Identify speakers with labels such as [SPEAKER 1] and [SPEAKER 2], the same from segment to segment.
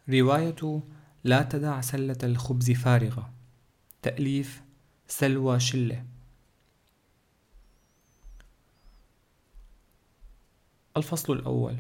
[SPEAKER 1] رواية لا تدع سلة الخبز فارغة. تأليف سلوى شلة. الفصل الأول.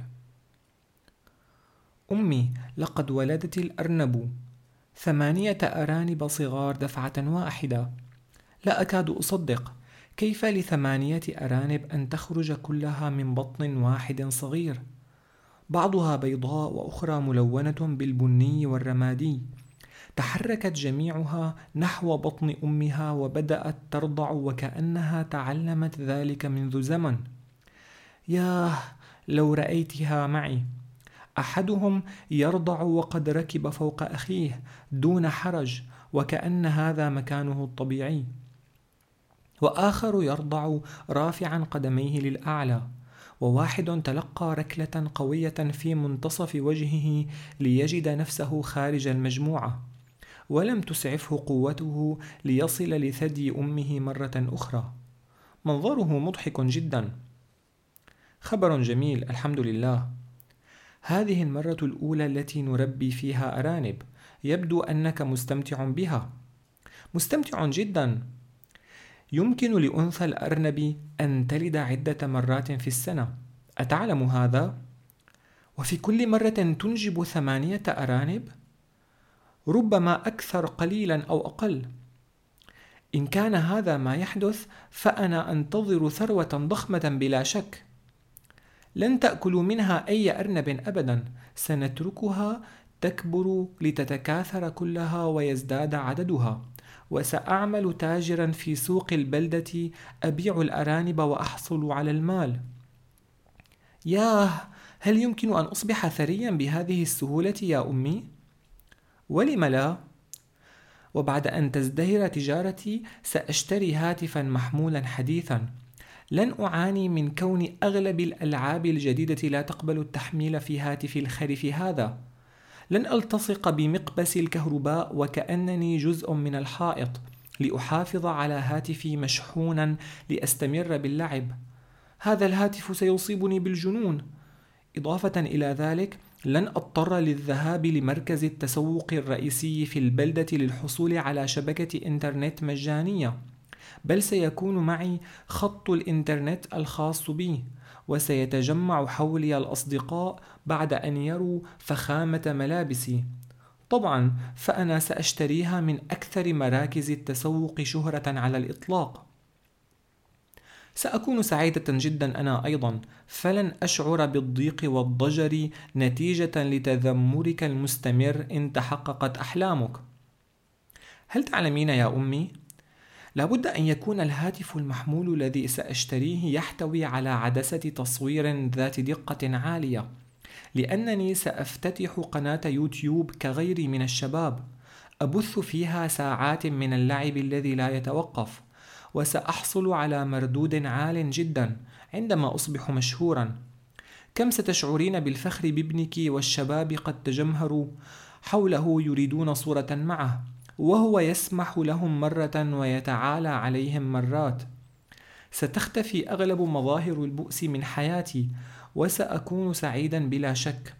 [SPEAKER 1] أمي، لقد ولدت الأرنب 8 أرانب صغار دفعة واحدة. لا أكاد أصدق، كيف ل8 أرانب أن تخرج كلها من بطن واحد صغير؟ بعضها بيضاء وأخرى ملونة بالبني والرمادي. تحركت جميعها نحو بطن أمها وبدأت ترضع وكأنها تعلمت ذلك منذ زمن. ياه، لو رأيتها معي! أحدهم يرضع وقد ركب فوق أخيه دون حرج وكأن هذا مكانه الطبيعي، وآخر يرضع رافعا قدميه للأعلى، وواحد تلقى ركلة قوية في منتصف وجهه ليجد نفسه خارج المجموعة، ولم تسعفه قوته ليصل لثدي أمه مرة أخرى. منظره مضحك جدا. خبر جميل، الحمد لله. هذه المرة الأولى التي نربي فيها أرانب. يبدو أنك مستمتع بها. مستمتع جدا. يمكن لأنثى الأرنب أن تلد عدة مرات في السنة، أتعلم هذا؟ وفي كل مرة تنجب 8 أرانب؟ ربما أكثر قليلا أو أقل. إن كان هذا ما يحدث فأنا أنتظر ثروة ضخمة بلا شك. لن تأكل منها أي أرنب أبدا، سنتركها تكبر لتتكاثر كلها ويزداد عددها، وسأعمل تاجرا في سوق البلدة أبيع الأرانب وأحصل على المال. ياه، هل يمكن أن أصبح ثريا بهذه السهولة يا أمي؟ ولم لا؟ وبعد أن تزدهر تجارتي سأشتري هاتفا محمولا حديثا. لن أعاني من كون أغلب الألعاب الجديدة لا تقبل التحميل في هاتفي الخرف هذا. لن ألتصق بمقبس الكهرباء وكأنني جزء من الحائط لأحافظ على هاتفي مشحونا لأستمر باللعب. هذا الهاتف سيصيبني بالجنون. إضافة إلى ذلك، لن أضطر للذهاب لمركز التسوق الرئيسي في البلدة للحصول على شبكة إنترنت مجانية، بل سيكون معي خط الإنترنت الخاص بي، وسيتجمع حولي الأصدقاء بعد أن يروا فخامة ملابسي. طبعا فأنا سأشتريها من أكثر مراكز التسوق شهرة على الإطلاق. سأكون سعيدة جدا أنا أيضا، فلن أشعر بالضيق والضجر نتيجة لتذمرك المستمر إن تحققت أحلامك. هل تعلمين يا أمي؟ لابد أن يكون الهاتف المحمول الذي سأشتريه يحتوي على عدسة تصوير ذات دقة عالية، لأنني سأفتتح قناة يوتيوب كغيري من الشباب، أبث فيها ساعات من اللعب الذي لا يتوقف، وسأحصل على مردود عال جدا عندما أصبح مشهورا. كم ستشعرين بالفخر بابنك والشباب قد تجمهروا حوله يريدون صورة معه، وهو يسمح لهم مرة ويتعالى عليهم مرات. ستختفي أغلب مظاهر البؤس من حياتي، وسأكون سعيدا بلا شك.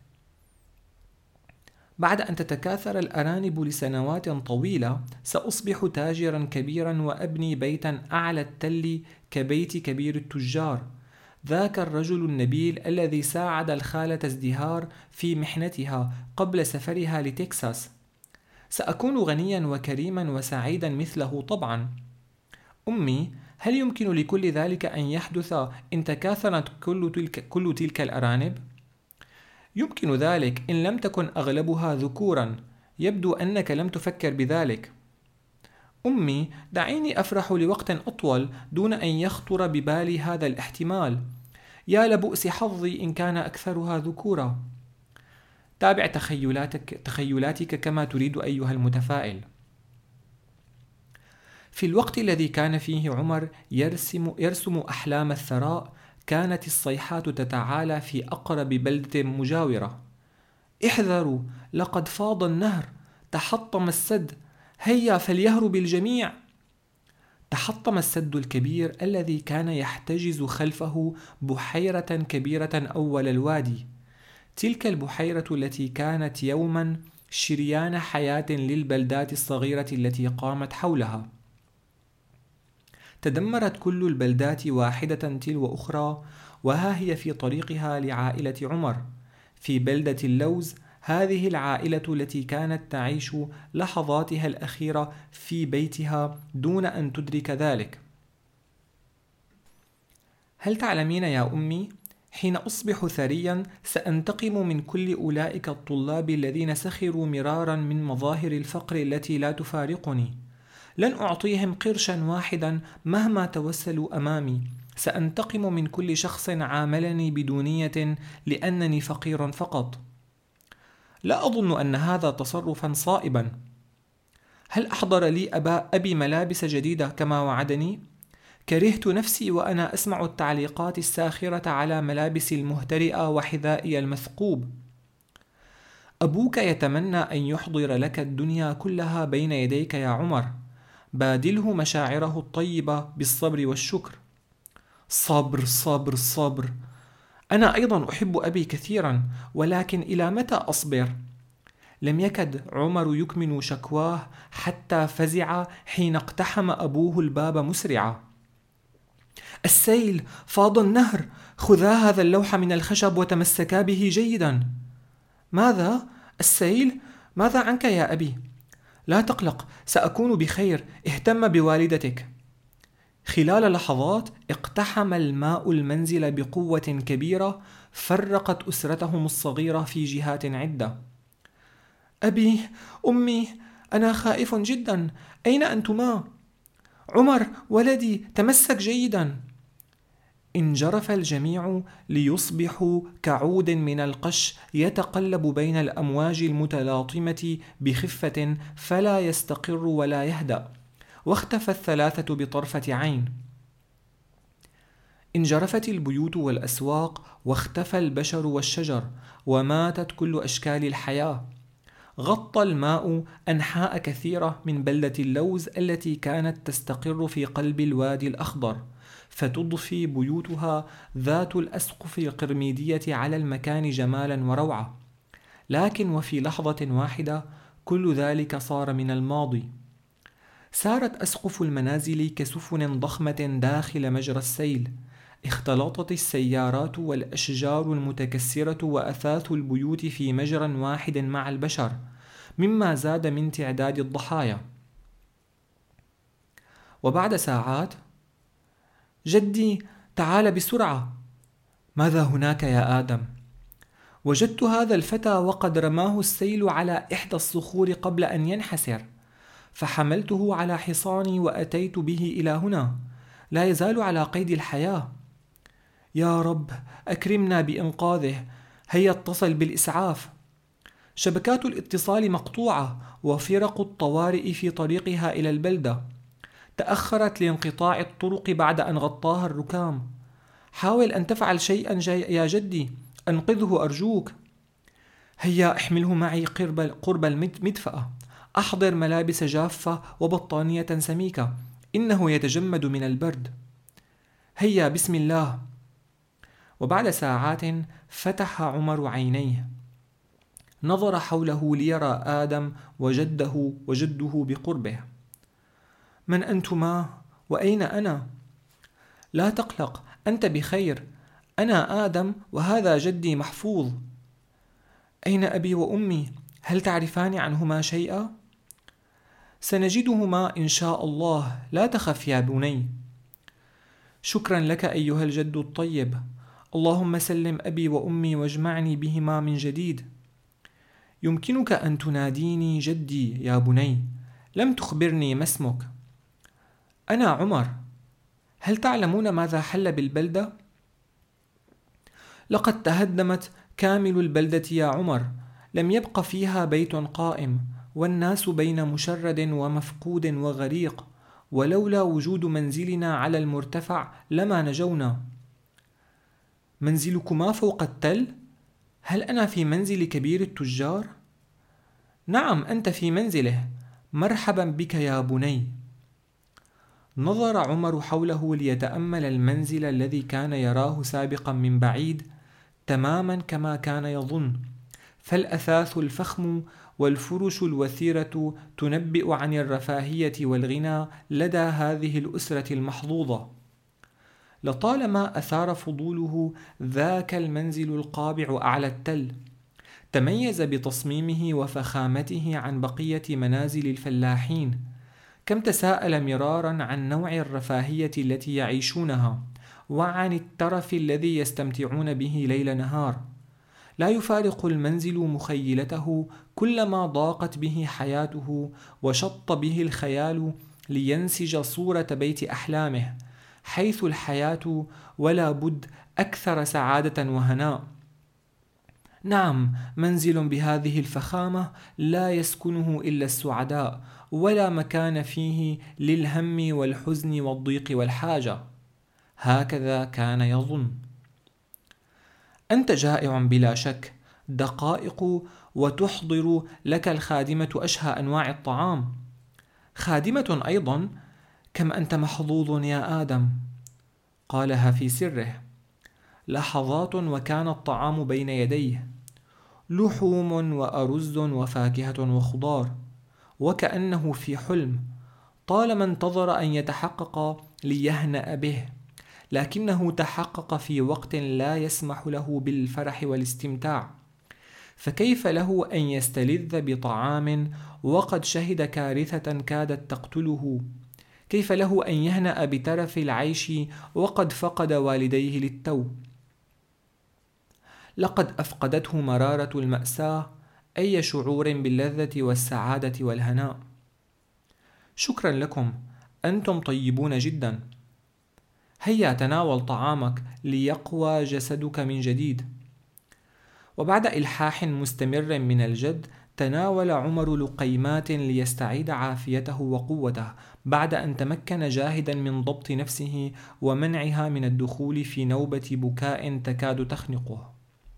[SPEAKER 1] بعد أن تتكاثر الأرانب لسنوات طويلة سأصبح تاجرا كبيرا وأبني بيتا أعلى التل كبيت كبير التجار، ذاك الرجل النبيل الذي ساعد الخالة ازدهار في محنتها قبل سفرها لتكساس. سأكون غنيا وكريما وسعيدا مثله طبعا. أمي، هل يمكن لكل ذلك أن يحدث إن تكاثرت كل تلك الأرانب؟ يمكن ذلك إن لم تكن أغلبها ذكورا. يبدو أنك لم تفكر بذلك. أمي، دعيني أفرح لوقت أطول دون أن يخطر ببالي هذا الاحتمال. يا لبؤس حظي إن كان أكثرها ذكورا. تابع تخيلاتك كما تريد أيها المتفائل. في الوقت الذي كان فيه عمر يرسم أحلام الثراء، كانت الصيحات تتعالى في أقرب بلدة مجاورة. احذروا، لقد فاض النهر، تحطم السد، هيا فليهرب الجميع. تحطم السد الكبير الذي كان يحتجز خلفه بحيرة كبيرة أول الوادي. تلك البحيرة التي كانت يوما شريان حياة للبلدات الصغيرة التي قامت حولها. تدمرت كل البلدات واحدة تلو أخرى، وها هي في طريقها لعائلة عمر في بلدة اللوز. هذه العائلة التي كانت تعيش لحظاتها الأخيرة في بيتها دون أن تدرك ذلك. هل تعلمين يا أمي، حين أصبح ثريا سأنتقم من كل أولئك الطلاب الذين سخروا مرارا من مظاهر الفقر التي لا تفارقني. لن أعطيهم قرشا واحدا مهما توسلوا أمامي. سأنتقم من كل شخص عاملني بدونية لأنني فقير فقط. لا أظن أن هذا تصرفا صائبا. هل أحضر لي أبي ملابس جديدة كما وعدني؟ كرهت نفسي وأنا أسمع التعليقات الساخرة على ملابسي المهترئة وحذائي المثقوب. أبوك يتمنى أن يحضر لك الدنيا كلها بين يديك يا عمر. بادله مشاعره الطيبة بالصبر والشكر. صبر صبر صبر. أنا أيضا أحب أبي كثيرا، ولكن إلى متى أصبر؟ لم يكد عمر يكمن شكواه حتى فزع حين اقتحم أبوه الباب مسرعا. السيل، فاض النهر، خذا هذا اللوح من الخشب وتمسكا به جيدا. ماذا؟ السيل؟ ماذا عنك يا أبي؟ لا تقلق، سأكون بخير، اهتم بوالدتك. خلال لحظات اقتحم الماء المنزل بقوة كبيرة، فرقت أسرتهم الصغيرة في جهات عدة. أبي، أمي، أنا خائف جدا، أين أنتما؟ عمر ولدي، تمسك جيدا. انجرف الجميع ليصبحوا كعود من القش يتقلب بين الأمواج المتلاطمة بخفة فلا يستقر ولا يهدأ، واختفى الثلاثة بطرفة عين. انجرفت البيوت والأسواق، واختفى البشر والشجر، وماتت كل أشكال الحياة. غطى الماء أنحاء كثيرة من بلدة اللوز التي كانت تستقر في قلب الوادي الأخضر، فتضفي بيوتها ذات الأسقف القرميدية على المكان جمالا وروعة. لكن وفي لحظة واحدة كل ذلك صار من الماضي. سارت أسقف المنازل كسفن ضخمة داخل مجرى السيل. اختلطت السيارات والأشجار المتكسرة وأثاث البيوت في مجرى واحد مع البشر، مما زاد من تعداد الضحايا. وبعد ساعات: جدي، تعال بسرعة. ماذا هناك يا آدم؟ وجدت هذا الفتى وقد رماه السيل على إحدى الصخور قبل أن ينحسر، فحملته على حصاني وأتيت به إلى هنا. لا يزال على قيد الحياة. يا رب، أكرمنا بإنقاذه. هيا اتصل بالإسعاف. شبكات الاتصال مقطوعة، وفرق الطوارئ في طريقها إلى البلدة. تأخرت لانقطاع الطرق بعد أن غطاها الركام. حاول أن تفعل شيئا يا جدي، أنقذه أرجوك. هيا احمله معي قرب المدفأة. أحضر ملابس جافة وبطانية سميكة، إنه يتجمد من البرد. هيا بسم الله. وبعد ساعات فتح عمر عينيه، نظر حوله ليرى آدم وجده بقربه. من أنتما؟ وأين أنا؟ لا تقلق، أنت بخير. أنا آدم وهذا جدي محفوظ. أين أبي وأمي؟ هل تعرفان عنهما شيئا؟ سنجدهما إن شاء الله، لا تخف يا بني. شكرا لك أيها الجد الطيب. اللهم سلم أبي وأمي واجمعني بهما من جديد. يمكنك أن تناديني جدي يا بني. لم تخبرني ما اسمك. أنا عمر. هل تعلمون ماذا حل بالبلدة؟ لقد تهدمت كامل البلدة يا عمر، لم يبق فيها بيت قائم، والناس بين مشرد ومفقود وغريق، ولولا وجود منزلنا على المرتفع لما نجونا. منزلكما فوق التل؟ هل أنا في منزل كبير التجار؟ نعم، أنت في منزله. مرحبا بك يا بني. نظر عمر حوله ليتأمل المنزل الذي كان يراه سابقا من بعيد، تماما كما كان يظن. فالأثاث الفخم والفرش الوثيرة تنبئ عن الرفاهية والغنى لدى هذه الأسرة المحظوظة. لطالما أثار فضوله ذاك المنزل القابع أعلى التل، تميز بتصميمه وفخامته عن بقية منازل الفلاحين. كم تساءل مرارا عن نوع الرفاهية التي يعيشونها، وعن الترف الذي يستمتعون به ليل نهار. لا يفارق المنزل مخيلته كلما ضاقت به حياته وشط به الخيال لينسج صورة بيت أحلامه، حيث الحياة ولا بد أكثر سعادة وهناء. نعم، منزل بهذه الفخامة لا يسكنه إلا السعداء، ولا مكان فيه للهم والحزن والضيق والحاجة. هكذا كان يظن. أنت جائع بلا شك، دقائق وتحضر لك الخادمة أشهى أنواع الطعام. خادمة أيضا؟ كم أنت محظوظ يا آدم، قالها في سره. لحظات وكان الطعام بين يديه، لحوم وأرز وفاكهة وخضار، وكأنه في حلم. طالما انتظر أن يتحقق ليهنأ به، لكنه تحقق في وقت لا يسمح له بالفرح والاستمتاع. فكيف له أن يستلذ بطعام وقد شهد كارثة كادت تقتله؟ كيف له أن يهنأ بترف العيش وقد فقد والديه للتو؟ لقد أفقدته مرارة المأساة أي شعور باللذة والسعادة والهناء. شكرا لكم، أنتم طيبون جدا. هيا تناول طعامك ليقوى جسدك من جديد. وبعد إلحاح مستمر من الجد، تناول عمر لقيمات ليستعيد عافيته وقوته، بعد أن تمكن جاهدا من ضبط نفسه ومنعها من الدخول في نوبة بكاء تكاد تخنقه.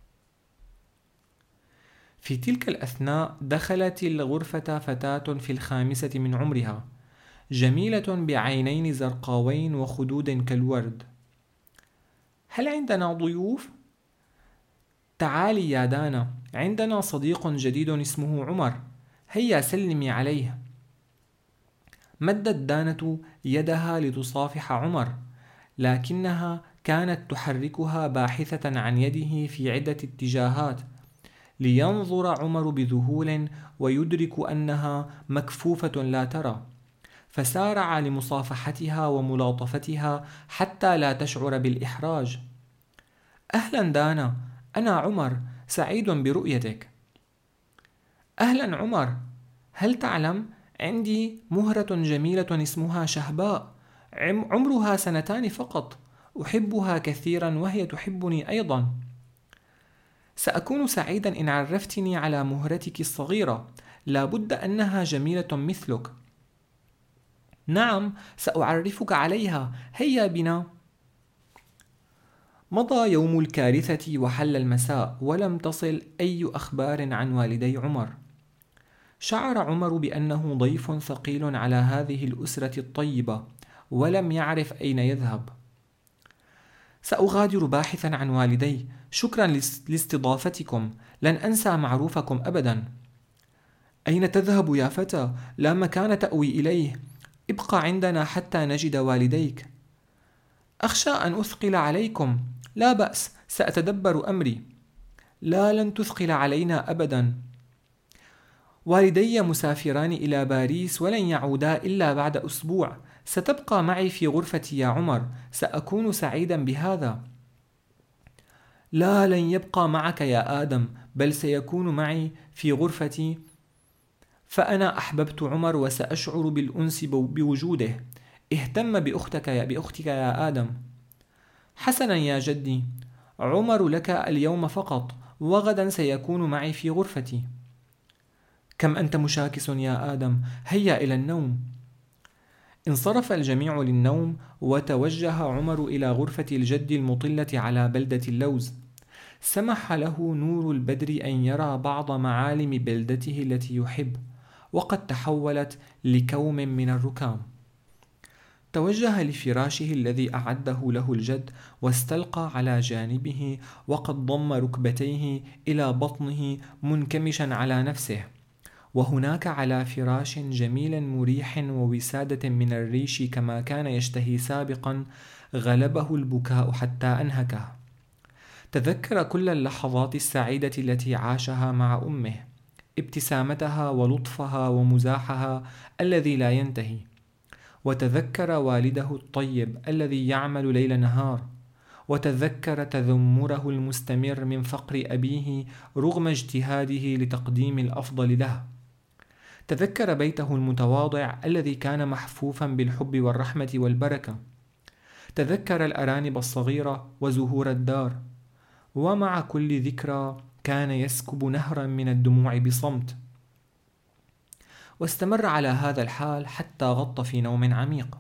[SPEAKER 1] في تلك الأثناء دخلت الغرفة فتاة في 5 من عمرها، جميلة بعينين زرقاوين وخدود كالورد. هل عندنا ضيوف؟ تعالي يا دانا، عندنا صديق جديد اسمه عمر، هيا سلمي عليه. مدت دانة يدها لتصافح عمر، لكنها كانت تحركها باحثة عن يده في عدة اتجاهات، لينظر عمر بذهول ويدرك أنها مكفوفة لا ترى، فسارع لمصافحتها وملاطفتها حتى لا تشعر بالإحراج. أهلا دانا، أنا عمر، سعيد برؤيتك. أهلا عمر، هل تعلم عندي مهرة جميلة اسمها شهباء، عمرها 2 فقط، أحبها كثيرا وهي تحبني أيضا. سأكون سعيدا إن عرفتني على مهرتك الصغيرة، لا بد أنها جميلة مثلك. نعم، سأعرفك عليها، هيا بنا. مضى يوم الكارثة وحل المساء، ولم تصل أي أخبار عن والدي عمر. شعر عمر بأنه ضيف ثقيل على هذه الأسرة الطيبة، ولم يعرف أين يذهب. سأغادر باحثا عن والدي، شكرا لاستضافتكم، لن أنسى معروفكم أبدا. أين تذهب يا فتى؟ لا مكان تأوي إليه، ابقى عندنا حتى نجد والديك. أخشى أن أثقل عليكم. لا بأس، سأتدبر أمري. لا، لن تثقل علينا أبدا. والدي مسافران إلى باريس ولن يعودا إلا بعد أسبوع، ستبقى معي في غرفتي يا عمر، سأكون سعيدا بهذا. لا، لن يبقى معك يا آدم، بل سيكون معي في غرفتي، فأنا أحببت عمر وسأشعر بالأنس بوجوده. اهتم بأختك يا آدم. حسنا يا جدي، عمر لك اليوم فقط، وغدا سيكون معي في غرفتي. كم أنت مشاكس يا آدم، هيا إلى النوم. انصرف الجميع للنوم، وتوجه عمر إلى غرفة الجد المطلة على بلدة اللوز. سمح له نور البدر أن يرى بعض معالم بلدته التي يحب، وقد تحولت لكوم من الركام. توجه لفراشه الذي أعده له الجد، واستلقى على جانبه وقد ضم ركبتيه إلى بطنه منكمشا على نفسه. وهناك على فراش جميل مريح ووسادة من الريش كما كان يشتهي سابقا غلبه البكاء حتى أنهكه. تذكر كل اللحظات السعيدة التي عاشها مع أمه، ابتسامتها ولطفها ومزاحها الذي لا ينتهي، وتذكر والده الطيب الذي يعمل ليل نهار، وتذكر تذمره المستمر من فقر أبيه رغم اجتهاده لتقديم الأفضل له. تذكر بيته المتواضع الذي كان محفوفا بالحب والرحمة والبركة. تذكر الأرانب الصغيرة وزهور الدار، ومع كل ذكرى كان يسكب نهرا من الدموع بصمت. واستمر على هذا الحال حتى غط في نوم عميق.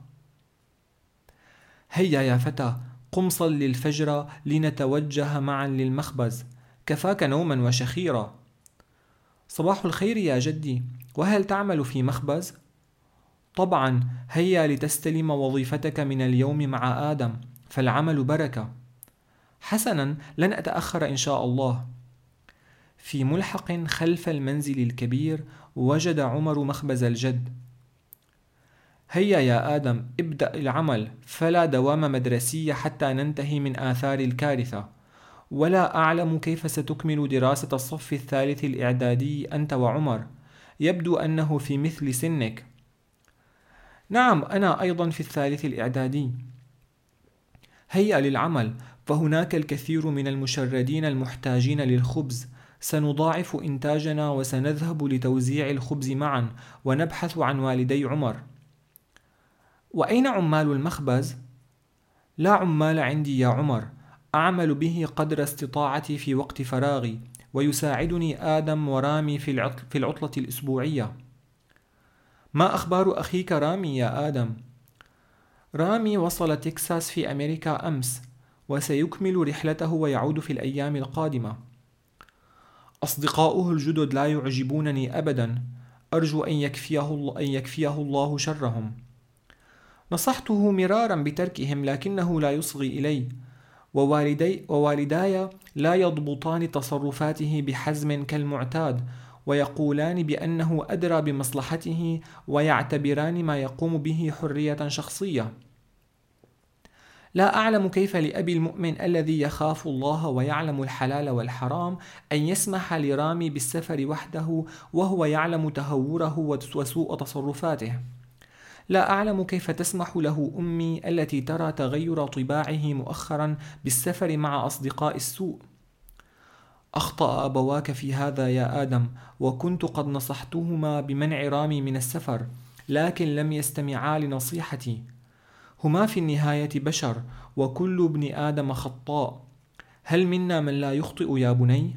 [SPEAKER 1] هيا يا فتى، قم صل الفجر لنتوجه معا للمخبز، كفاك نوما وشخيرا. صباح الخير يا جدي، وهل تعمل في مخبز؟ طبعا، هيا لتستلم وظيفتك من اليوم مع آدم، فالعمل بركة. حسنا، لن أتأخر إن شاء الله. في ملحق خلف المنزل الكبير وجد عمر مخبز الجد. هيا يا آدم، ابدأ العمل، فلا دوام مدرسي حتى ننتهي من آثار الكارثة. ولا أعلم كيف ستكمل دراسة الصف الثالث الإعدادي أنت وعمر، يبدو أنه في مثل سنك. نعم، أنا أيضا في الثالث الإعدادي. هيا للعمل، فهناك الكثير من المشردين المحتاجين للخبز. سنضاعف إنتاجنا وسنذهب لتوزيع الخبز معا، ونبحث عن والدي عمر. وأين عمال المخبز؟ لا عمال عندي يا عمر، أعمل به قدر استطاعتي في وقت فراغي، ويساعدني آدم ورامي في العطلة الأسبوعية. ما أخبار أخيك رامي يا آدم؟ رامي وصل تكساس في أمريكا أمس، وسيكمل رحلته ويعود في الأيام القادمة. أصدقاؤه الجدد لا يعجبونني أبدا، أرجو أن يكفيه الله شرهم. نصحته مرارا بتركهم لكنه لا يصغي إلي، ووالداي لا يضبطان تصرفاته بحزم كالمعتاد، ويقولان بأنه أدرى بمصلحته، ويعتبران ما يقوم به حرية شخصية. لا أعلم كيف لأبي المؤمن الذي يخاف الله ويعلم الحلال والحرام أن يسمح لرامي بالسفر وحده وهو يعلم تهوره وسوء تصرفاته. لا أعلم كيف تسمح له أمي التي ترى تغير طباعه مؤخرا بالسفر مع أصدقاء السوء. أخطأ أبواك في هذا يا آدم، وكنت قد نصحتهما بمنع رامي من السفر، لكن لم يستمعا لنصيحتي. هما في النهاية بشر، وكل ابن آدم خطاء. هل منا من لا يخطئ يا بني؟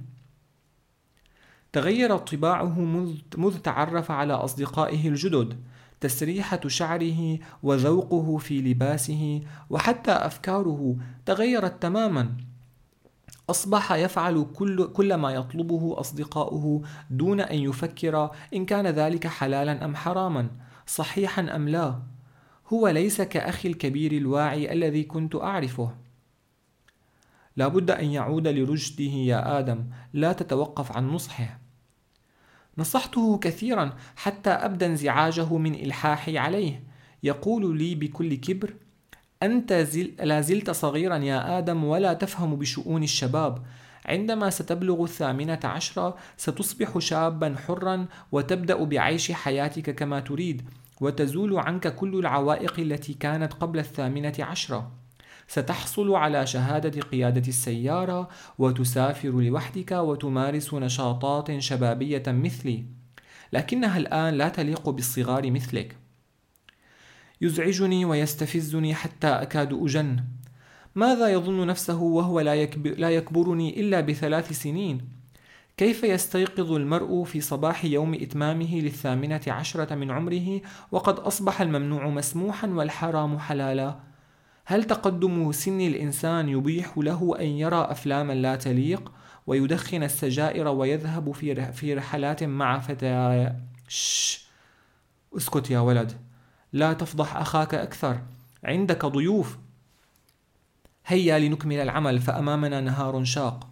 [SPEAKER 1] تغيرت طباعه مذ تعرف على أصدقائه الجدد. تسريحة شعره وذوقه في لباسه وحتى أفكاره تغيرت تماما. أصبح يفعل كل ما يطلبه أصدقاؤه دون أن يفكر إن كان ذلك حلالا أم حراما، صحيحا أم لا. هو ليس كأخي الكبير الواعي الذي كنت أعرفه. لا بد أن يعود لرشده يا آدم، لا تتوقف عن نصحه. نصحته كثيرا حتى أبدى انزعاجه من إلحاحي عليه. يقول لي بكل كبر: أنت لا زلت صغيرا يا آدم، ولا تفهم بشؤون الشباب. عندما ستبلغ 18 ستصبح شابا حرا، وتبدأ بعيش حياتك كما تريد، وتزول عنك كل العوائق التي كانت قبل 18. ستحصل على شهادة قيادة السيارة، وتسافر لوحدك، وتمارس نشاطات شبابية مثلي، لكنها الآن لا تليق بالصغار مثلك. يزعجني ويستفزني حتى أكاد أجن. ماذا يظن نفسه وهو لا يكبرني إلا ب3 سنين؟ كيف يستيقظ المرء في صباح يوم إتمامه 18 من عمره وقد أصبح الممنوع مسموحا والحرام حلالا؟ هل تقدم سن الإنسان يبيح له أن يرى أفلاما لا تليق، ويدخن السجائر، ويذهب في رحلات مع فتاة؟ اسكت يا ولد، لا تفضح أخاك أكثر. عندك ضيوف. هيا لنكمل العمل فأمامنا نهار شاق.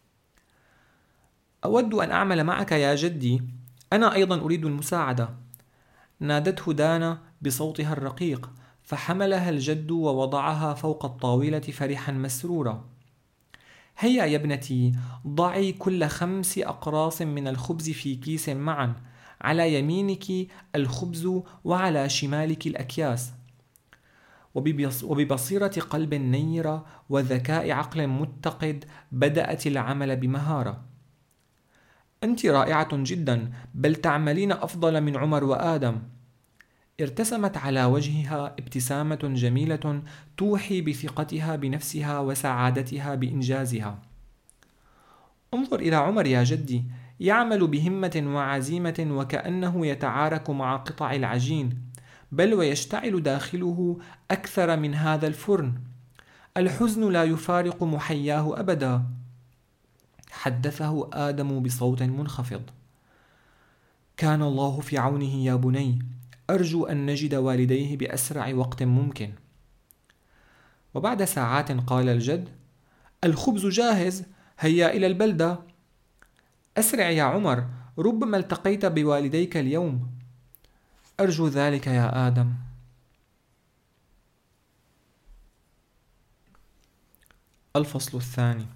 [SPEAKER 1] أود أن أعمل معك يا جدي، أنا أيضا أريد المساعدة. نادته دانا بصوتها الرقيق، فحملها الجد ووضعها فوق الطاولة فرحا مسرورا. هيا يا ابنتي، ضعي كل 5 أقراص من الخبز في كيس معا، على يمينك الخبز وعلى شمالك الأكياس. وببصيرة قلب نيرة وذكاء عقل متقد بدأت العمل بمهارة. أنت رائعة جدا، بل تعملين أفضل من عمر وآدم. ارتسمت على وجهها ابتسامة جميلة توحي بثقتها بنفسها وسعادتها بإنجازها. انظر إلى عمر يا جدي، يعمل بهمة وعزيمة وكأنه يتعارك مع قطع العجين، بل ويشتعل داخله أكثر من هذا الفرن. الحزن لا يفارق محياه أبدا. حدثه آدم بصوت منخفض. كان الله في عونه يا بني، أرجو أن نجد والديه بأسرع وقت ممكن. وبعد ساعات قال الجد: الخبز جاهز، هيا إلى البلدة. أسرع يا عمر، ربما التقيت بوالديك اليوم. أرجو ذلك يا آدم. الفصل الثاني.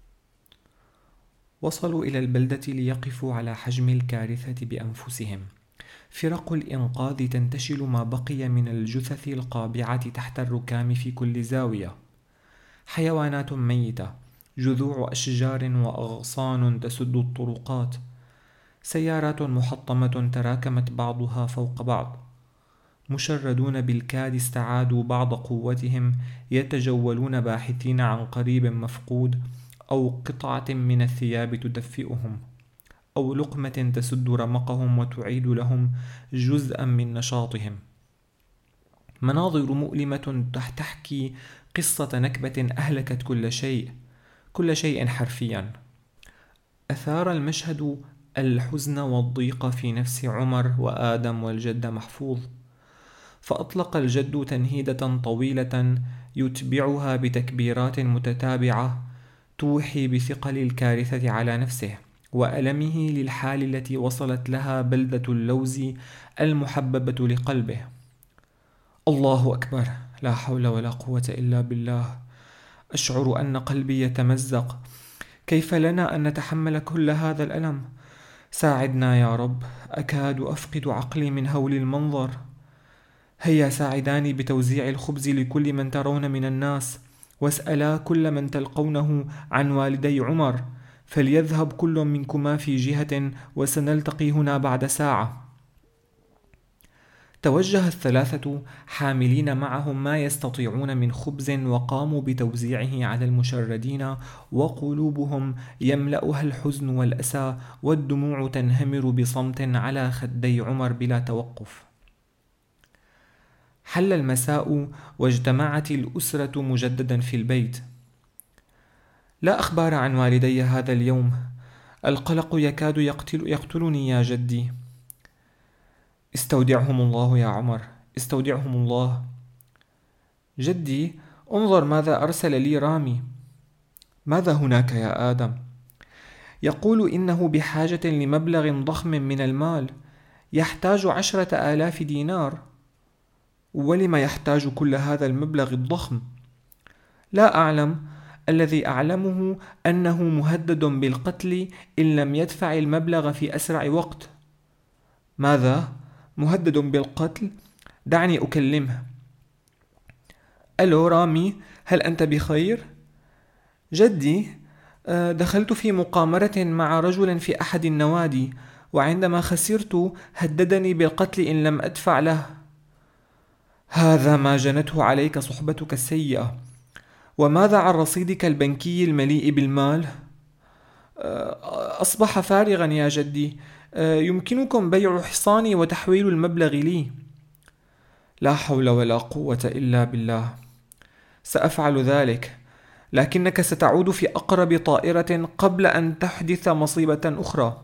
[SPEAKER 1] وصلوا إلى البلدة ليقفوا على حجم الكارثة بأنفسهم. فرق الإنقاذ تنتشل ما بقي من الجثث القابعة تحت الركام في كل زاوية. حيوانات ميتة، جذوع أشجار وأغصان تسد الطرقات، سيارات محطمة تراكمت بعضها فوق بعض. مشردون بالكاد استعادوا بعض قوتهم، يتجولون باحثين عن قريب مفقود، أو قطعة من الثياب تدفئهم، أو لقمة تسد رمقهم وتعيد لهم جزءا من نشاطهم. مناظر مؤلمة تحكي قصة نكبة أهلكت كل شيء حرفيا. أثار المشهد الحزن والضيق في نفس عمر وآدم والجد محفوظ، فأطلق الجد تنهيدة طويلة يتبعها بتكبيرات متتابعة توحي بثقل الكارثة على نفسه وألمه للحال التي وصلت لها بلدة اللوز المحببة لقلبه. الله أكبر، لا حول ولا قوة إلا بالله. أشعر أن قلبي يتمزق. كيف لنا أن نتحمل كل هذا الألم؟ ساعدنا يا رب، أكاد أفقد عقلي من هول المنظر. هيا ساعداني بتوزيع الخبز لكل من ترون من الناس، واسألا كل من تلقونه عن والدي عمر، فليذهب كل منكما في جهة وسنلتقي هنا بعد ساعة. توجه الثلاثة حاملين معهم ما يستطيعون من خبز وقاموا بتوزيعه على المشردين، وقلوبهم يملأها الحزن والأسى، والدموع تنهمر بصمت على خدي عمر بلا توقف. حل المساء واجتمعت الأسرة مجددا في البيت. لا أخبار عن والدي هذا اليوم. القلق يكاد يقتلني يا جدي. استودعهم الله يا عمر، استودعهم الله. جدي، انظر ماذا أرسل لي رامي. ماذا هناك يا آدم؟ يقول إنه بحاجة لمبلغ ضخم من المال، يحتاج 10,000 دينار. ولم يحتاج كل هذا المبلغ الضخم؟ لا أعلم. الذي أعلمه أنه مهدد بالقتل إن لم يدفع المبلغ في أسرع وقت. ماذا؟ مهدد بالقتل؟ دعني أكلمه. ألو رامي، هل أنت بخير؟ جدي، دخلت في مقامرة مع رجل في أحد النوادي، وعندما خسرت هددني بالقتل إن لم أدفع له. هذا ما جنته عليك صحبتك السيئة. وماذا عن رصيدك البنكي المليء بالمال؟ أصبح فارغا يا جدي. يمكنكم بيع حصاني وتحويل المبلغ لي. لا حول ولا قوة إلا بالله. سأفعل ذلك، لكنك ستعود في أقرب طائرة قبل أن تحدث مصيبة أخرى.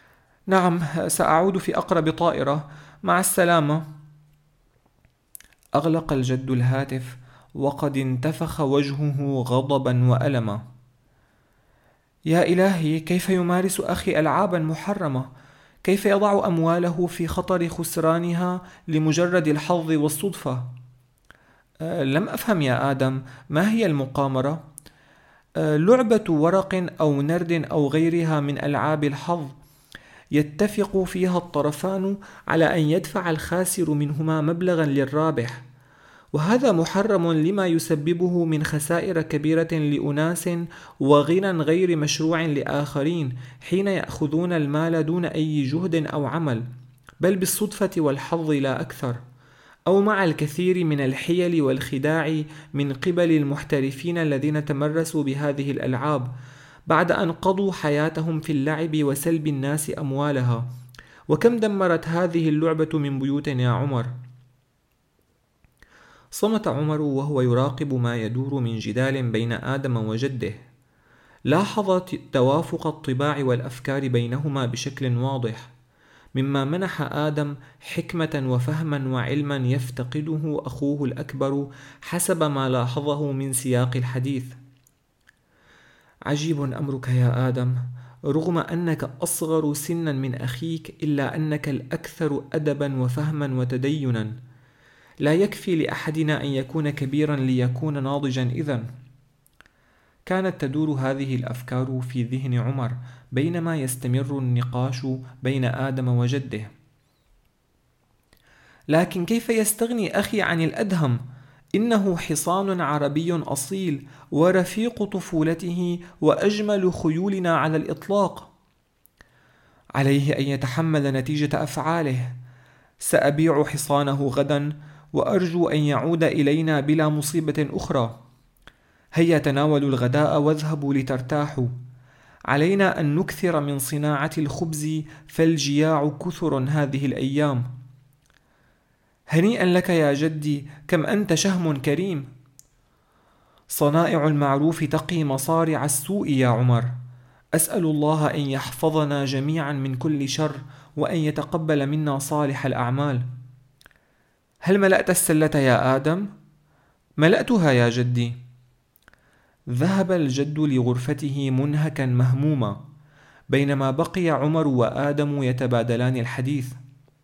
[SPEAKER 1] نعم، سأعود في أقرب طائرة. مع السلامة. أغلق الجد الهاتف وقد انتفخ وجهه غضبا وألما. يا إلهي، كيف يمارس أخي ألعابا محرمة؟ كيف يضع أمواله في خطر خسرانها لمجرد الحظ والصدفة؟ لم أفهم يا آدم، ما هي المقامرة؟ لعبة ورق أو نرد أو غيرها من ألعاب الحظ يتفق فيها الطرفان على أن يدفع الخاسر منهما مبلغا للرابح، وهذا محرم لما يسببه من خسائر كبيرة لأناس وغنى غير مشروع لآخرين حين يأخذون المال دون أي جهد أو عمل، بل بالصدفة والحظ لا أكثر، أو مع الكثير من الحيل والخداع من قبل المحترفين الذين تمرسوا بهذه الألعاب بعد أن قضوا حياتهم في اللعب وسلب الناس أموالها. وكم دمرت هذه اللعبة من بيوت يا عمر؟ صمت عمر وهو يراقب ما يدور من جدال بين آدم وجده. لاحظ توافق الطباع والأفكار بينهما بشكل واضح، مما منح آدم حكمة وفهما وعلما يفتقده أخوه الأكبر حسب ما لاحظه من سياق الحديث. عجيب أمرك يا آدم، رغم أنك أصغر سنا من أخيك إلا أنك الأكثر أدبا وفهما وتدينا. لا يكفي لأحدنا أن يكون كبيرا ليكون ناضجا إذن. كانت تدور هذه الأفكار في ذهن عمر بينما يستمر النقاش بين آدم وجده. لكن كيف يستغني أخي عن الأدهم؟ إنه حصان عربي أصيل ورفيق طفولته وأجمل خيولنا على الإطلاق. عليه أن يتحمل نتيجة أفعاله. سأبيع حصانه غدا وأرجو أن يعود إلينا بلا مصيبة أخرى. هيا تناولوا الغداء واذهبوا لترتاحوا. علينا أن نكثر من صناعة الخبز فالجياع كثر هذه الأيام. هنيئا لك يا جدي، كم أنت شهم كريم. صنائع المعروف تقي مصارع السوء يا عمر. أسأل الله أن يحفظنا جميعا من كل شر وأن يتقبل منا صالح الأعمال. هل ملأت السلة يا آدم؟ ملأتها يا جدي. ذهب الجد لغرفته منهكا مهموما، بينما بقي عمر وآدم يتبادلان الحديث.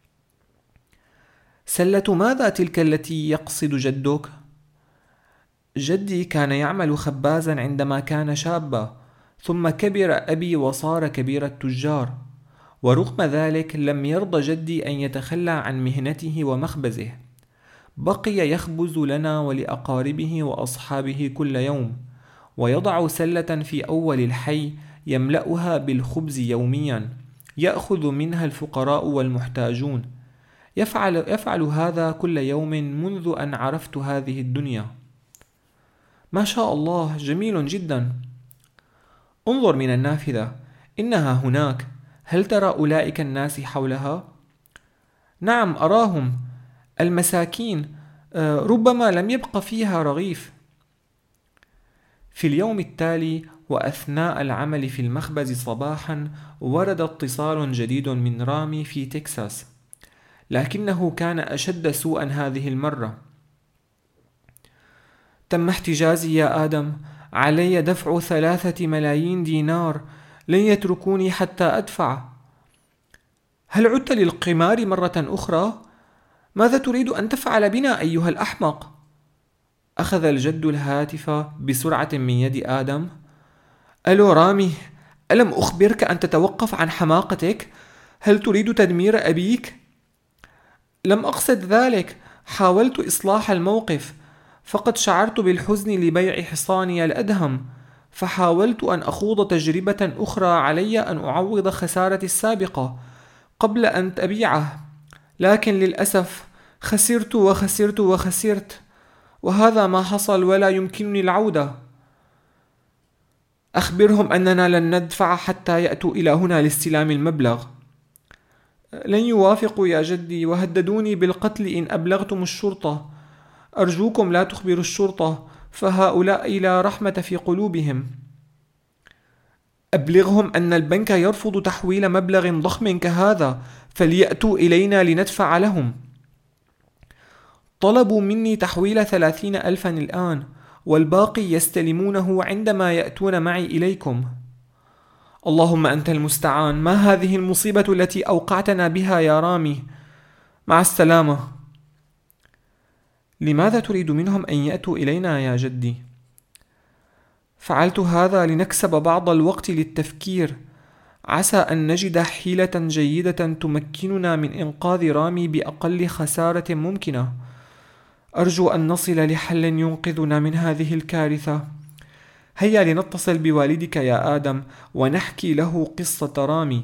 [SPEAKER 1] سلة ماذا تلك التي يقصد جدك؟ جدي كان يعمل خبازا عندما كان شابا، ثم كبر أبي وصار كبير التجار، ورغم ذلك لم يرضى جدي أن يتخلى عن مهنته ومخبزه. بقي يخبز لنا ولأقاربه وأصحابه كل يوم، ويضع سلة في أول الحي يملأها بالخبز يوميا، يأخذ منها الفقراء والمحتاجون. يفعل هذا كل يوم منذ أن عرفت هذه الدنيا. ما شاء الله، جميل جدا. انظر من النافذة، إنها هناك. هل ترى أولئك الناس حولها؟ نعم أراهم، المساكين، ربما لم يبق فيها رغيف. في اليوم التالي وأثناء العمل في المخبز صباحا ورد اتصال جديد من رامي في تكساس، لكنه كان أشد سوءا هذه المرة. تم احتجازي يا آدم، علي دفع 3 ملايين دينار، لن يتركوني حتى أدفع. هل عدت للقمار مرة أخرى؟ ماذا تريد أن تفعل بنا أيها الأحمق؟ أخذ الجد الهاتف بسرعة من يد آدم. ألو رامي، ألم أخبرك أن تتوقف عن حماقتك؟ هل تريد تدمير أبيك؟ لم أقصد ذلك، حاولت إصلاح الموقف، فقد شعرت بالحزن لبيع حصاني الأدهم، فحاولت أن أخوض تجربة أخرى علي أن أعوض خسارتي السابقة قبل أن أبيعه، لكن للأسف خسرت وخسرت وخسرت، وهذا ما حصل ولا يمكنني العودة. أخبرهم أننا لن ندفع حتى يأتوا إلى هنا لاستلام المبلغ. لن يوافقوا يا جدي، وهددوني بالقتل إن أبلغتم الشرطة. أرجوكم لا تخبروا الشرطة، فهؤلاء لا رحمة في قلوبهم. أبلغهم أن البنك يرفض تحويل مبلغ ضخم كهذا، فليأتوا إلينا لندفع لهم. طلبوا مني تحويل 30,000 الآن، والباقي يستلمونه عندما يأتون معي إليكم. اللهم أنت المستعان، ما هذه المصيبة التي أوقعتنا بها يا رامي؟ مع السلامة. لماذا تريد منهم أن يأتوا إلينا يا جدي؟ فعلت هذا لنكسب بعض الوقت للتفكير، عسى أن نجد حيلة جيدة تمكننا من إنقاذ رامي بأقل خسارة ممكنة. أرجو أن نصل لحل ينقذنا من هذه الكارثة. هيا لنتصل بوالدك يا آدم ونحكي له قصة رامي.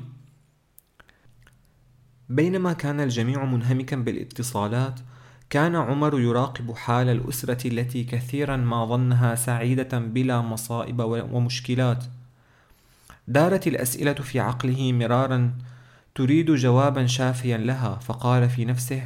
[SPEAKER 1] بينما كان الجميع منهمكا بالاتصالات، كان عمر يراقب حال الأسرة التي كثيرا ما ظنها سعيدة بلا مصائب ومشكلات. دارت الأسئلة في عقله مرارا تريد جوابا شافيا لها، فقال في نفسه: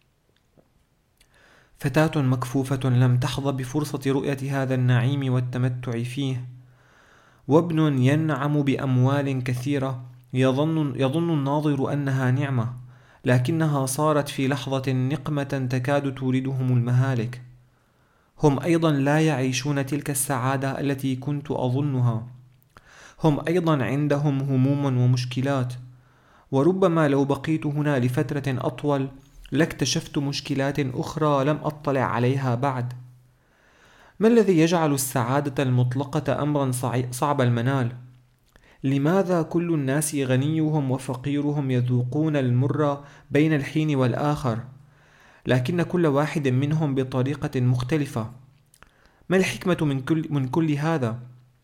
[SPEAKER 1] فتاة مكفوفة لم تحظ بفرصة رؤية هذا النعيم والتمتع فيه، وابن ينعم بأموال كثيرة يظن الناظر أنها نعمة، لكنها صارت في لحظة نقمة تكاد توردهم المهالك. هم أيضا لا يعيشون تلك السعادة التي كنت أظنها، هم أيضا عندهم هموم ومشكلات، وربما لو بقيت هنا لفترة أطول لاكتشفت مشكلات أخرى لم أطلع عليها بعد. ما الذي يجعل السعادة المطلقة أمرا صعب المنال؟ لماذا كل الناس غنيهم وفقيرهم يذوقون المر بين الحين والآخر، لكن كل واحد منهم بطريقة مختلفة؟ ما الحكمة من كل هذا؟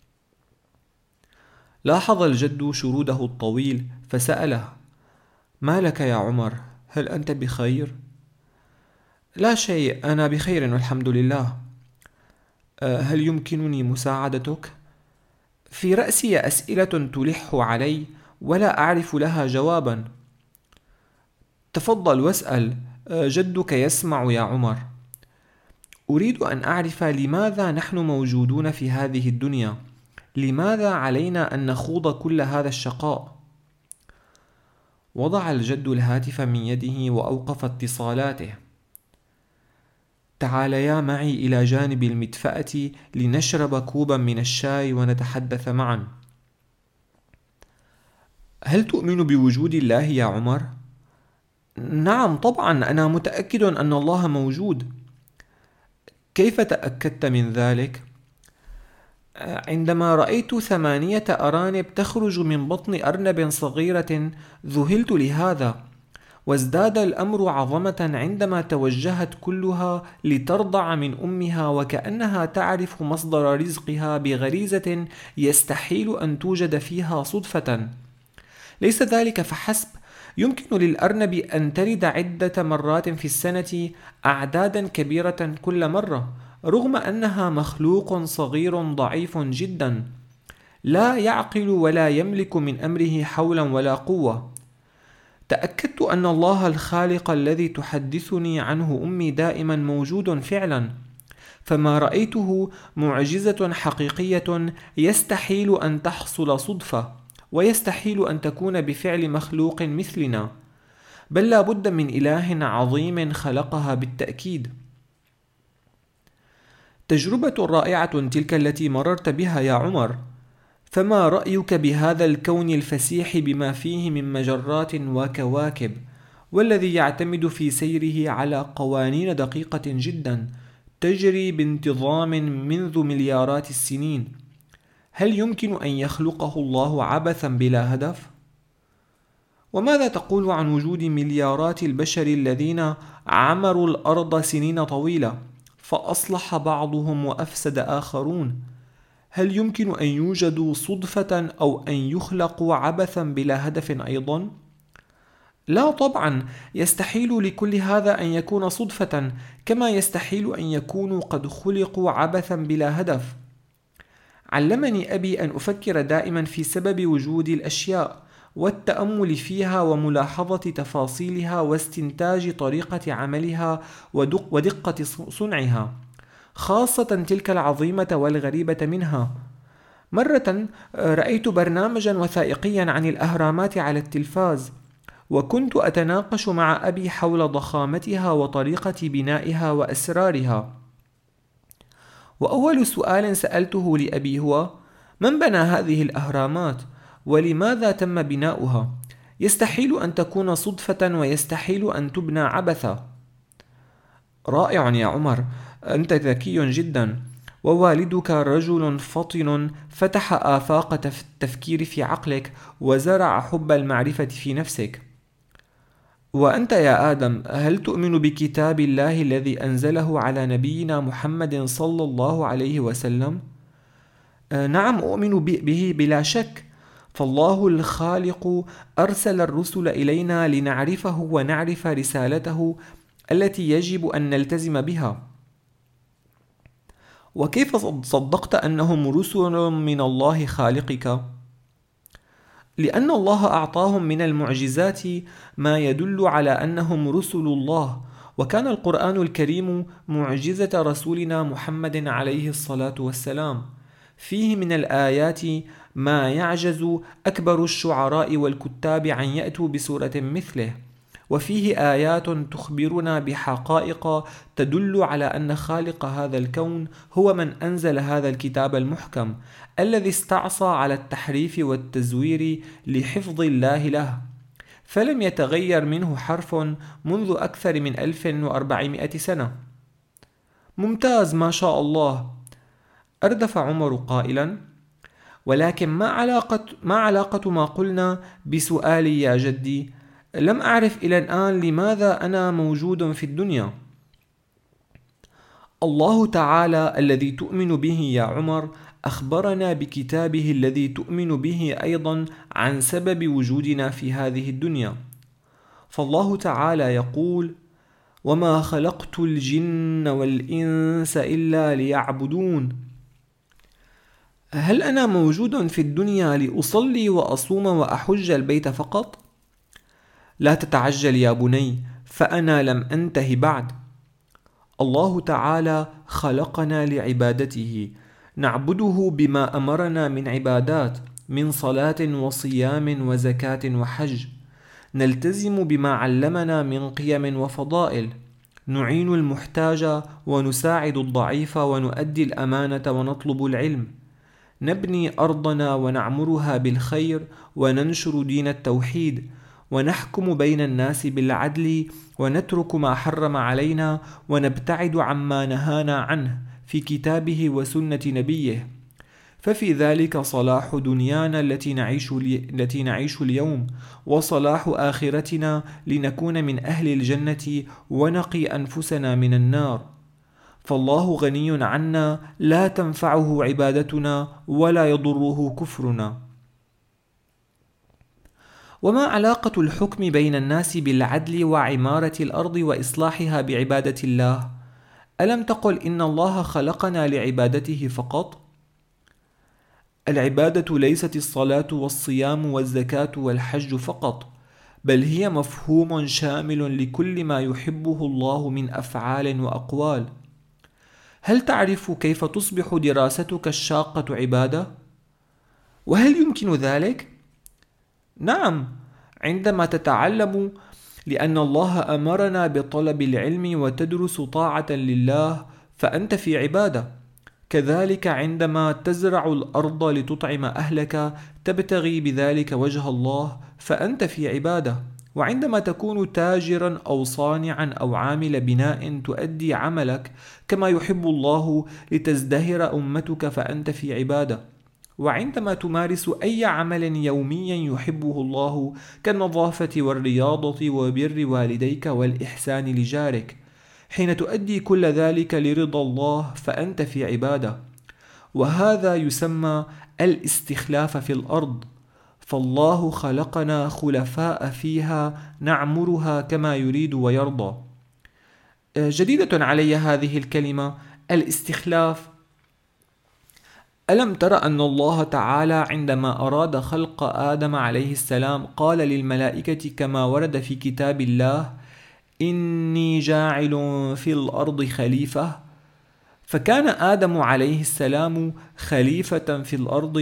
[SPEAKER 1] لاحظ الجد شروده الطويل فسأله: ما لك يا عمر؟ هل أنت بخير؟ لا شيء، أنا بخير والحمد لله. هل يمكنني مساعدتك؟ في رأسي أسئلة تلح علي ولا أعرف لها جوابا. تفضل واسأل، جدك يسمع يا عمر. أريد أن أعرف لماذا نحن موجودون في هذه الدنيا؟ لماذا علينا أن نخوض كل هذا الشقاء؟ وضع الجد الهاتف من يده وأوقف اتصالاته. تعاليا معي إلى جانب المدفأة لنشرب كوبا من الشاي ونتحدث معا. هل تؤمن بوجود الله يا عمر؟ نعم طبعا، أنا متأكد أن الله موجود. كيف تأكدت من ذلك؟ عندما رأيت 8 أرانب تخرج من بطن أرنب صغيرة ذهلت لهذا، وازداد الأمر عظمة عندما توجهت كلها لترضع من أمها، وكأنها تعرف مصدر رزقها بغريزة يستحيل أن توجد فيها صدفة. ليس ذلك فحسب، يمكن للأرنب أن تلد عدة مرات في السنة، أعدادا كبيرة كل مرة، رغم أنها مخلوق صغير ضعيف جدا، لا يعقل ولا يملك من أمره حولا ولا قوة. تأكدت أن الله الخالق الذي تحدثني عنه أمي دائما موجود فعلا، فما رأيته معجزة حقيقية يستحيل أن تحصل صدفة، ويستحيل أن تكون بفعل مخلوق مثلنا، بل لا بد من إله عظيم خلقها بالتأكيد. تجربة رائعة تلك التي مررت بها يا عمر. فما رأيك بهذا الكون الفسيح بما فيه من مجرات وكواكب، والذي يعتمد في سيره على قوانين دقيقة جدا تجري بانتظام منذ مليارات السنين؟ هل يمكن أن يخلقه الله عبثا بلا هدف؟ وماذا تقول عن وجود مليارات البشر الذين عمروا الأرض سنين طويلة، فأصلح بعضهم وأفسد آخرون؟ هل يمكن أن يوجدوا صدفة أو أن يخلقوا عبثا بلا هدف أيضا؟ لا طبعا، يستحيل لكل هذا أن يكون صدفة، كما يستحيل أن يكونوا قد خلقوا عبثا بلا هدف. علمني أبي أن أفكر دائما في سبب وجود الأشياء، والتأمل فيها وملاحظة تفاصيلها واستنتاج طريقة عملها ودقة صنعها، خاصة تلك العظيمة والغريبة منها. مرة رأيت برنامجا وثائقيا عن الأهرامات على التلفاز، وكنت أتناقش مع أبي حول ضخامتها وطريقة بنائها وأسرارها. وأول سؤال سألته لأبي هو: من بنى هذه الأهرامات؟ ولماذا تم بناؤها؟ يستحيل أن تكون صدفة، ويستحيل أن تبنى عبثا. رائع يا عمر، أنت ذكي جدا، ووالدك رجل فطن فتح آفاق التفكير في عقلك وزرع حب المعرفة في نفسك. وأنت يا آدم، هل تؤمن بكتاب الله الذي أنزله على نبينا محمد صلى الله عليه وسلم؟ نعم، أؤمن به بلا شك، فالله الخالق أرسل الرسل إلينا لنعرفه ونعرف رسالته التي يجب أن نلتزم بها. وكيف صدقت أنهم رسل من الله خالقك؟ لأن الله أعطاهم من المعجزات ما يدل على أنهم رسل الله، وكان القرآن الكريم معجزة رسولنا محمد عليه الصلاة والسلام، فيه من الآيات ما يعجز أكبر الشعراء والكتاب عن يأتوا بسورة مثله، وفيه آيات تخبرنا بحقائق تدل على أن خالق هذا الكون هو من أنزل هذا الكتاب المحكم الذي استعصى على التحريف والتزوير لحفظ الله له، فلم يتغير منه حرف منذ أكثر من 1400 سنة. ممتاز، ما شاء الله. أردف عمر قائلا: ولكن ما علاقة ما قلنا بسؤالي يا جدي؟ لم أعرف إلى الآن لماذا أنا موجود في الدنيا. الله تعالى الذي تؤمن به يا عمر أخبرنا بكتابه الذي تؤمن به أيضا عن سبب وجودنا في هذه الدنيا، فالله تعالى يقول: وما خلقت الجن والإنس إلا ليعبدون. هل أنا موجود في الدنيا لأصلي وأصوم وأحج البيت فقط؟ لا تتعجل يا بني، فأنا لم أنته بعد. الله تعالى خلقنا لعبادته، نعبده بما أمرنا من عبادات، من صلاة وصيام وزكاة وحج، نلتزم بما علمنا من قيم وفضائل، نعين المحتاج ونساعد الضعيف ونؤدي الأمانة ونطلب العلم، نبني أرضنا ونعمرها بالخير وننشر دين التوحيد، ونحكم بين الناس بالعدل، ونترك ما حرم علينا ونبتعد عما نهانا عنه في كتابه وسنة نبيه، ففي ذلك صلاح دنيانا التي نعيش اليوم، وصلاح آخرتنا لنكون من أهل الجنة ونقي أنفسنا من النار، فالله غني عنا، لا تنفعه عبادتنا ولا يضره كفرنا. وما علاقة الحكم بين الناس بالعدل وعمارة الأرض وإصلاحها بعبادة الله؟ ألم تقل إن الله خلقنا لعبادته فقط؟ العبادة ليست الصلاة والصيام والزكاة والحج فقط، بل هي مفهوم شامل لكل ما يحبه الله من أفعال وأقوال. هل تعرف كيف تصبح دراستك الشاقة عبادة؟ وهل يمكن ذلك؟ نعم، عندما تتعلم لأن الله أمرنا بطلب العلم وتدرس طاعة لله فأنت في عبادة. كذلك عندما تزرع الأرض لتطعم أهلك تبتغي بذلك وجه الله فأنت في عبادة. وعندما تكون تاجرا أو صانعا أو عامل بناء تؤدي عملك كما يحب الله لتزدهر أمتك فأنت في عبادة. وعندما تمارس أي عمل يومي يحبه الله كالنظافة والرياضة وبر والديك والإحسان لجارك، حين تؤدي كل ذلك لرضا الله فأنت في عبادة. وهذا يسمى الاستخلاف في الأرض، فالله خلقنا خلفاء فيها نعمرها كما يريد ويرضى. جديدة علي هذه الكلمة الاستخلاف. ألم تر أن الله تعالى عندما أراد خلق آدم عليه السلام قال للملائكة كما ورد في كتاب الله: إني جاعل في الأرض خليفة؟ فكان آدم عليه السلام خليفة في الأرض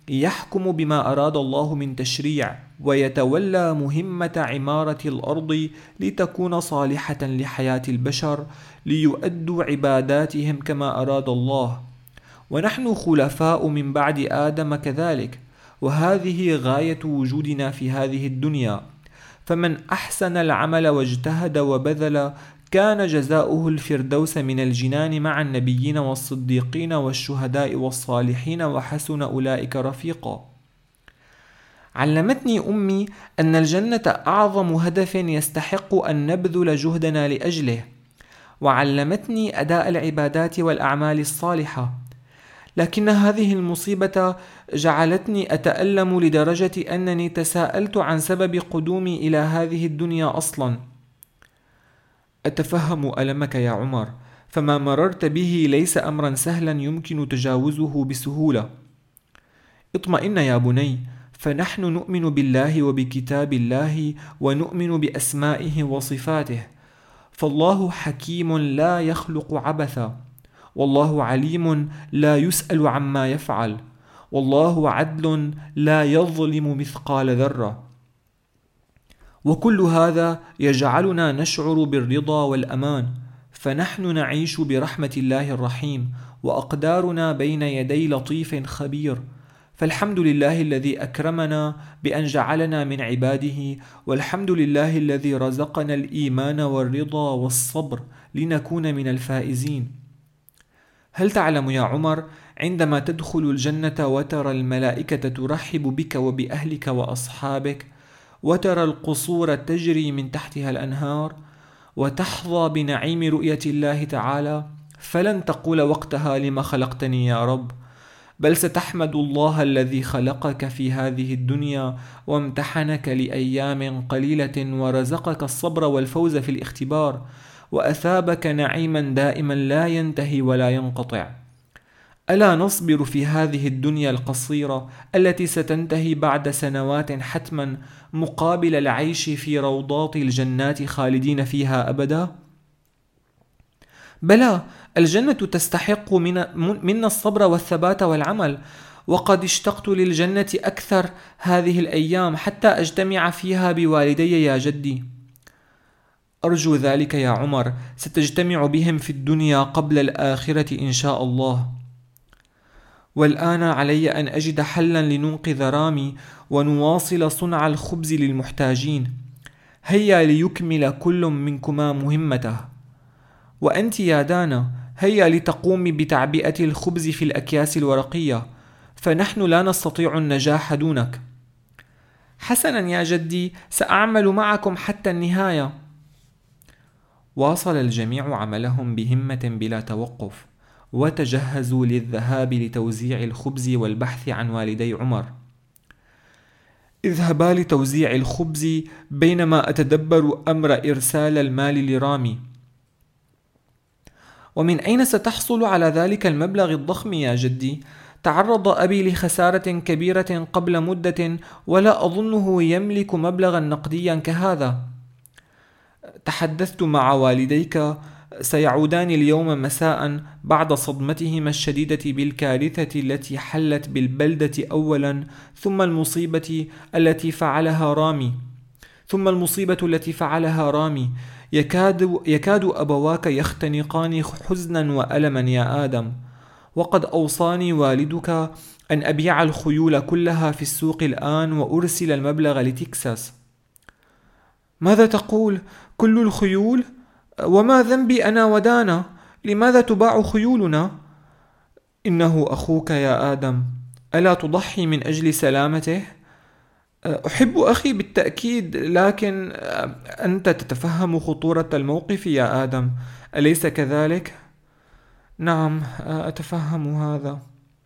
[SPEAKER 1] يحكم بما أراد الله من تشريع، ويتولى مهمة عمارة الأرض لتكون صالحة لحياة البشر ليؤدوا عباداتهم كما أراد الله. ونحن خلفاء من بعد آدم كذلك، وهذه غاية وجودنا في هذه الدنيا. فمن أحسن العمل واجتهد وبذل كان جزاؤه الفردوس من الجنان مع النبيين والصديقين والشهداء والصالحين، وحسن أولئك رفيقا. علمتني أمي أن الجنة أعظم هدف يستحق أن نبذل جهدنا لأجله، وعلمتني أداء العبادات والأعمال الصالحة. لكن هذه المصيبة جعلتني أتألم لدرجة أنني تساءلت عن سبب قدومي إلى هذه الدنيا أصلا. أتفهم ألمك يا عمر، فما مررت به ليس أمرا سهلا يمكن تجاوزه بسهولة. اطمئن يا بني، فنحن نؤمن بالله وبكتاب الله، ونؤمن بأسمائه وصفاته، فالله حكيم لا يخلق عبثا، والله عليم لا يسأل عما يفعل، والله عدل لا يظلم مثقال ذرة. وكل هذا يجعلنا نشعر بالرضا والأمان، فنحن نعيش برحمة الله الرحيم، وأقدارنا بين يدي لطيف خبير. فالحمد لله الذي أكرمنا بأن جعلنا من عباده، والحمد لله الذي رزقنا الإيمان والرضا والصبر لنكون من الفائزين. هل تعلم يا عمر، عندما تدخل الجنة وترى الملائكة ترحب بك وبأهلك وأصحابك، وترى القصور تجري من تحتها الأنهار، وتحظى بنعيم رؤية الله تعالى، فلن تقول وقتها لما خلقتني يا رب، بل ستحمد الله الذي خلقك في هذه الدنيا وامتحنك لأيام قليلة، ورزقك الصبر والفوز في الاختبار، وأثابك نعيما دائما لا ينتهي ولا ينقطع. ألا نصبر في هذه الدنيا القصيرة التي ستنتهي بعد سنوات حتما، مقابل العيش في روضات الجنات خالدين فيها أبدا؟ بلى، الجنة تستحق منا الصبر والثبات والعمل، وقد اشتقت للجنة أكثر هذه الأيام حتى أجتمع فيها بوالدي يا جدي. أرجو ذلك يا عمر، ستجتمع بهم في الدنيا قبل الآخرة إن شاء الله. والآن علي أن أجد حلا لننقذ رامي ونواصل صنع الخبز للمحتاجين. هيا ليكمل كل منكما مهمته. وأنت يا دانا، هيا لتقومي بتعبئة الخبز في الأكياس الورقية، فنحن لا نستطيع النجاح دونك. حسنا يا جدي، سأعمل معكم حتى النهاية. واصل الجميع عملهم بهمة بلا توقف، وتجهزوا للذهاب لتوزيع الخبز والبحث عن والدي عمر. اذهبا لتوزيع الخبز بينما أتدبر أمر إرسال المال لرامي. ومن أين ستحصل على ذلك المبلغ الضخم يا جدي؟ تعرض أبي لخسارة كبيرة قبل مدة، ولا أظنه يملك مبلغا نقديا كهذا. تحدثت مع والديك، سيعودان اليوم مساء بعد صدمتهما الشديدة بالكارثة التي حلت بالبلدة أولا، ثم المصيبة التي فعلها رامي. يكاد أبواك يختنقان حزنا وألما يا آدم. وقد أوصاني والدك أن أبيع الخيول كلها في السوق الآن وأرسل المبلغ لتكساس. ماذا تقول؟ كل الخيول؟ وما ذنبي أنا ودانا؟ لماذا تباع خيولنا؟ إنه أخوك يا آدم، ألا تضحي من أجل سلامته؟ أحب أخي بالتأكيد، لكن أنت تتفهم خطورة الموقف يا آدم، أليس كذلك؟ نعم، أتفهم هذا.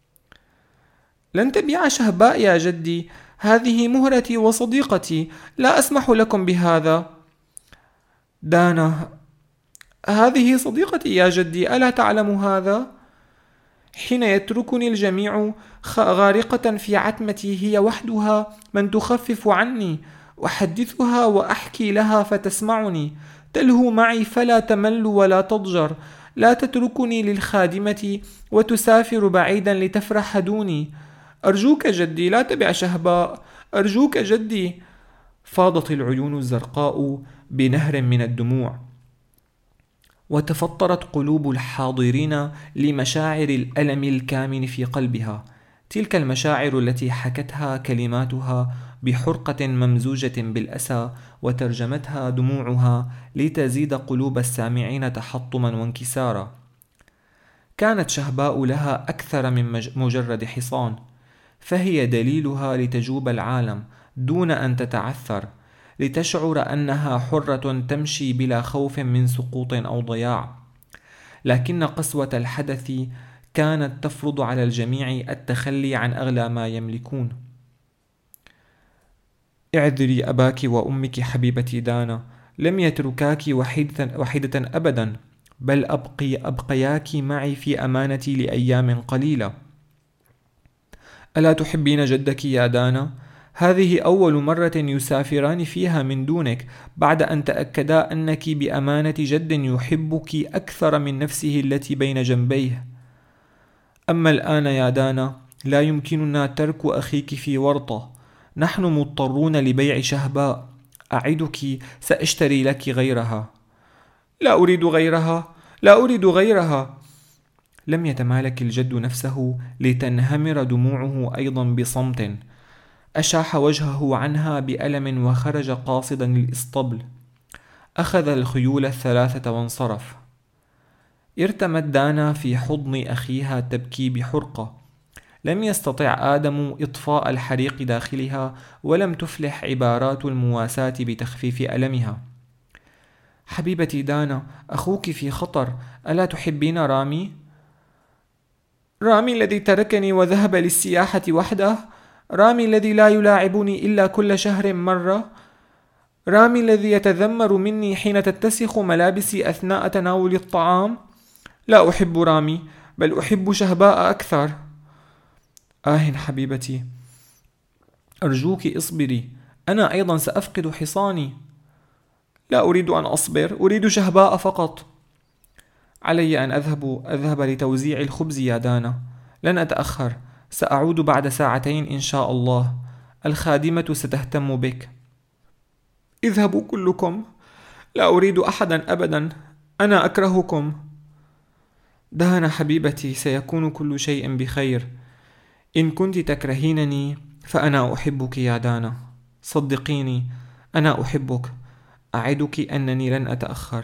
[SPEAKER 1] لن تبيع شهباء يا جدي، هذه مهرتي وصديقتي، لا أسمح لكم بهذا. دانا، هذه صديقتي يا جدي، ألا تعلم هذا؟ حين يتركني الجميع غارقة في عتمتي، هي وحدها من تخفف عني. أحدثها وأحكي لها فتسمعني، تلهو معي فلا تمل ولا تضجر، لا تتركني للخادمة وتسافر بعيدا لتفرح دوني. أرجوك جدي لا تبع شهباء، أرجوك جدي. فاضت العيون الزرقاء بنهر من الدموع، وتفطرت قلوب الحاضرين لمشاعر الألم الكامن في قلبها، تلك المشاعر التي حكتها كلماتها بحرقة ممزوجة بالأسى، وترجمتها دموعها لتزيد قلوب السامعين تحطما وانكسارا. كانت شهباء لها أكثر من مجرد حصان، فهي دليلها لتجوب العالم دون أن تتعثر، لتشعر أنها حرة تمشي بلا خوف من سقوط أو ضياع. لكن قسوة الحدث كانت تفرض على الجميع التخلي عن أغلى ما يملكون. اعذري أباك وأمك حبيبتي دانا، لم يتركاك وحيدة أبدا، بل أبقياك معي في أمانتي لأيام قليلة. ألا تحبين جدك يا دانا؟ هذه أول مرة يسافران فيها من دونك، بعد أن تأكدا أنك بأمانة جد يحبك أكثر من نفسه التي بين جنبيه. أما الآن يا دانا لا يمكننا ترك أخيك في ورطة، نحن مضطرون لبيع شهباء، أعدك سأشتري لك غيرها. لا أريد غيرها، لا أريد غيرها. لم يتمالك الجد نفسه لتنهمر دموعه أيضا بصمت، أشاح وجهه عنها بألم وخرج قاصدا للإسطبل. أخذ الخيول الثلاثة وانصرف. ارتمت دانا في حضن أخيها تبكي بحرقة. لم يستطع آدم إطفاء الحريق داخلها، ولم تفلح عبارات المواساة بتخفيف ألمها. حبيبتي دانا، أخوك في خطر، ألا تحبين رامي؟ رامي الذي تركني وذهب للسياحة وحده، رامي الذي لا يلاعبني إلا كل شهر مرة، رامي الذي يتذمر مني حين تتسخ ملابسي أثناء تناول الطعام. لا أحب رامي، بل أحب شهباء أكثر. حبيبتي، أرجوك اصبري، أنا أيضا سأفقد حصاني. لا أريد أن أصبر، أريد شهباء فقط. علي أن أذهب لتوزيع الخبز يا دانا، لن أتأخر، سأعود بعد ساعتين إن شاء الله، الخادمة ستهتم بك. اذهبوا كلكم، لا أريد أحدا أبدا، أنا أكرهكم. دانا حبيبتي، سيكون كل شيء بخير. إن كنت تكرهينني فأنا أحبك يا دانا، صدقيني أنا أحبك، أعدك أنني لن أتأخر.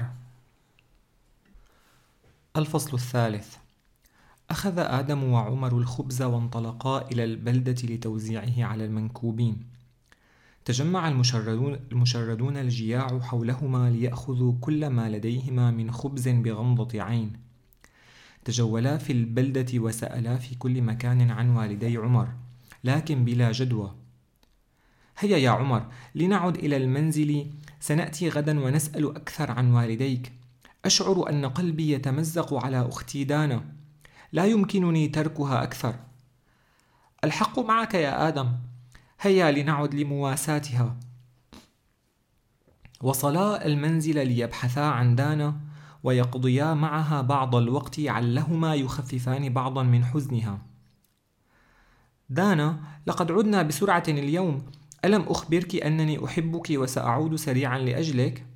[SPEAKER 1] الفصل الثالث. أخذ آدم وعمر الخبز وانطلقا إلى البلدة لتوزيعه على المنكوبين. تجمع المشردون الجياع حولهما ليأخذوا كل ما لديهما من خبز بغمضة عين. تجولا في البلدة وسألا في كل مكان عن والدي عمر، لكن بلا جدوى. هيا يا عمر، لنعد إلى المنزل، سنأتي غدا ونسأل أكثر عن والديك. أشعر أن قلبي يتمزق على أختي دانا، لا يمكنني تركها أكثر. الحق معك يا آدم، هيا لنعد لمواساتها. وصلا المنزل ليبحثا عن دانا ويقضيا معها بعض الوقت علهما يخففان بعضا من حزنها. دانا، لقد عدنا بسرعة اليوم، ألم أخبرك أنني أحبك وسأعود سريعا لأجلك؟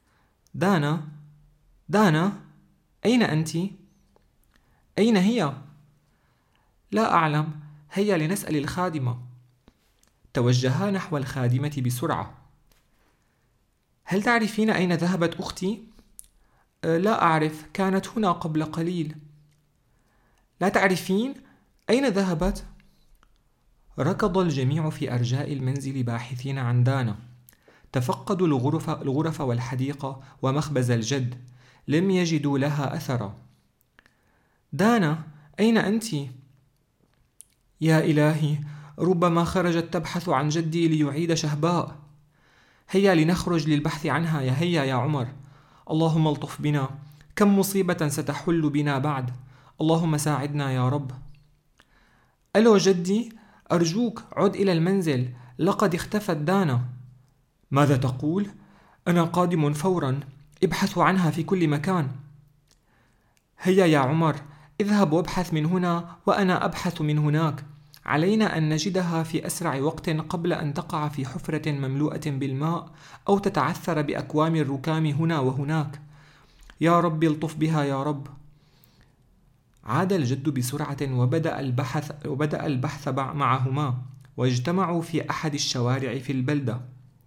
[SPEAKER 1] دانا، أين أنت؟ أين هي؟ لا أعلم، هيا لنسأل الخادمة. توجها نحو الخادمة بسرعة. هل تعرفين أين ذهبت أختي؟ لا أعرف، كانت هنا قبل قليل. لا تعرفين؟ أين ذهبت؟ ركض الجميع في أرجاء المنزل باحثين عن دانا، تفقدوا الغرف والحديقة ومخبز الجد، لم يجدوا لها أثرا. دانا، أين أنت؟ يا إلهي، ربما خرجت تبحث عن جدي ليعيد شهباء. هيا لنخرج للبحث عنها، هيا يا عمر. اللهم الطف بنا، كم مصيبة ستحل بنا بعد، اللهم ساعدنا يا رب. ألو جدي، أرجوك عد إلى المنزل، لقد اختفت دانا. ماذا تقول؟ أنا قادم فورا، ابحثوا عنها في كل مكان. هيا يا عمر، اذهب وابحث من هنا وأنا أبحث من هناك، علينا أن نجدها في أسرع وقت قبل أن تقع في حفرة مملوءة بالماء أو تتعثر بأكوام الركام هنا وهناك. يا رب الطف بها يا رب. عاد الجد بسرعة وبدأ البحث معهما، واجتمعوا في أحد الشوارع في البلدة.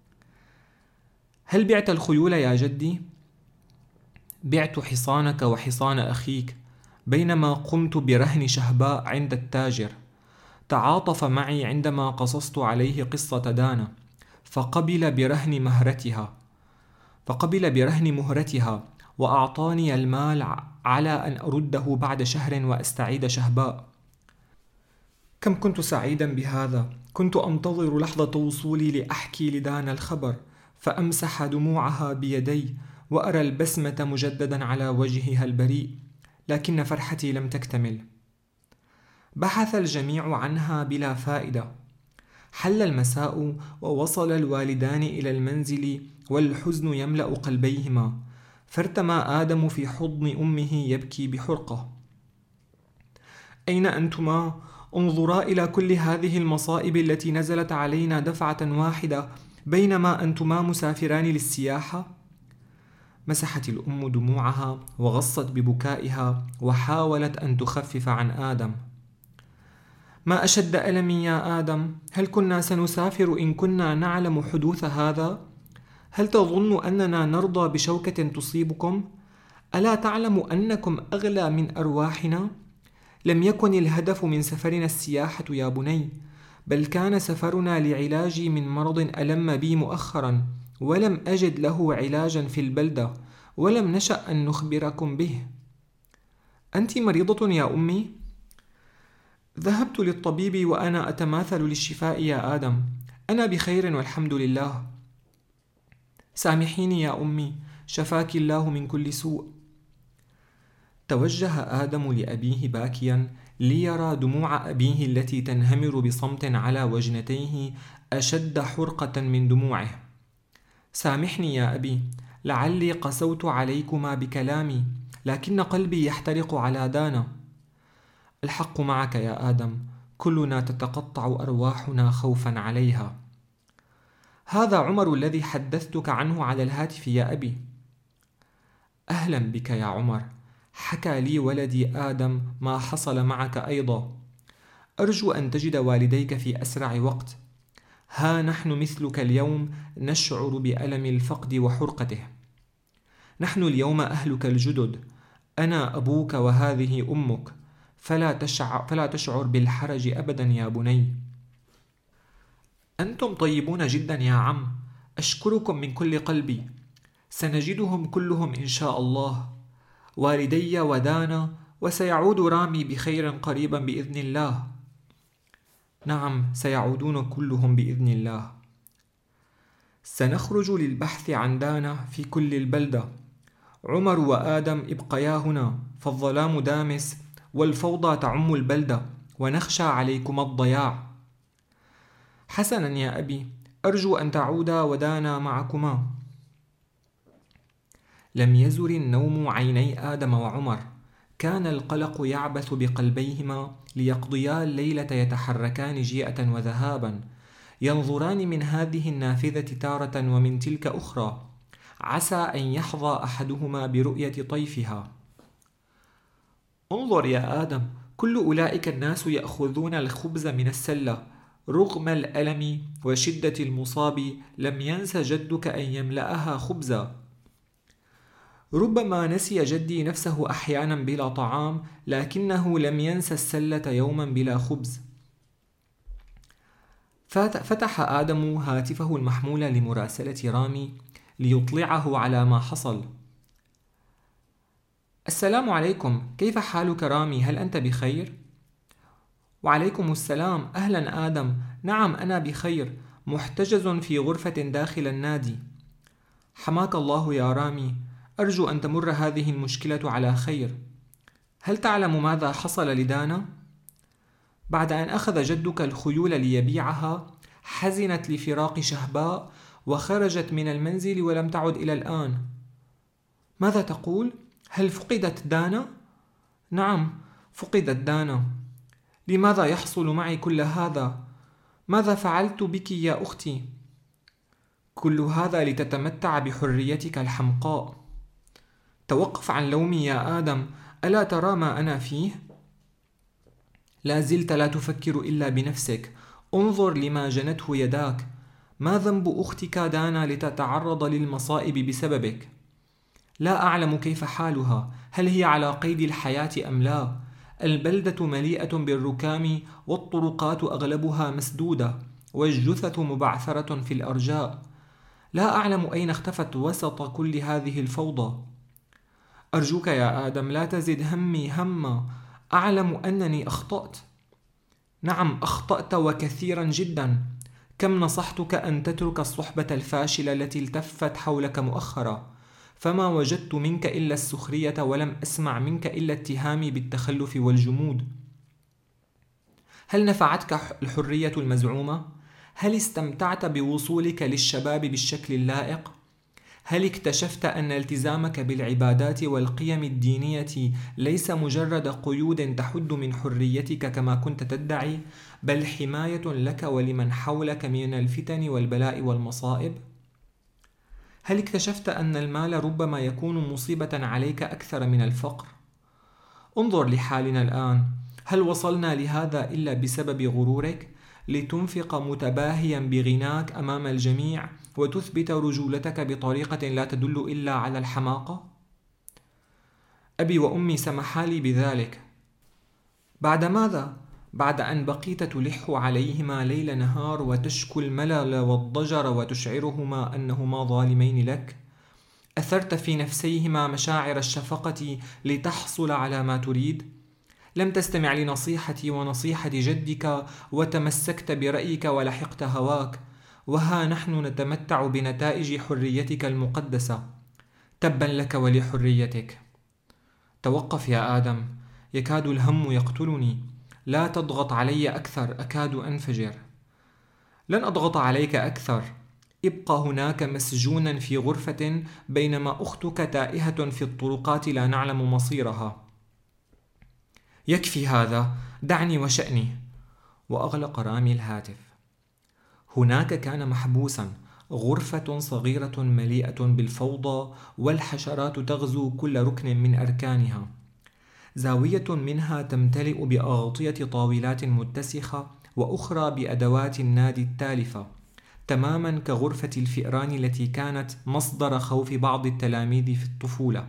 [SPEAKER 1] هل بعت الخيول يا جدي؟ بعت حصانك وحصان أخيك بينما قمت برهن شهباء عند التاجر. تعاطف معي عندما قصصت عليه قصة دانا، فقبل برهن مهرتها وأعطاني المال على أن أرده بعد شهر وأستعيد شهباء. كم كنت سعيدا بهذا. كنت أنتظر لحظة وصولي لأحكي لدانا الخبر، فأمسح دموعها بيدي وأرى البسمة مجددا على وجهها البريء، لكن فرحتي لم تكتمل. بحث الجميع عنها بلا فائدة. حل المساء ووصل الوالدان إلى المنزل والحزن يملأ قلبيهما، فارتمى آدم في حضن أمه يبكي بحرقة. أين أنتما؟ انظرا إلى كل هذه المصائب التي نزلت علينا دفعة واحدة بينما أنتما مسافران للسياحة. مسحت الأم دموعها وغصت ببكائها وحاولت أن تخفف عن آدم. ما أشد ألمي يا آدم. هل كنا سنسافر إن كنا نعلم حدوث هذا؟ هل تظن أننا نرضى بشوكة تصيبكم؟ ألا تعلم أنكم أغلى من أرواحنا؟ لم يكن الهدف من سفرنا السياحة يا بني، بل كان سفرنا لعلاجي من مرض ألم بي مؤخرا، ولم أجد له علاجا في البلدة، ولم نشأ أن نخبركم به. أنت مريضة يا أمي؟ ذهبت للطبيب وأنا أتماثل للشفاء يا آدم. أنا بخير والحمد لله. سامحيني يا أمي، شفاك الله من كل سوء. توجه آدم لأبيه باكيا ليرى دموع أبيه التي تنهمر بصمت على وجنتيه أشد حرقة من دموعه. سامحني يا أبي، لعلي قسوت عليكما بكلامي، لكن قلبي يحترق على دانا. الحق معك يا آدم، كلنا تتقطع أرواحنا خوفا عليها. هذا عمر الذي حدثتك عنه على الهاتف يا أبي. أهلا بك يا عمر. حكى لي ولدي آدم ما حصل معك أيضا. أرجو أن تجد والديك في أسرع وقت. ها نحن مثلك اليوم نشعر بألم الفقد وحرقته. نحن اليوم أهلك الجدد، أنا أبوك وهذه أمك، فلا تشعر بالحرج أبدا يا بني. أنتم طيبون جدا يا عم، أشكركم من كل قلبي. سنجدهم كلهم إن شاء الله، والدي ودانا، وسيعود رامي بخير قريبا بإذن الله. نعم، سيعودون كلهم بإذن الله. سنخرج للبحث عن دانا في كل البلدة. عمر وآدم ابقيا هنا، فالظلام دامس والفوضى تعم البلدة، ونخشى عليكما الضياع. حسنا يا أبي، أرجو أن تعودا ودانا معكما. لم يزر النوم عيني آدم وعمر، كان القلق يعبث بقلبيهما ليقضيا الليلة يتحركان جيئة وذهابا، ينظران من هذه النافذة تارة ومن تلك أخرى، عسى أن يحظى أحدهما برؤية طيفها. انظر يا آدم، كل أولئك الناس يأخذون الخبز من السلة. رغم الألم وشدة المصاب لم ينس جدك أن يملأها خبزا. ربما نسي جدي نفسه أحيانا بلا طعام، لكنه لم ينس السلة يوما بلا خبز. فتح آدم هاتفه المحمول لمراسلة رامي ليطلعه على ما حصل. السلام عليكم، كيف حالك رامي؟ هل أنت بخير؟ وعليكم السلام، أهلا آدم. نعم أنا بخير، محتجز في غرفة داخل النادي. حماك الله يا رامي، أرجو أن تمر هذه المشكلة على خير. هل تعلم ماذا حصل لدانا؟ بعد أن أخذ جدك الخيول ليبيعها، حزنت لفراق شهباء وخرجت من المنزل ولم تعد إلى الآن. ماذا تقول؟ هل فقدت دانا؟ نعم، فقدت دانا. لماذا يحصل معي كل هذا؟ ماذا فعلت بك يا أختي؟ كل هذا لتتمتع بحريتك الحمقاء. توقف عن لومي يا آدم، ألا ترى ما أنا فيه؟ لا زلت لا تفكر إلا بنفسك. انظر لما جنته يداك. ما ذنب أختك دانا لتتعرض للمصائب بسببك؟ لا أعلم كيف حالها، هل هي على قيد الحياة أم لا؟ البلدة مليئة بالركام والطرقات أغلبها مسدودة، والجثث مبعثرة في الأرجاء. لا أعلم أين اختفت وسط كل هذه الفوضى. أرجوك يا آدم لا تزد همي هما. أعلم أنني أخطأت. نعم أخطأت وكثيرا جدا. كم نصحتك أن تترك الصحبة الفاشلة التي التفت حولك مؤخرا، فما وجدت منك إلا السخرية، ولم أسمع منك إلا اتهامي بالتخلف والجمود. هل نفعتك الحرية المزعومة؟ هل استمتعت بوصولك للشباب بالشكل اللائق؟ هل اكتشفت أن التزامك بالعبادات والقيم الدينية ليس مجرد قيود تحد من حريتك كما كنت تدعي، بل حماية لك ولمن حولك من الفتن والبلاء والمصائب؟ هل اكتشفت أن المال ربما يكون مصيبة عليك أكثر من الفقر؟ انظر لحالنا الآن، هل وصلنا لهذا إلا بسبب غرورك؟ لتنفق متباهيا بغناك أمام الجميع وتثبت رجولتك بطريقة لا تدل إلا على الحماقة؟ أبي وأمي سمحا لي بذلك. بعد ماذا؟ بعد أن بقيت تلح عليهما ليل نهار وتشكو الملل والضجر وتشعرهما أنهما ظالمين لك؟ أثرت في نفسيهما مشاعر الشفقة لتحصل على ما تريد؟ لم تستمع لنصيحتي ونصيحة جدك وتمسكت برأيك ولحقت هواك، وها نحن نتمتع بنتائج حريتك المقدسة. تبا لك ولحريتك. توقف يا آدم، يكاد الهم يقتلني. لا تضغط علي أكثر، أكاد أنفجر. لن أضغط عليك أكثر. ابق هناك مسجونا في غرفة بينما أختك تائهة في الطرقات لا نعلم مصيرها. يكفي هذا، دعني وشأني. وأغلق رامي الهاتف. هناك كان محبوسا، غرفة صغيرة مليئة بالفوضى والحشرات تغزو كل ركن من أركانها. زاوية منها تمتلئ بأغطية طاولات متسخة، وأخرى بأدوات النادي التالفة، تماما كغرفة الفئران التي كانت مصدر خوف بعض التلاميذ في الطفولة.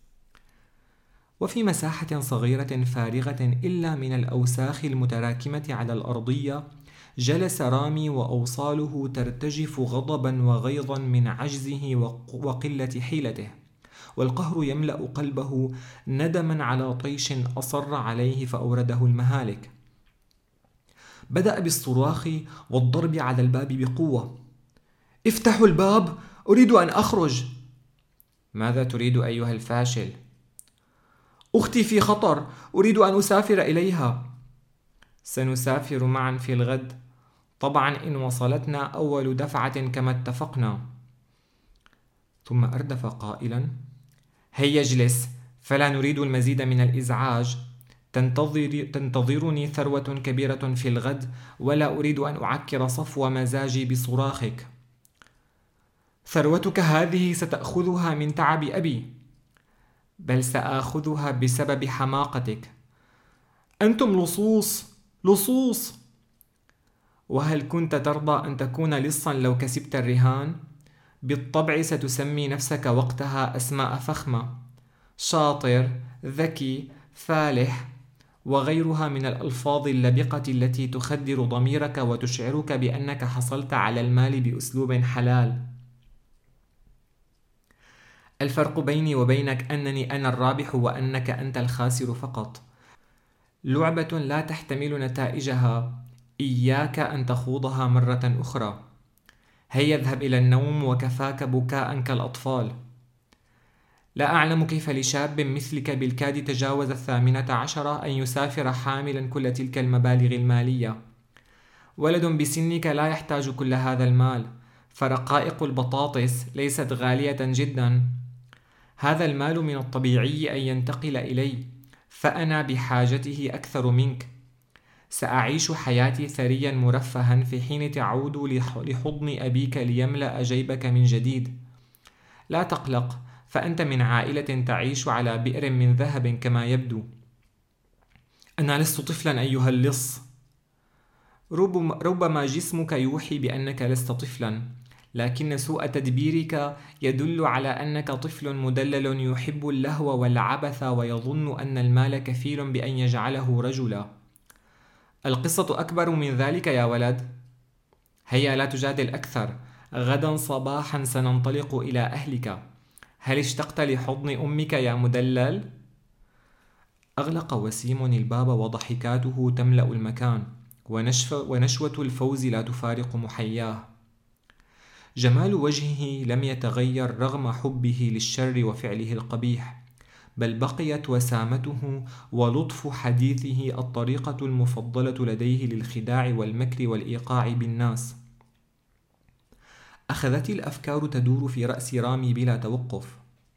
[SPEAKER 1] وفي مساحة صغيرة فارغة إلا من الأوساخ المتراكمة على الأرضية، جلس رامي وأوصاله ترتجف غضبا وغيظا من عجزه وقلة حيلته، والقهر يملأ قلبه ندما على طيش أصر عليه فأورده المهالك. بدأ بالصراخ والضرب على الباب بقوة. افتحوا الباب، أريد أن أخرج. ماذا تريد أيها الفاشل؟ أختي في خطر، أريد أن أسافر إليها. سنسافر معا في الغد، طبعا إن وصلتنا أول دفعة كما اتفقنا. ثم أردف قائلا: هيا اجلس، فلا نريد المزيد من الإزعاج. تنتظرني ثروة كبيرة في الغد، ولا أريد أن أعكر صفو مزاجي بصراخك. ثروتك هذه ستأخذها من تعب أبي، بل سآخذها بسبب حماقتك. أنتم لصوص لصوص. وهل كنت ترضى أن تكون لصا لو كسبت الرهان؟ بالطبع ستسمي نفسك وقتها أسماء فخمة: شاطر، ذكي، فالح، وغيرها من الألفاظ اللبقة التي تخدر ضميرك وتشعرك بأنك حصلت على المال بأسلوب حلال. الفرق بيني وبينك أنني أنا الرابح وأنك أنت الخاسر فقط. لعبة لا تحتمل نتائجها، إياك أن تخوضها مرة أخرى. هيا اذهب إلى النوم وكفاك بكاء كالأطفال. لا أعلم كيف لشاب مثلك بالكاد تجاوز 18 أن يسافر حاملا كل تلك المبالغ المالية. ولد بسنك لا يحتاج كل هذا المال، فرقائق البطاطس ليست غالية جدا. هذا المال من الطبيعي أن ينتقل إلي، فأنا بحاجته أكثر منك. سأعيش حياتي ثريا مرفها في حين تعود لحضن أبيك ليملأ جيبك من جديد. لا تقلق، فأنت من عائلة تعيش على بئر من ذهب كما يبدو. أنا لست طفلا أيها اللص. ربما جسمك يوحي بأنك لست طفلا، لكن سوء تدبيرك يدل على أنك طفل مدلل يحب اللهو والعبث ويظن أن المال كفيل بأن يجعله رجلا. القصة أكبر من ذلك يا ولد. هيا لا تجادل أكثر، غدا صباحا سننطلق إلى أهلك. هل اشتقت لحضن أمك يا مدلل؟ أغلق وسيم الباب وضحكاته تملأ المكان، ونشوة الفوز لا تفارق محياه. جمال وجهه لم يتغير رغم حبه للشر وفعله القبيح، بل بقيت وسامته ولطف حديثه الطريقة المفضلة لديه للخداع والمكر والإيقاع بالناس. أخذت الأفكار تدور في رأس رامي بلا توقف.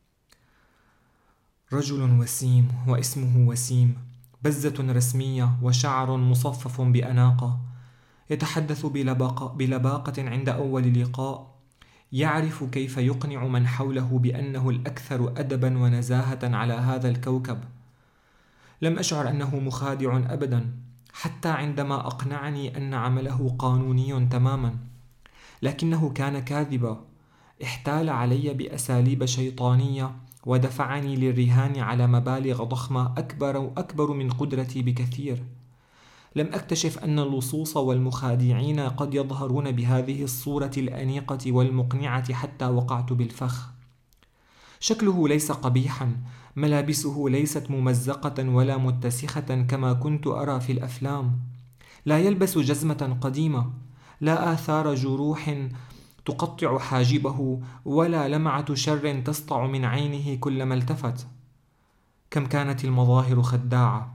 [SPEAKER 1] رجل وسيم واسمه وسيم، بزة رسمية وشعر مصفف بأناقة، يتحدث بلباقة عند أول لقاء، يعرف كيف يقنع من حوله بأنه الأكثر أدبا ونزاهة على هذا الكوكب. لم أشعر أنه مخادع أبدا، حتى عندما أقنعني أن عمله قانوني تماما، لكنه كان كاذبا. احتال علي بأساليب شيطانية ودفعني للرهان على مبالغ ضخمة أكبر من قدرتي بكثير. لم أكتشف أن اللصوص والمخادعين قد يظهرون بهذه الصورة الأنيقة والمقنعة حتى وقعت بالفخ. شكله ليس قبيحا، ملابسه ليست ممزقة ولا متسخة كما كنت أرى في الأفلام، لا يلبس جزمة قديمة، لا آثار جروح تقطع حاجبه، ولا لمعة شر تسطع من عينه كلما التفت. كم كانت المظاهر خداعة،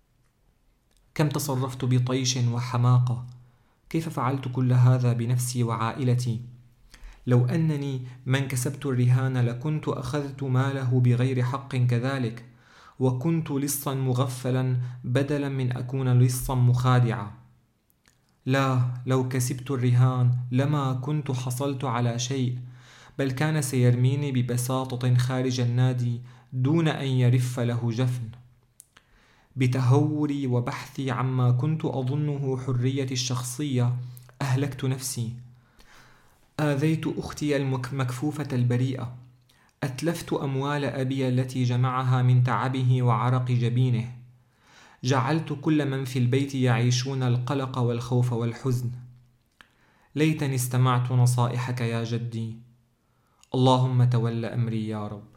[SPEAKER 1] كم تصرفت بطيش وحماقة، كيف فعلت كل هذا بنفسي وعائلتي؟ لو أنني من كسبت الرهان لكنت أخذت ماله بغير حق كذلك، وكنت لصا مغفلا بدلا من أكون لصا مخادعا. لا، لو كسبت الرهان لما كنت حصلت على شيء، بل كان سيرميني ببساطة خارج النادي دون أن يرف له جفن. بتهوري وبحثي عما كنت أظنه حريتي الشخصية أهلكت نفسي. آذيت أختي المكفوفة البريئة، أتلفت أموال أبي التي جمعها من تعبه وعرق جبينه، جعلت كل من في البيت يعيشون القلق والخوف والحزن. ليتني استمعت نصائحك يا جدي. اللهم تول أمري يا رب.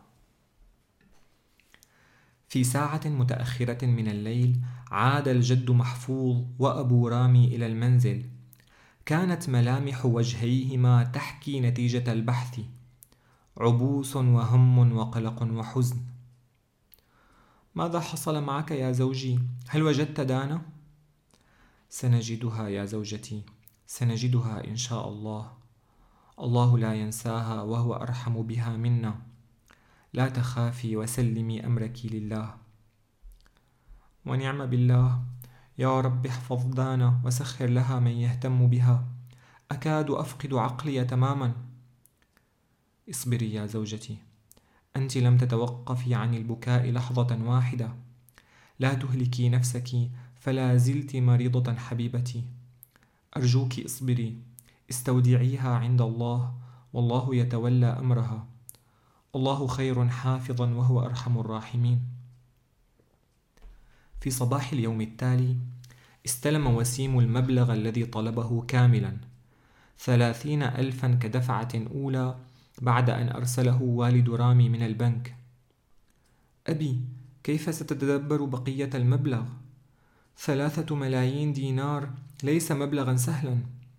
[SPEAKER 1] في ساعة متأخرة من الليل عاد الجد محفوظ وأبو رامي إلى المنزل. كانت ملامح وجهيهما تحكي نتيجة البحث، عبوس وهم وقلق وحزن. ماذا حصل معك يا زوجي؟ هل وجدت دانا؟ سنجدها يا زوجتي، سنجدها إن شاء الله. الله لا ينساها وهو أرحم بها منا. لا تخافي وسلمي أمرك لله. ونعم بالله. يا رب احفظ دانا وسخر لها من يهتم بها. أكاد أفقد عقلي تماما. اصبري يا زوجتي، أنت لم تتوقفي عن البكاء لحظة واحدة. لا تهلكي نفسك، فلا زلت مريضة حبيبتي. أرجوك اصبري، استودعيها عند الله، والله يتولى أمرها. الله خير حافظا وهو أرحم الراحمين. في صباح اليوم التالي استلم وسيم المبلغ الذي طلبه كاملا، 30,000 كدفعة أولى بعد أن أرسله والد رامي من البنك. أبي، كيف ستتدبر بقية المبلغ؟ 3 ملايين دينار ليس مبلغا سهلا.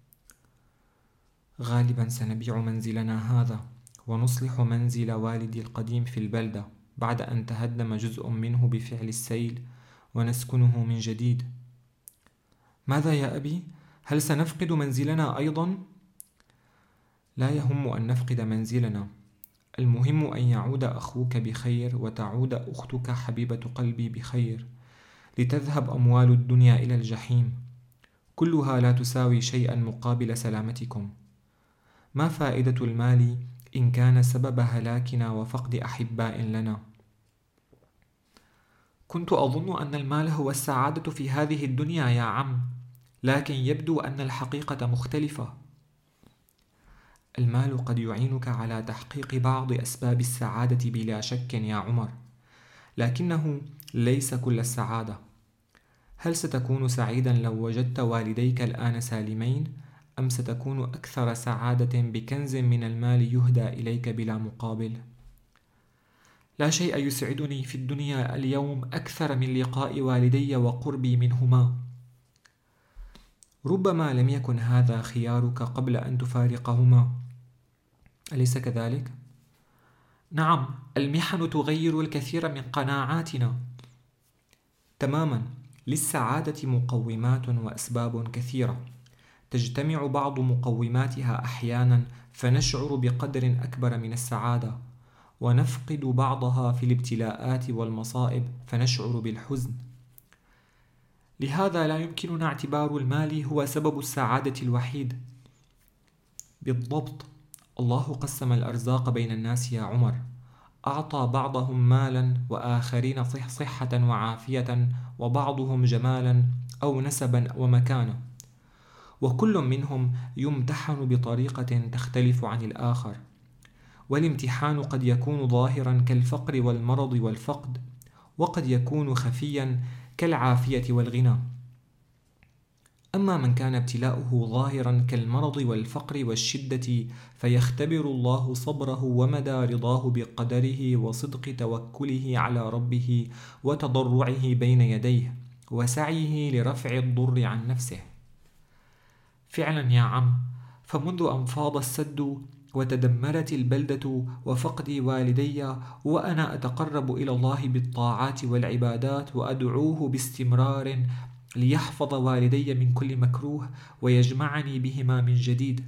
[SPEAKER 1] غالبا سنبيع منزلنا هذا ونصلح منزل والدي القديم في البلدة بعد أن تهدم جزء منه بفعل السيل، ونسكنه من جديد. ماذا يا أبي؟ هل سنفقد منزلنا أيضا؟ لا يهم أن نفقد منزلنا، المهم أن يعود أخوك بخير وتعود أختك حبيبة قلبي بخير، لتذهب أموال الدنيا إلى الجحيم، كلها لا تساوي شيئا مقابل سلامتكم. ما فائدة المال إن كان سبب هلاكنا وفقد أحباء لنا؟ كنت أظن أن المال هو السعادة في هذه الدنيا يا عم، لكن يبدو أن الحقيقة مختلفة. المال قد يعينك على تحقيق بعض أسباب السعادة بلا شك يا عمر، لكنه ليس كل السعادة. هل ستكون سعيدا لو وجدت والديك الآن سالمين، أم ستكون أكثر سعادة بكنز من المال يهدى إليك بلا مقابل؟ لا شيء يسعدني في الدنيا اليوم أكثر من لقاء والدي وقربي منهما. ربما لم يكن هذا خيارك قبل أن تفارقهما، أليس كذلك؟ نعم، المحن تغير الكثير من قناعاتنا. تماما، للسعادة مقومات وأسباب كثيرة، تجتمع بعض مقوماتها أحيانا فنشعر بقدر أكبر من السعادة، ونفقد بعضها في الابتلاءات والمصائب فنشعر بالحزن. لهذا لا يمكننا اعتبار المال هو سبب السعادة الوحيد. بالضبط، الله قسم الأرزاق بين الناس يا عمر، أعطى بعضهم مالا وآخرين صحة وعافية، وبعضهم جمالا أو نسبا ومكانة، وكل منهم يمتحن بطريقة تختلف عن الآخر. والامتحان قد يكون ظاهرا كالفقر والمرض والفقد، وقد يكون خفيا كالعافية والغنى. أما من كان ابتلاؤه ظاهرا كالمرض والفقر والشدة فيختبر الله صبره ومدى رضاه بقدره وصدق توكله على ربه وتضرعه بين يديه وسعيه لرفع الضر عن نفسه. فعلا يا عم، فمنذ أن فاض السد وتدمرت البلدة وفقدي والدي وأنا أتقرب إلى الله بالطاعات والعبادات وأدعوه باستمرار ليحفظ والدي من كل مكروه ويجمعني بهما من جديد.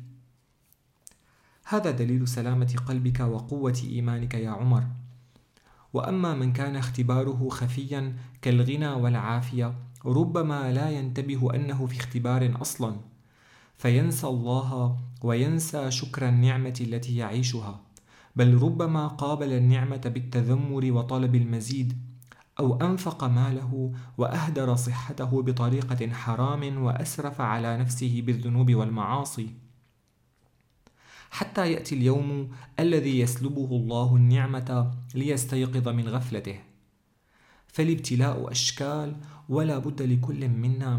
[SPEAKER 1] هذا دليل سلامة قلبك وقوة إيمانك يا عمر. وأما من كان اختباره خفيا كالغنى والعافية، ربما لا ينتبه أنه في اختبار أصلا، فينسى الله وينسى شكر النعمة التي يعيشها، بل ربما قابل النعمة بالتذمر وطلب المزيد، أو أنفق ماله وأهدر صحته بطريقة حرام وأسرف على نفسه بالذنوب والمعاصي، حتى يأتي اليوم الذي يسلبه الله النعمة ليستيقظ من غفلته. فالابتلاء أشكال، ولا بد لكل منا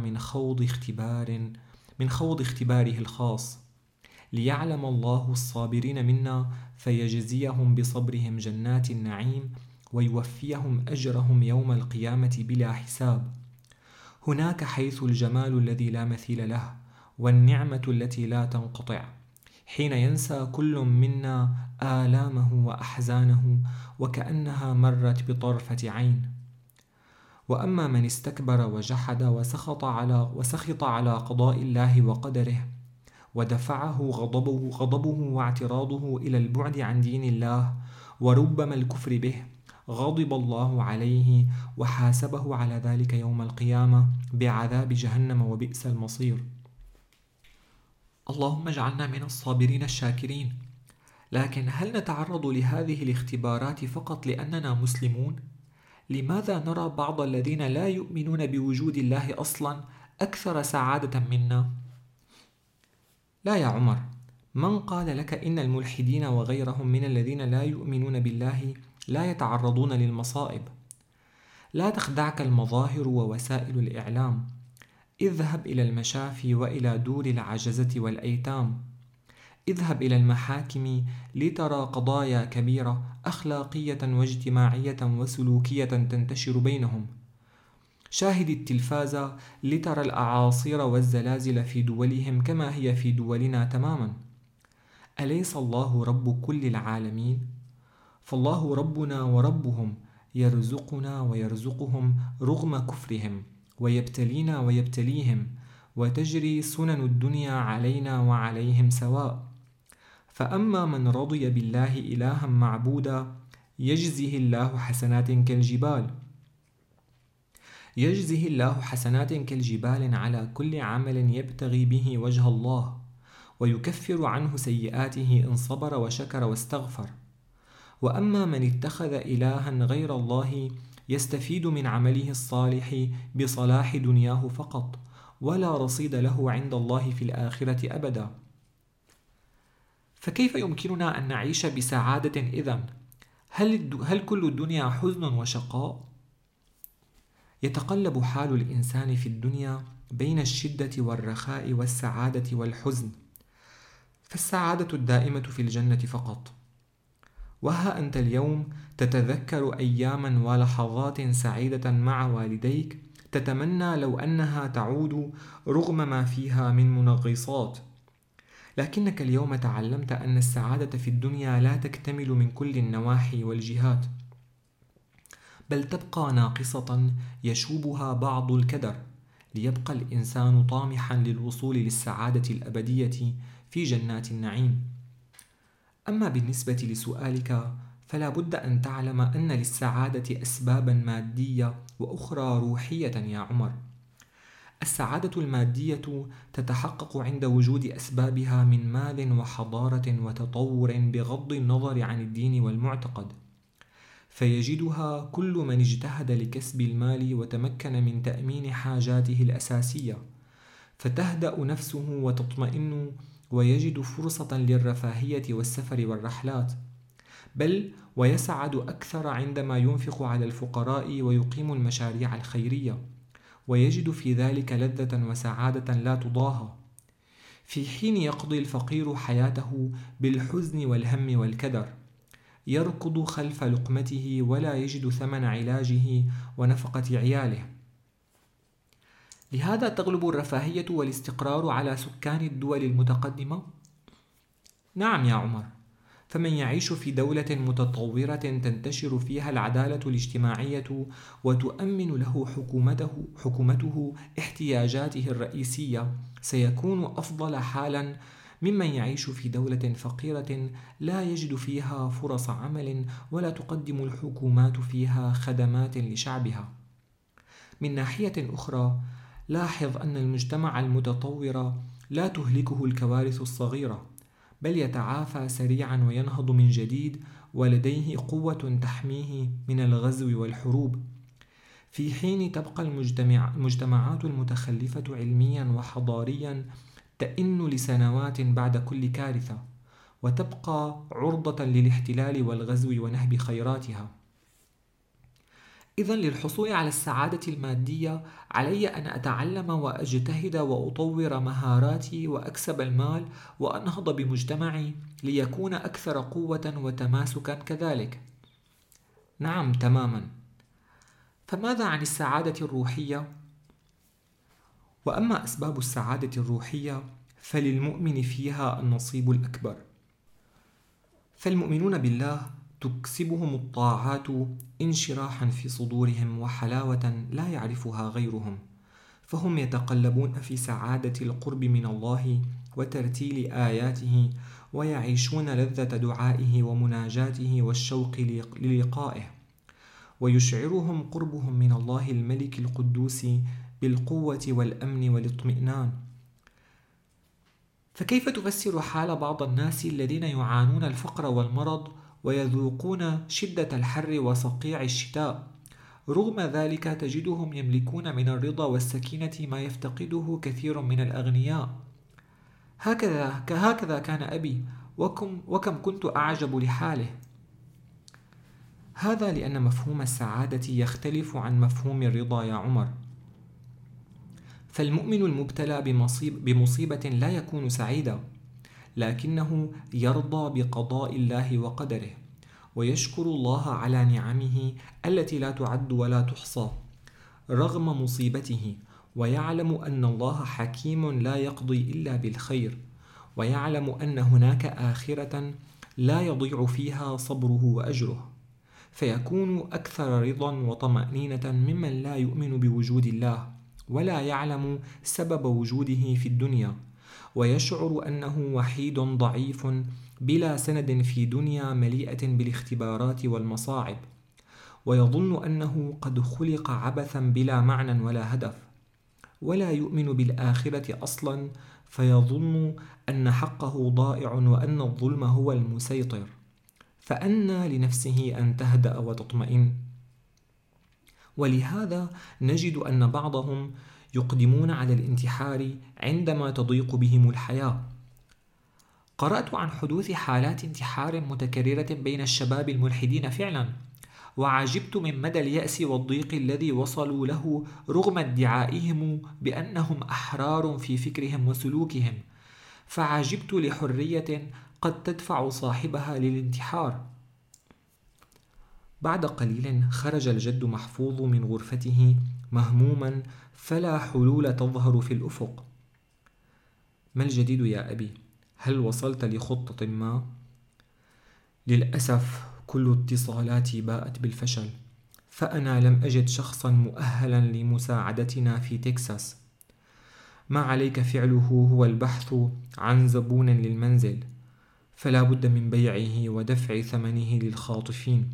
[SPEAKER 1] من خوض اختباره الخاص، ليعلم الله الصابرين منا فيجزيهم بصبرهم جنات النعيم ويوفيهم أجرهم يوم القيامة بلا حساب. هناك حيث الجمال الذي لا مثيل له والنعمة التي لا تنقطع، حين ينسى كل منا آلامه وأحزانه وكأنها مرت بطرفة عين. وأما من استكبر وجحد وسخط على قضاء الله وقدره، ودفعه غضبه واعتراضه إلى البعد عن دين الله وربما الكفر به، غضب الله عليه وحاسبه على ذلك يوم القيامة بعذاب جهنم وبئس المصير. اللهم اجعلنا من الصابرين الشاكرين. لكن هل نتعرض لهذه الاختبارات فقط لأننا مسلمون؟ لماذا نرى بعض الذين لا يؤمنون بوجود الله أصلا أكثر سعادة منا؟ لا يا عمر، من قال لك إن الملحدين وغيرهم من الذين لا يؤمنون بالله لا يتعرضون للمصائب؟ لا تخدعك المظاهر ووسائل الإعلام. اذهب إلى المشافي وإلى دور العجزة والأيتام. اذهب إلى المحاكم لترى قضايا كبيرة أخلاقية واجتماعية وسلوكية تنتشر بينهم. شاهد التلفاز لترى الأعاصير والزلازل في دولهم كما هي في دولنا تماما. أليس الله رب كل العالمين؟ فالله ربنا وربهم، يرزقنا ويرزقهم رغم كفرهم، ويبتلينا ويبتليهم، وتجري سنن الدنيا علينا وعليهم سواء. فأما من رضي بالله إلها معبودا يجزيه الله حسنات كالجبال. يجزه الله حسنات كالجبال على كل عمل يبتغي به وجه الله، ويكفر عنه سيئاته إن صبر وشكر واستغفر. وأما من اتخذ إلها غير الله يستفيد من عمله الصالح بصلاح دنياه فقط، ولا رصيد له عند الله في الآخرة أبدا. فكيف يمكننا أن نعيش بسعادة إذن؟ هل كل الدنيا حزن وشقاء؟ يتقلب حال الإنسان في الدنيا بين الشدة والرخاء والسعادة والحزن، فالسعادة الدائمة في الجنة فقط. وها أنت اليوم تتذكر أياما ولحظات سعيدة مع والديك، تتمنى لو أنها تعود رغم ما فيها من منغصات، لكنك اليوم تعلمت أن السعادة في الدنيا لا تكتمل من كل النواحي والجهات، بل تبقى ناقصة يشوبها بعض الكدر، ليبقى الإنسان طامحا للوصول للسعادة الأبدية في جنات النعيم. أما بالنسبة لسؤالك، فلا بد أن تعلم أن للسعادة أسبابا مادية وأخرى روحية يا عمر. السعادة المادية تتحقق عند وجود أسبابها من مال وحضارة وتطور بغض النظر عن الدين والمعتقد، فيجدها كل من اجتهد لكسب المال وتمكن من تأمين حاجاته الأساسية، فتهدأ نفسه وتطمئن ويجد فرصة للرفاهية والسفر والرحلات، بل ويسعد أكثر عندما ينفق على الفقراء ويقيم المشاريع الخيرية، ويجد في ذلك لذة وسعادة لا تضاهى، في حين يقضي الفقير حياته بالحزن والهم والكدر، يركض خلف لقمته ولا يجد ثمن علاجه ونفقة عياله. لهذا تغلب الرفاهية والاستقرار على سكان الدول المتقدمة؟ نعم يا عمر، فمن يعيش في دولة متطورة تنتشر فيها العدالة الاجتماعية وتؤمن له حكومته احتياجاته الرئيسية سيكون أفضل حالا ممن يعيش في دولة فقيرة لا يجد فيها فرص عمل ولا تقدم الحكومات فيها خدمات لشعبها. من ناحية أخرى، لاحظ أن المجتمع المتطور لا تهلكه الكوارث الصغيرة، بل يتعافى سريعا وينهض من جديد ولديه قوة تحميه من الغزو والحروب، في حين تبقى المجتمعات المتخلفة علميا وحضاريا تئن لسنوات بعد كل كارثة، وتبقى عرضة للاحتلال والغزو ونهب خيراتها. إذن للحصول على السعادة المادية علي أن أتعلم وأجتهد وأطور مهاراتي وأكسب المال وأنهض بمجتمعي ليكون أكثر قوة وتماسكا كذلك. نعم تماما. فماذا عن السعادة الروحية؟ وأما أسباب السعادة الروحية فللمؤمن فيها النصيب الأكبر، فالمؤمنون بالله تكسبهم الطاعات انشراحا في صدورهم وحلاوة لا يعرفها غيرهم، فهم يتقلبون في سعادة القرب من الله وترتيل آياته، ويعيشون لذة دعائه ومناجاته والشوق للقائه، ويشعرهم قربهم من الله الملك القدوس بالقوة والأمن والاطمئنان. فكيف تفسر حال بعض الناس الذين يعانون الفقر والمرض ويذوقون شدة الحر وصقيع الشتاء، رغم ذلك تجدهم يملكون من الرضا والسكينة ما يفتقده كثير من الأغنياء؟ هكذا كان أبي، وكم كنت أعجب لحاله. هذا لأن مفهوم السعادة يختلف عن مفهوم الرضا يا عمر. فالمؤمن المبتلى بمصيبة لا يكون سعيدا، لكنه يرضى بقضاء الله وقدره، ويشكر الله على نعمه التي لا تعد ولا تحصى رغم مصيبته، ويعلم أن الله حكيم لا يقضي إلا بالخير، ويعلم أن هناك آخرة لا يضيع فيها صبره وأجره، فيكون أكثر رضا وطمأنينة ممن لا يؤمن بوجود الله ولا يعلم سبب وجوده في الدنيا، ويشعر أنه وحيد ضعيف بلا سند في دنيا مليئة بالاختبارات والمصاعب، ويظن أنه قد خلق عبثا بلا معنى ولا هدف، ولا يؤمن بالآخرة أصلا، فيظن أن حقه ضائع وأن الظلم هو المسيطر، فأنى لنفسه أن تهدأ وتطمئن. ولهذا نجد أن بعضهم يقدمون على الانتحار عندما تضيق بهم الحياة. قرأت عن حدوث حالات انتحار متكررة بين الشباب الملحدين فعلا، وعجبت من مدى اليأس والضيق الذي وصلوا له رغم ادعائهم بأنهم أحرار في فكرهم وسلوكهم، فعجبت لحرية قد تدفع صاحبها للانتحار. بعد قليل خرج الجد محفوظ من غرفته مهموما، فلا حلول تظهر في الأفق. ما الجديد يا أبي؟ هل وصلت لخطة ما؟ للأسف كل اتصالاتي باءت بالفشل، فأنا لم أجد شخصا مؤهلا لمساعدتنا في تكساس. ما عليك فعله هو البحث عن زبون للمنزل، فلا بد من بيعه ودفع ثمنه للخاطفين.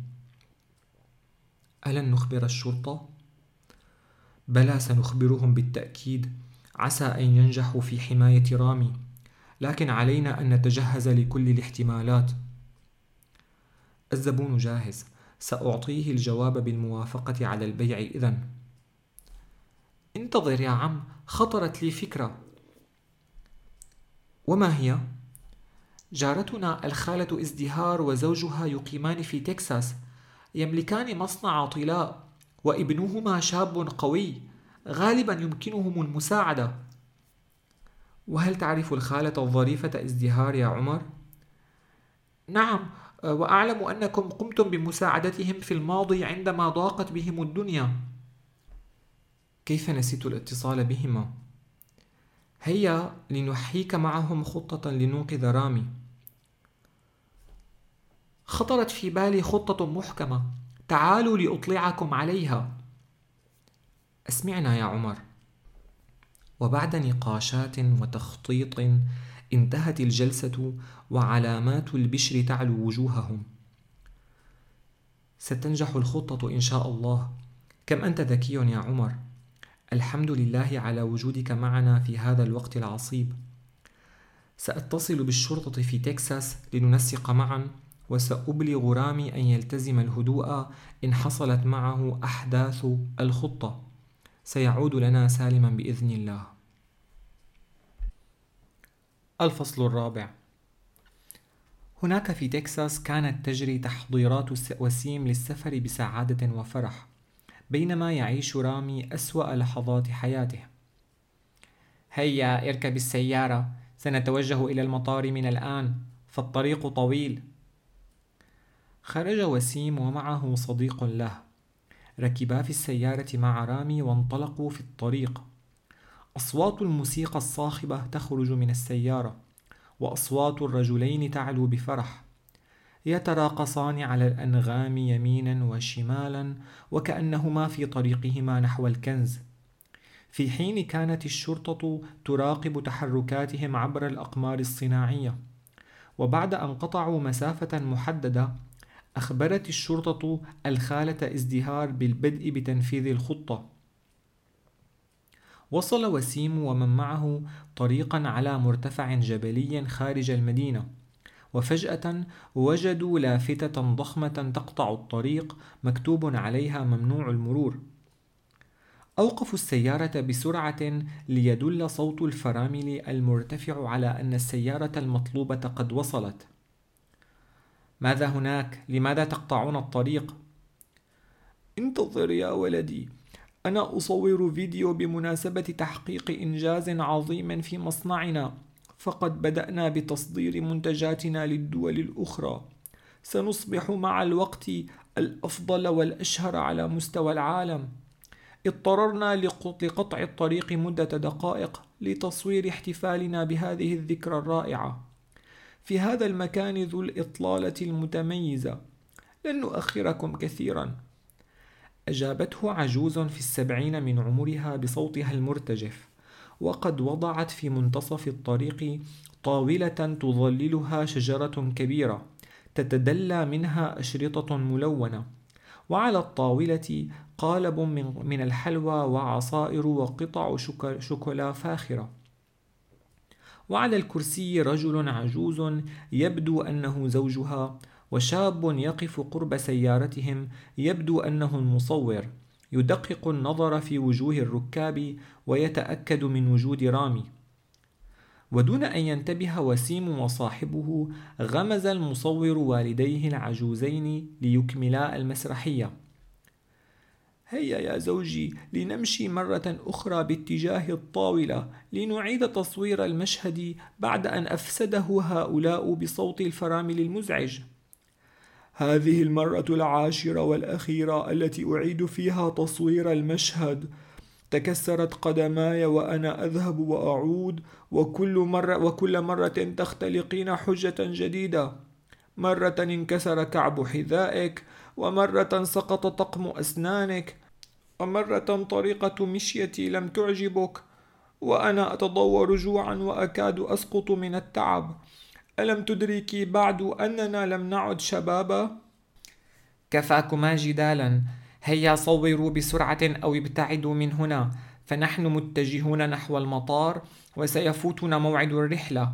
[SPEAKER 1] ألن نخبر الشرطة؟ بلى، سنخبرهم بالتأكيد، عسى أن ينجحوا في حماية رامي، لكن علينا أن نتجهز لكل الاحتمالات. الزبون جاهز، سأعطيه الجواب بالموافقة على البيع إذن. انتظر يا عم، خطرت لي فكرة. وما هي؟ جارتنا الخالة ازدهار وزوجها يقيمان في تكساس، يملكان مصنع طلاء، وابنهما شاب قوي، غالبا يمكنهم المساعدة. وهل تعرف الخالة الظريفة ازدهار يا عمر؟ نعم، وأعلم أنكم قمتم بمساعدتهم في الماضي عندما ضاقت بهم الدنيا. كيف نسيت الاتصال بهما؟ هيا لنحيك معهم خطة لننقذ رامي. خطرت في بالي خطة محكمة، تعالوا لأطلعكم عليها. اسمعنا يا عمر. وبعد نقاشات وتخطيط انتهت الجلسة وعلامات البشر تعلو وجوههم. ستنجح الخطة إن شاء الله. كم أنت ذكي يا عمر. الحمد لله على وجودك معنا في هذا الوقت العصيب. سأتصل بالشرطة في تكساس لننسق معا، وسأبلغ رامي أن يلتزم الهدوء إن حصلت معه أحداث الخطة. سيعود لنا سالما بإذن الله. الفصل الرابع. هناك في تكساس كانت تجري تحضيرات وسيم للسفر بسعادة وفرح، بينما يعيش رامي أسوأ لحظات حياته. هيا اركب السيارة، سنتوجه إلى المطار من الآن، فالطريق طويل. خرج وسيم ومعه صديق له، ركبا في السيارة مع رامي وانطلقوا في الطريق. أصوات الموسيقى الصاخبة تخرج من السيارة، وأصوات الرجلين تعلو بفرح، يتراقصان على الأنغام يمينا وشمالا وكأنهما في طريقهما نحو الكنز، في حين كانت الشرطة تراقب تحركاتهم عبر الأقمار الصناعية. وبعد أن قطعوا مسافة محددة، أخبرت الشرطة الخالة ازدهار بالبدء بتنفيذ الخطة. وصل وسيم ومن معه طريقا على مرتفع جبلي خارج المدينة، وفجأة وجدوا لافتة ضخمة تقطع الطريق مكتوب عليها ممنوع المرور. أوقفوا السيارة بسرعة ليدل صوت الفرامل المرتفع على أن السيارة المطلوبة قد وصلت. ماذا هناك؟ لماذا تقطعون الطريق؟ انتظر يا ولدي، أنا أصور فيديو بمناسبة تحقيق إنجاز عظيم في مصنعنا، فقد بدأنا بتصدير منتجاتنا للدول الأخرى. سنصبح مع الوقت الأفضل والأشهر على مستوى العالم. اضطررنا لقطع الطريق مدة دقائق لتصوير احتفالنا بهذه الذكرى الرائعة في هذا المكان ذو الإطلالة المتميزة. لن نؤخركم كثيرا. أجابته عجوز في 70 من عمرها بصوتها المرتجف، وقد وضعت في منتصف الطريق طاولة تظللها شجرة كبيرة تتدلى منها أشرطة ملونة، وعلى الطاولة قالب من الحلوى وعصائر وقطع شوكولا فاخرة. وعلى الكرسي رجل عجوز يبدو أنه زوجها، وشاب يقف قرب سيارتهم يبدو أنه المصور، يدقق النظر في وجوه الركاب ويتأكد من وجود رامي. ودون أن ينتبه وسيم وصاحبه، غمز المصور والديه العجوزين ليكملا المسرحية. هيا يا زوجي، لنمشي مرة أخرى باتجاه الطاولة لنعيد تصوير المشهد بعد أن أفسده هؤلاء بصوت الفرامل المزعج. هذه المرة العاشرة والأخيرة التي أعيد فيها تصوير المشهد. تكسرت قدماي وأنا أذهب وأعود، وكل مرة تختلقين حجة جديدة. مرة انكسر كعب حذائك، ومرة سقط طقم أسنانك، ومرة طريقة مشيتي لم تعجبك، وأنا أتضور جوعا وأكاد أسقط من التعب. ألم تدركي بعد أننا لم نعد شبابا؟ كفاكما جدالا، هيا صوروا بسرعة أو ابتعدوا من هنا، فنحن متجهون نحو المطار وسيفوتنا موعد الرحلة.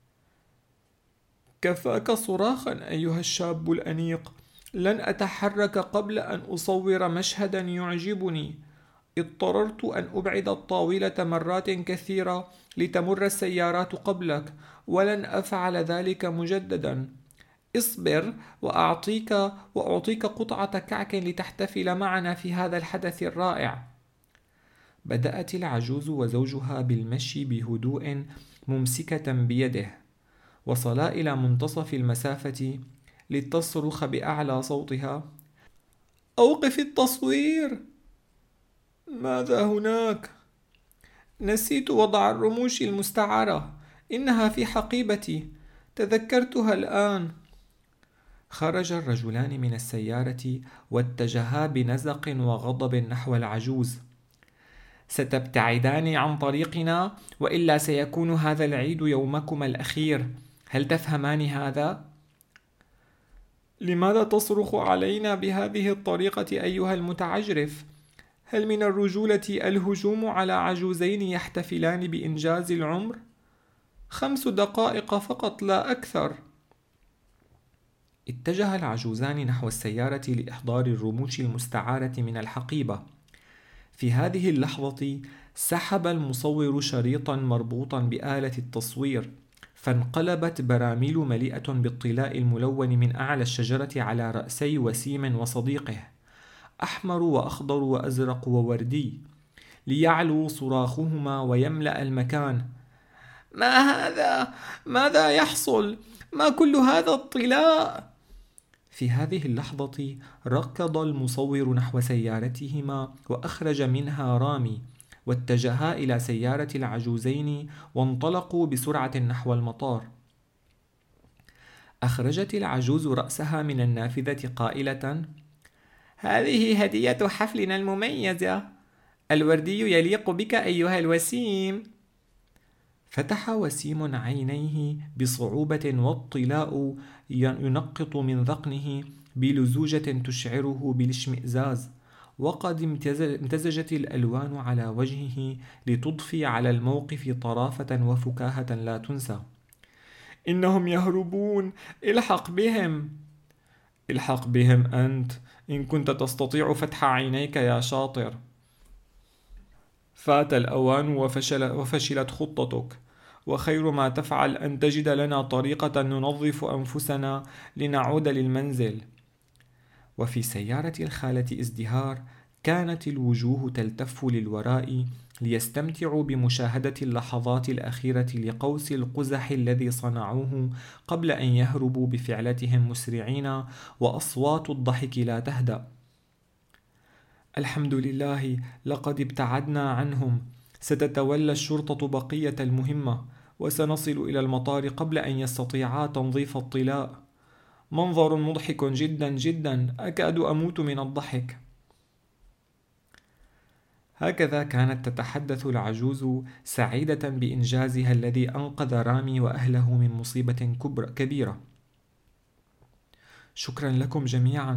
[SPEAKER 1] كفاك صراخا أيها الشاب الأنيق، لن أتحرك قبل أن أصور مشهدا يعجبني. اضطررت أن أبعد الطاولة مرات كثيرة لتمر السيارات قبلك، ولن أفعل ذلك مجددا. اصبر وأعطيك قطعة كعك لتحتفل معنا في هذا الحدث الرائع. بدأت العجوز وزوجها بالمشي بهدوء ممسكة بيده. وصلا إلى منتصف المسافة لتصرخ بأعلى صوتها: أوقف التصوير! ماذا هناك؟ نسيت وضع الرموش المستعارة، إنها في حقيبتي، تذكرتها الآن. خرج الرجلان من السيارة واتجها بنزق وغضب نحو العجوز. ستبتعدان عن طريقنا، وإلا سيكون هذا العيد يومكما الأخير، هل تفهمان هذا؟ لماذا تصرخ علينا بهذه الطريقة أيها المتعجرف؟ هل من الرجولة الهجوم على عجوزين يحتفلان بإنجاز العمر؟ 5 دقائق فقط لا أكثر. اتجه العجوزان نحو السيارة لإحضار الرموش المستعارة من الحقيبة. في هذه اللحظة سحب المصور شريطا مربوطا بآلة التصوير، فانقلبت براميل مليئة بالطلاء الملون من أعلى الشجرة على رأسي وسيم وصديقه، أحمر وأخضر وأزرق ووردي، ليعلو صراخهما ويملأ المكان. ما هذا؟ ماذا يحصل؟ ما كل هذا الطلاء؟ في هذه اللحظة ركض المصور نحو سيارتهما وأخرج منها رامي، واتجها إلى سيارة العجوزين وانطلقوا بسرعة نحو المطار. أخرجت العجوز رأسها من النافذة قائلة: هذه هدية حفلنا المميزة، الوردي يليق بك أيها الوسيم. فتح وسيم عينيه بصعوبة والطلاء ينقط من ذقنه بلزوجة تشعره بالاشمئزاز، وقد امتزجت الألوان على وجهه لتضفي على الموقف طرافة وفكاهة لا تنسى. إنهم يهربون، الحق بهم! الحق بهم أنت، إن كنت تستطيع فتح عينيك يا شاطر. فات الأوان وفشلت خطتك، وخير ما تفعل أن تجد لنا طريقة ننظف أنفسنا لنعود للمنزل. وفي سيارة الخالة ازدهار كانت الوجوه تلتف للوراء ليستمتعوا بمشاهدة اللحظات الأخيرة لقوس القزح الذي صنعوه قبل أن يهربوا بفعلتهم مسرعين، وأصوات الضحك لا تهدأ. الحمد لله، لقد ابتعدنا عنهم. ستتولى الشرطة بقية المهمة، وسنصل إلى المطار قبل أن يستطيعا تنظيف الطلاء. منظر مضحك جدا جدا، أكاد أموت من الضحك. هكذا كانت تتحدث العجوز سعيدة بإنجازها الذي أنقذ رامي وأهله من مصيبة كبيرة. شكرا لكم جميعا،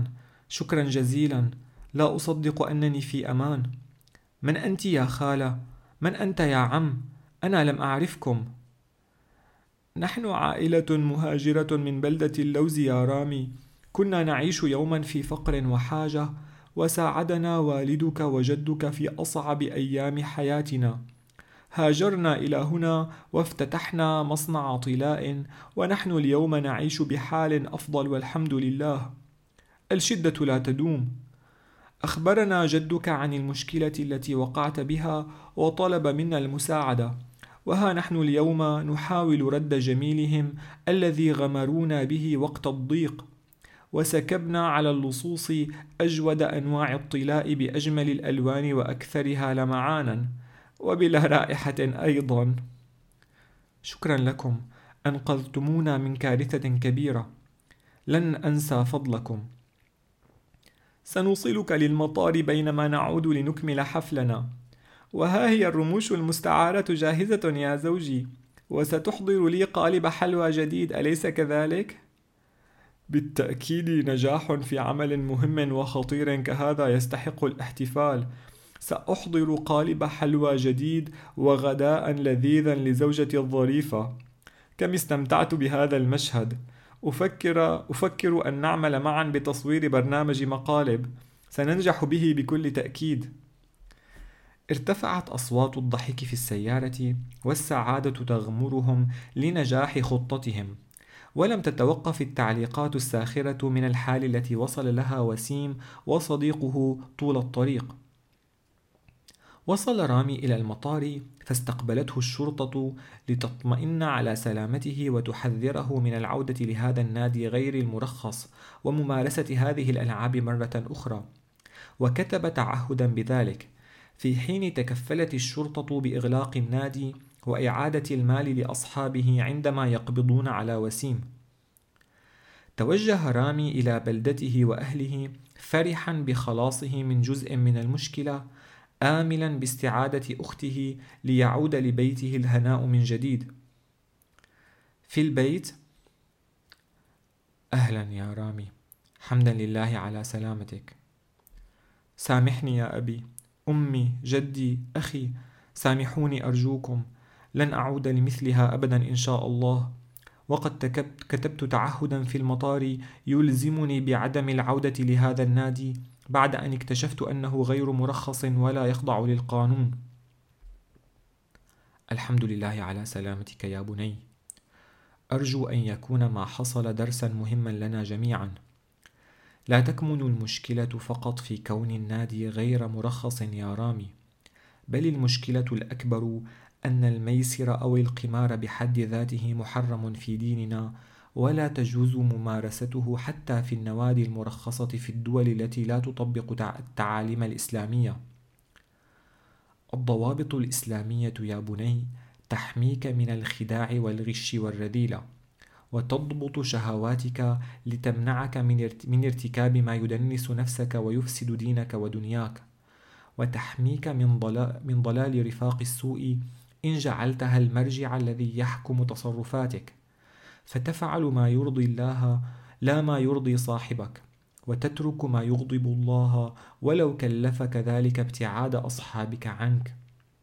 [SPEAKER 1] شكرا جزيلا، لا أصدق أنني في أمان. من أنت يا خالة؟ من أنت يا عم؟ أنا لم أعرفكم. نحن عائلة مهاجرة من بلدة اللوز يا رامي، كنا نعيش يوما في فقر وحاجة، وساعدنا والدك وجدك في أصعب أيام حياتنا. هاجرنا إلى هنا وافتتحنا مصنع طلاء، ونحن اليوم نعيش بحال أفضل والحمد لله. الشدة لا تدوم. أخبرنا جدك عن المشكلة التي وقعت بها وطلب منا المساعدة، وها نحن اليوم نحاول رد جميلهم الذي غمرونا به وقت الضيق، وسكبنا على اللصوص أجود أنواع الطلاء بأجمل الألوان وأكثرها لمعانا وبلا رائحة أيضا. شكرا لكم، أنقذتمونا من كارثة كبيرة، لن أنسى فضلكم. سنوصلك للمطار بينما نعود لنكمل حفلنا، وها هي الرموش المستعارة جاهزة يا زوجي، وستحضر لي قالب حلوى جديد، أليس كذلك؟ بالتأكيد، نجاح في عمل مهم وخطير كهذا يستحق الاحتفال. سأحضر قالب حلوى جديد وغداء لذيذا لزوجتي الظريفة. كم استمتعت بهذا المشهد. أفكر أن نعمل معا بتصوير برنامج مقالب، سننجح به بكل تأكيد. ارتفعت أصوات الضحك في السيارة والسعادة تغمرهم لنجاح خطتهم، ولم تتوقف التعليقات الساخرة من الحال التي وصل لها وسيم وصديقه طول الطريق. وصل رامي إلى المطار فاستقبلته الشرطة لتطمئن على سلامته وتحذره من العودة لهذا النادي غير المرخص وممارسة هذه الألعاب مرة أخرى، وكتب تعهدا بذلك، في حين تكفلت الشرطة بإغلاق النادي وإعادة المال لأصحابه عندما يقبضون على وسيم. توجه رامي إلى بلدته وأهله فرحا بخلاصه من جزء من المشكلة، آملا باستعادة أخته ليعود لبيته الهناء من جديد. في البيت: أهلا يا رامي، حمدا لله على سلامتك. سامحني يا أبي، أمي، جدي، أخي، سامحوني أرجوكم، لن أعود لمثلها أبدا إن شاء الله، وقد كتبت تعهدا في المطار يلزمني بعدم العودة لهذا النادي بعد أن اكتشفت أنه غير مرخص ولا يخضع للقانون. الحمد لله على سلامتك يا بني، أرجو أن يكون ما حصل درسا مهما لنا جميعا. لا تكمن المشكلة فقط في كون النادي غير مرخص يا رامي، بل المشكلة الأكبر أن الميسر أو القمار بحد ذاته محرم في ديننا، ولا تجوز ممارسته حتى في النوادي المرخصة في الدول التي لا تطبق التعاليم الإسلامية. الضوابط الإسلامية يا بني تحميك من الخداع والغش والرذيلة، وتضبط شهواتك لتمنعك من ارتكاب ما يدنس نفسك ويفسد دينك ودنياك، وتحميك من ضلال رفاق السوء إن جعلتها المرجع الذي يحكم تصرفاتك، فتفعل ما يرضي الله لا ما يرضي صاحبك، وتترك ما يغضب الله ولو كلفك ذلك ابتعاد أصحابك عنك.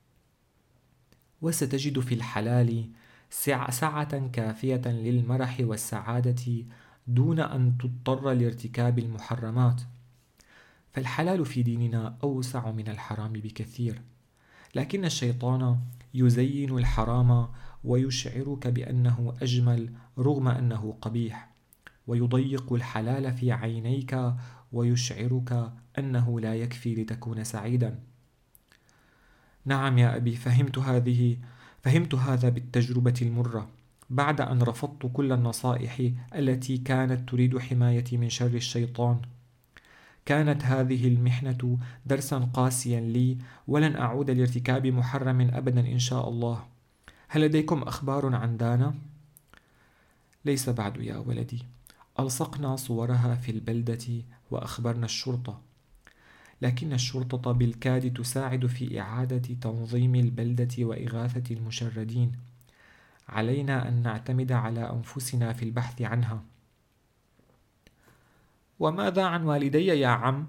[SPEAKER 1] وستجد في الحلال سعة كافية للمرح والسعادة دون أن تضطر لارتكاب المحرمات، فالحلال في ديننا أوسع من الحرام بكثير، لكن الشيطان يزين الحرام ويشعرك بأنه أجمل رغم أنه قبيح، ويضيق الحلال في عينيك ويشعرك أنه لا يكفي لتكون سعيدا. نعم يا أبي، فهمت هذا بالتجربة المرة، بعد أن رفضت كل النصائح التي كانت تريد حمايتي من شر الشيطان. كانت هذه المحنة درسا قاسيا لي، ولن أعود لارتكاب محرم أبدا إن شاء الله. هل لديكم أخبار عن دانا؟ ليس بعد يا ولدي، ألصقنا صورها في البلدة وأخبرنا الشرطة، لكن الشرطة بالكاد تساعد في إعادة تنظيم البلدة وإغاثة المشردين. علينا أن نعتمد على أنفسنا في البحث عنها. وماذا عن والدي يا عم؟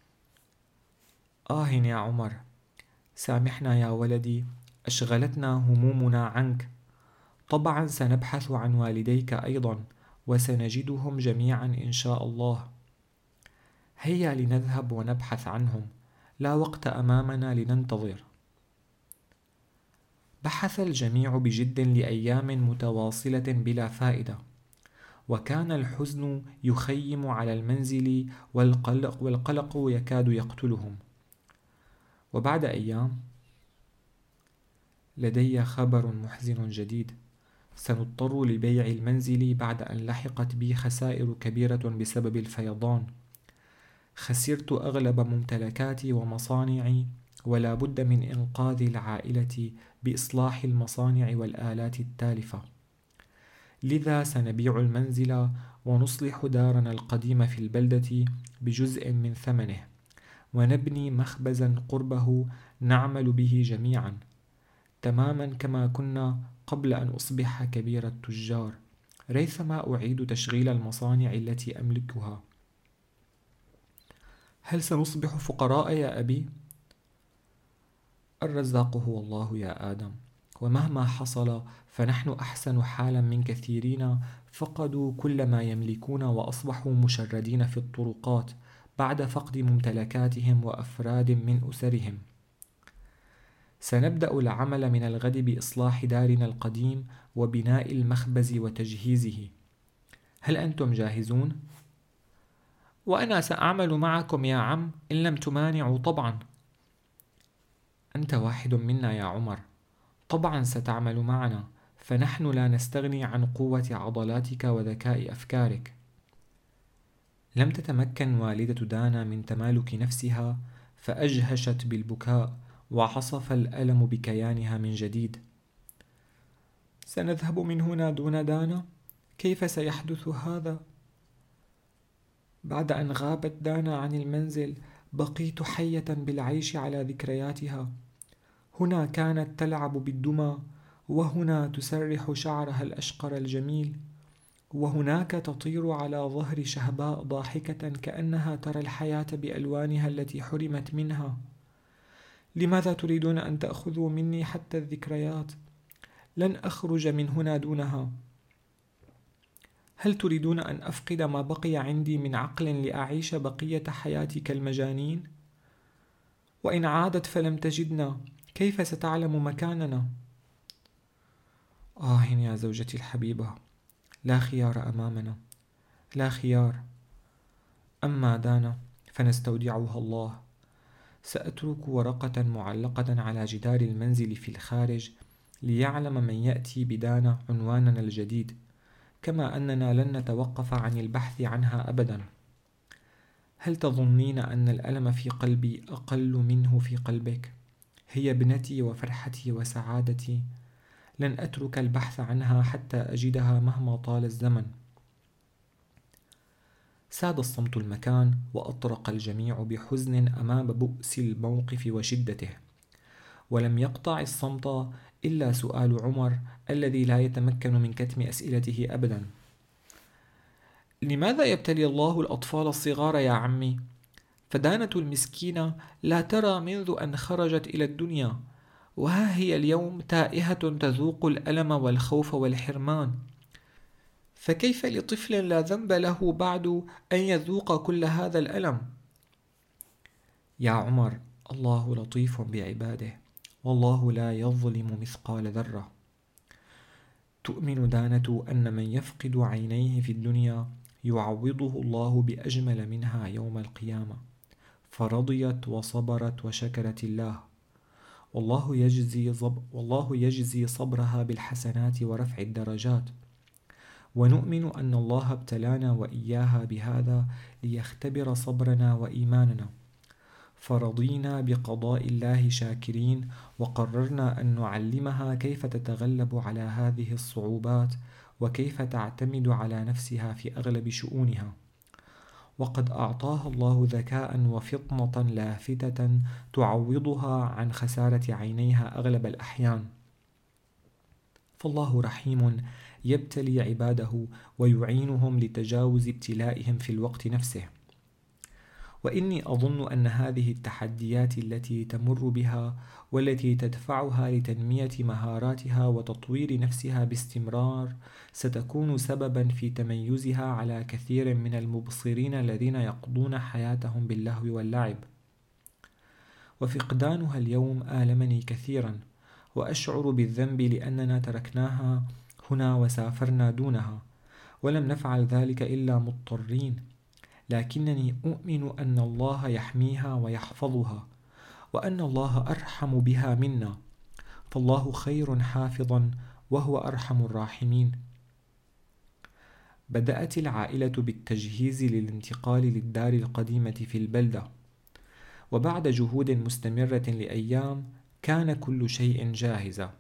[SPEAKER 1] يا عمر، سامحنا يا ولدي، أشغلتنا همومنا عنك. طبعا سنبحث عن والديك أيضا، وسنجدهم جميعا إن شاء الله. هيا لنذهب ونبحث عنهم، لا وقت أمامنا لننتظر. بحث الجميع بجد لأيام متواصلة بلا فائدة، وكان الحزن يخيم على المنزل والقلق يكاد يقتلهم. وبعد أيام: لدي خبر محزن جديد، سنضطر لبيع المنزل بعد أن لحقت بي خسائر كبيرة بسبب الفيضان. خسرت أغلب ممتلكاتي ومصانعي، ولا بد من إنقاذ العائلة بإصلاح المصانع والآلات التالفة. لذا سنبيع المنزل ونصلح دارنا القديمة في البلدة بجزء من ثمنه، ونبني مخبزا قربه نعمل به جميعا، تماما كما كنا قبل أن أصبح كبير التجار، ريثما أعيد تشغيل المصانع التي أملكها. هل سنصبح فقراء يا أبي؟ الرزاق هو الله يا آدم، ومهما حصل فنحن أحسن حالا من كثيرين فقدوا كل ما يملكون وأصبحوا مشردين في الطرقات بعد فقد ممتلكاتهم وأفراد من أسرهم. سنبدأ العمل من الغد بإصلاح دارنا القديم وبناء المخبز وتجهيزه. هل أنتم جاهزون؟ وأنا سأعمل معكم يا عم إن لم تمانعوا طبعا. أنت واحد منا يا عمر، طبعا ستعمل معنا، فنحن لا نستغني عن قوة عضلاتك وذكاء أفكارك. لم تتمكن والدة دانا من تمالك نفسها، فأجهشت بالبكاء، وعصف الألم بكيانها من جديد. سنذهب من هنا دون دانا؟ كيف سيحدث هذا؟ بعد أن غابت دانا عن المنزل بقيت حية بالعيش على ذكرياتها. هنا كانت تلعب بالدمى، وهنا تسرح شعرها الأشقر الجميل، وهناك تطير على ظهر شهباء ضاحكة كأنها ترى الحياة بألوانها التي حرمت منها. لماذا تريدون أن تأخذوا مني حتى الذكريات؟ لن أخرج من هنا دونها. هل تريدون أن أفقد ما بقي عندي من عقل لأعيش بقية حياتي كالمجانين؟ وإن عادت فلم تجدنا، كيف ستعلم مكاننا؟ يا زوجتي الحبيبة، لا خيار أمامنا، لا خيار. أما دانا فنستودعها الله. سأترك ورقة معلقة على جدار المنزل في الخارج ليعلم من يأتي بدانا عنواننا الجديد، كما أننا لن نتوقف عن البحث عنها أبدا. هل تظنين أن الألم في قلبي أقل منه في قلبك؟ هي ابنتي وفرحتي وسعادتي، لن أترك البحث عنها حتى أجدها مهما طال الزمن. ساد الصمت المكان، وأطرق الجميع بحزن أمام بؤس الموقف وشدته، ولم يقطع الصمت إلا سؤال عمر الذي لا يتمكن من كتم أسئلته أبدا: لماذا يبتلي الله الأطفال الصغار يا عمي؟ فدانة المسكينة لا ترى منذ أن خرجت إلى الدنيا، وها هي اليوم تائهة تذوق الألم والخوف والحرمان، فكيف لطفل لا ذنب له بعد أن يذوق كل هذا الألم؟ يا عمر، الله لطيف بعباده، والله لا يظلم مثقال ذرة. تؤمن دانة أن من يفقد عينيه في الدنيا يعوضه الله بأجمل منها يوم القيامة، فرضيت وصبرت وشكرت الله، والله يجزي صبرها بالحسنات ورفع الدرجات. ونؤمن أن الله ابتلانا وإياها بهذا ليختبر صبرنا وإيماننا، فرضينا بقضاء الله شاكرين، وقررنا أن نعلمها كيف تتغلب على هذه الصعوبات، وكيف تعتمد على نفسها في أغلب شؤونها. وقد أعطاها الله ذكاء وفطنة لافتة تعوضها عن خسارة عينيها أغلب الأحيان. فالله رحيم يبتلي عباده ويعينهم لتجاوز ابتلائهم في الوقت نفسه. وإني أظن أن هذه التحديات التي تمر بها والتي تدفعها لتنمية مهاراتها وتطوير نفسها باستمرار ستكون سببا في تميزها على كثير من المبصرين الذين يقضون حياتهم باللهو واللعب. وفقدانها اليوم آلمني كثيرا، وأشعر بالذنب لأننا تركناها هنا وسافرنا دونها، ولم نفعل ذلك إلا مضطرين، لكنني أؤمن أن الله يحميها ويحفظها، وأن الله أرحم بها منا، فالله خير حافظا وهو أرحم الراحمين. بدأت العائلة بالتجهيز للانتقال للدار القديمة في البلدة، وبعد جهود مستمرة لأيام كان كل شيء جاهزا.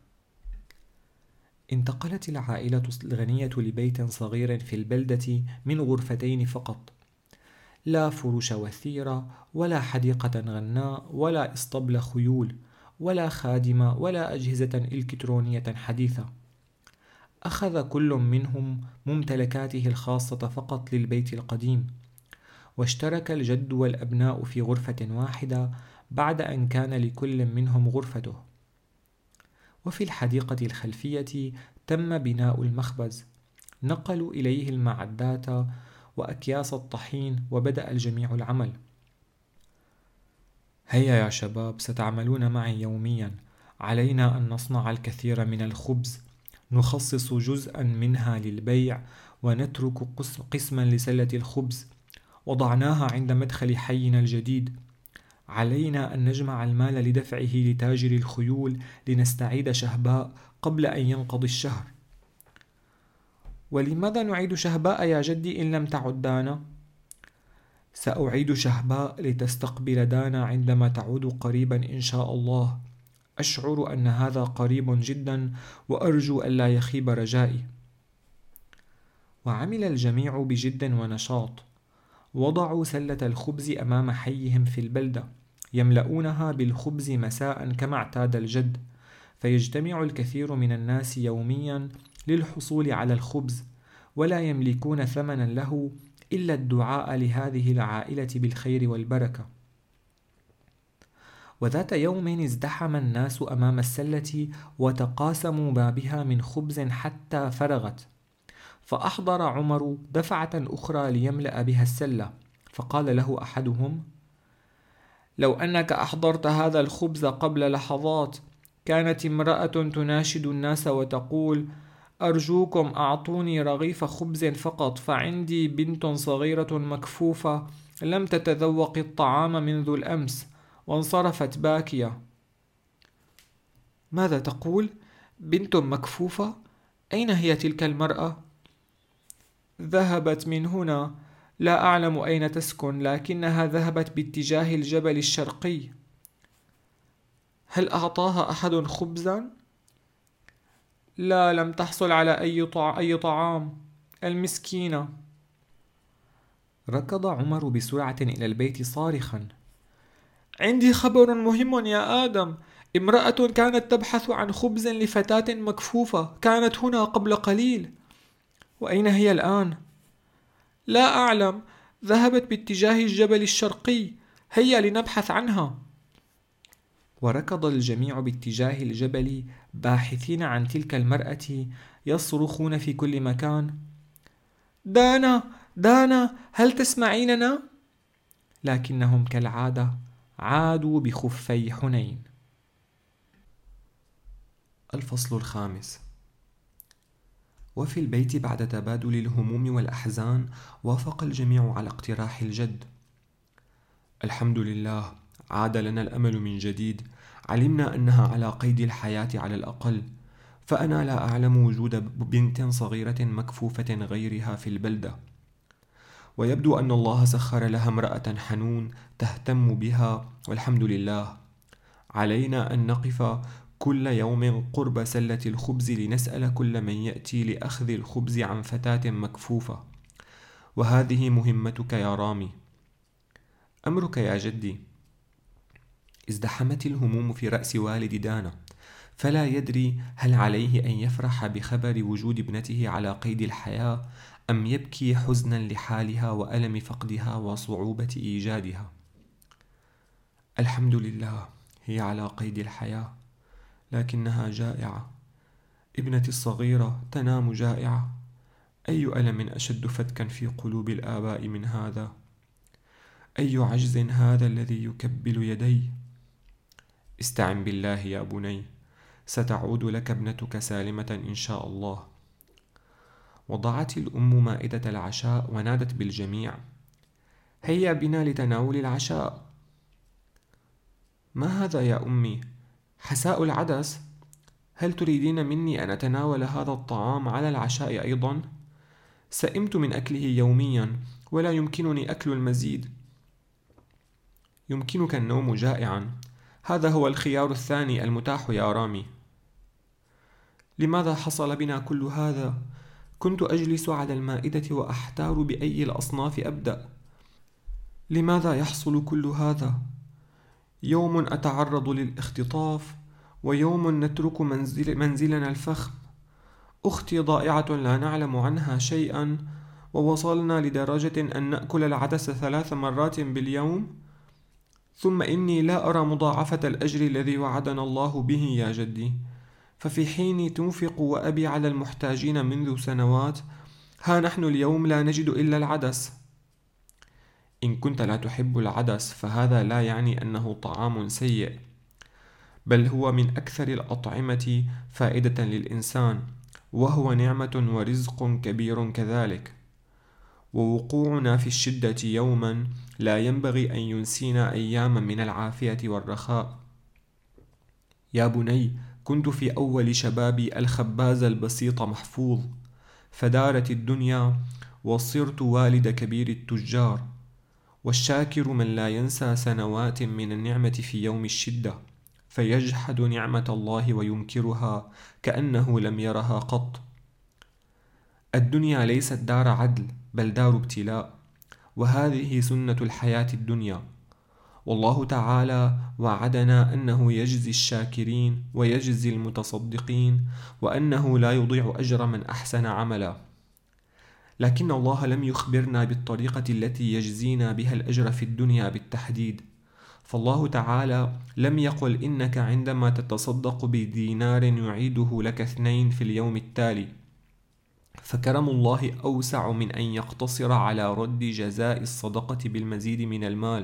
[SPEAKER 1] انتقلت العائلة الغنية لبيت صغير في البلدة من غرفتين فقط، لا فرش وثيرة ولا حديقة غناء ولا اسطبل خيول ولا خادمة ولا أجهزة إلكترونية حديثة. أخذ كل منهم ممتلكاته الخاصة فقط للبيت القديم، واشترك الجد والأبناء في غرفة واحدة بعد أن كان لكل منهم غرفته. وفي الحديقة الخلفية تم بناء المخبز، نقلوا إليه المعدات وأكياس الطحين، وبدأ الجميع العمل. هيا يا شباب، ستعملون معي يوميا. علينا أن نصنع الكثير من الخبز، نخصص جزءا منها للبيع ونترك قسما لسلة الخبز، وضعناها عند مدخل حينا الجديد. علينا أن نجمع المال لدفعه لتاجر الخيول لنستعيد شهباء قبل أن ينقضي الشهر. ولماذا نعيد شهباء يا جدي إن لم تعد دانا؟ سأعيد شهباء لتستقبل دانا عندما تعود قريبا إن شاء الله. أشعر أن هذا قريب جدا، وأرجو ألا يخيب رجائي. وعمل الجميع بجد ونشاط، وضعوا سلة الخبز أمام حيهم في البلدة، يملؤونها بالخبز مساء كما اعتاد الجد، فيجتمع الكثير من الناس يوميا للحصول على الخبز، ولا يملكون ثمنا له إلا الدعاء لهذه العائلة بالخير والبركة. وذات يوم ازدحم الناس أمام السلة وتقاسموا ما بها من خبز حتى فرغت، فأحضر عمر دفعة أخرى ليملأ بها السلة، فقال له أحدهم: لو أنك أحضرت هذا الخبز قبل لحظات كانت امرأة تناشد الناس وتقول: أرجوكم أعطوني رغيف خبز فقط، فعندي بنت صغيرة مكفوفة لم تتذوق الطعام منذ الأمس، وانصرفت باكية. ماذا تقول؟ بنت مكفوفة؟ أين هي تلك المرأة؟ ذهبت من هنا، لا أعلم أين تسكن، لكنها ذهبت باتجاه الجبل الشرقي. هل أعطاها أحد خبزا؟ لا، لم تحصل على أي طعام، المسكينة. ركض عمر بسرعة إلى البيت صارخا: عندي خبر مهم يا آدم، امرأة كانت تبحث عن خبز لفتاة مكفوفة، كانت هنا قبل قليل. وأين هي الآن؟ لا أعلم، ذهبت باتجاه الجبل الشرقي، هيا لنبحث عنها. وركض الجميع باتجاه الجبل باحثين عن تلك المرأة، يصرخون في كل مكان: دانا، دانا، هل تسمعيننا؟ لكنهم كالعادة عادوا بخفي حنين. الفصل 5. وفي البيت بعد تبادل الهموم والأحزان وافق الجميع على اقتراح الجد. الحمد لله، عاد لنا الأمل من جديد، علمنا أنها على قيد الحياة على الأقل، فأنا لا أعلم وجود بنت صغيرة مكفوفة غيرها في البلدة، ويبدو أن الله سخر لها امرأة حنون تهتم بها، والحمد لله. علينا أن نقف كل يوم قرب سلة الخبز لنسأل كل من يأتي لأخذ الخبز عن فتاة مكفوفة، وهذه مهمتك يا رامي. أمرك يا جدي. ازدحمت الهموم في رأس والد دانا، فلا يدري هل عليه أن يفرح بخبر وجود ابنته على قيد الحياة،
[SPEAKER 2] أم يبكي حزنا لحالها وألم فقدها وصعوبة إيجادها؟ الحمد لله، هي على قيد الحياة لكنها جائعة. ابنتي الصغيرة تنام جائعة. أي ألم أشد فتكا في قلوب الآباء من هذا؟ أي عجز هذا الذي يكبل يدي؟ استعن بالله يا بني، ستعود لك ابنتك سالمة إن شاء الله. وضعت الأم مائدة العشاء ونادت بالجميع: هيا بنا لتناول العشاء. ما هذا يا أمي؟ حساء العدس؟ هل تريدين مني أن أتناول هذا الطعام على العشاء أيضا؟ سئمت من أكله يوميا ولا يمكنني أكل المزيد. يمكنك النوم جائعا، هذا هو الخيار الثاني المتاح يا رامي. لماذا حصل بنا كل هذا؟ كنت أجلس على المائدة وأحتار بأي الأصناف أبدأ. لماذا يحصل كل هذا؟ يوم أتعرض للاختطاف، ويوم نترك منزلنا الفخم. أختي ضائعة لا نعلم عنها شيئا، ووصلنا لدرجة أن نأكل العدس 3 مرات باليوم. ثم إني لا أرى مضاعفة الأجر الذي وعدنا الله به يا جدي، ففي حين تنفق وأبي على المحتاجين منذ سنوات، ها نحن اليوم لا نجد إلا العدس. إن كنت لا تحب العدس فهذا لا يعني أنه طعام سيء، بل هو من أكثر الأطعمة فائدة للإنسان، وهو نعمة ورزق كبير كذلك. ووقوعنا في الشدة يوما لا ينبغي أن ينسينا أياما من العافية والرخاء. يا بني، كنت في أول شبابي الخباز البسيط محفوظ، فدارت الدنيا وصرت والد كبير التجار، والشاكر من لا ينسى سنوات من النعمة في يوم الشدة، فيجحد نعمة الله وينكرها كأنه لم يرها قط. الدنيا ليست دار عدل بل دار ابتلاء، وهذه سنة الحياة الدنيا. والله تعالى وعدنا أنه يجزي الشاكرين ويجزي المتصدقين، وأنه لا يضيع أجر من أحسن عملا. لكن الله لم يخبرنا بالطريقة التي يجزينا بها الأجر في الدنيا بالتحديد، فالله تعالى لم يقل إنك عندما تتصدق بدينار يعيده لك 2 في اليوم التالي، فكرم الله أوسع من أن يقتصر على رد جزاء الصدقة بالمزيد من المال.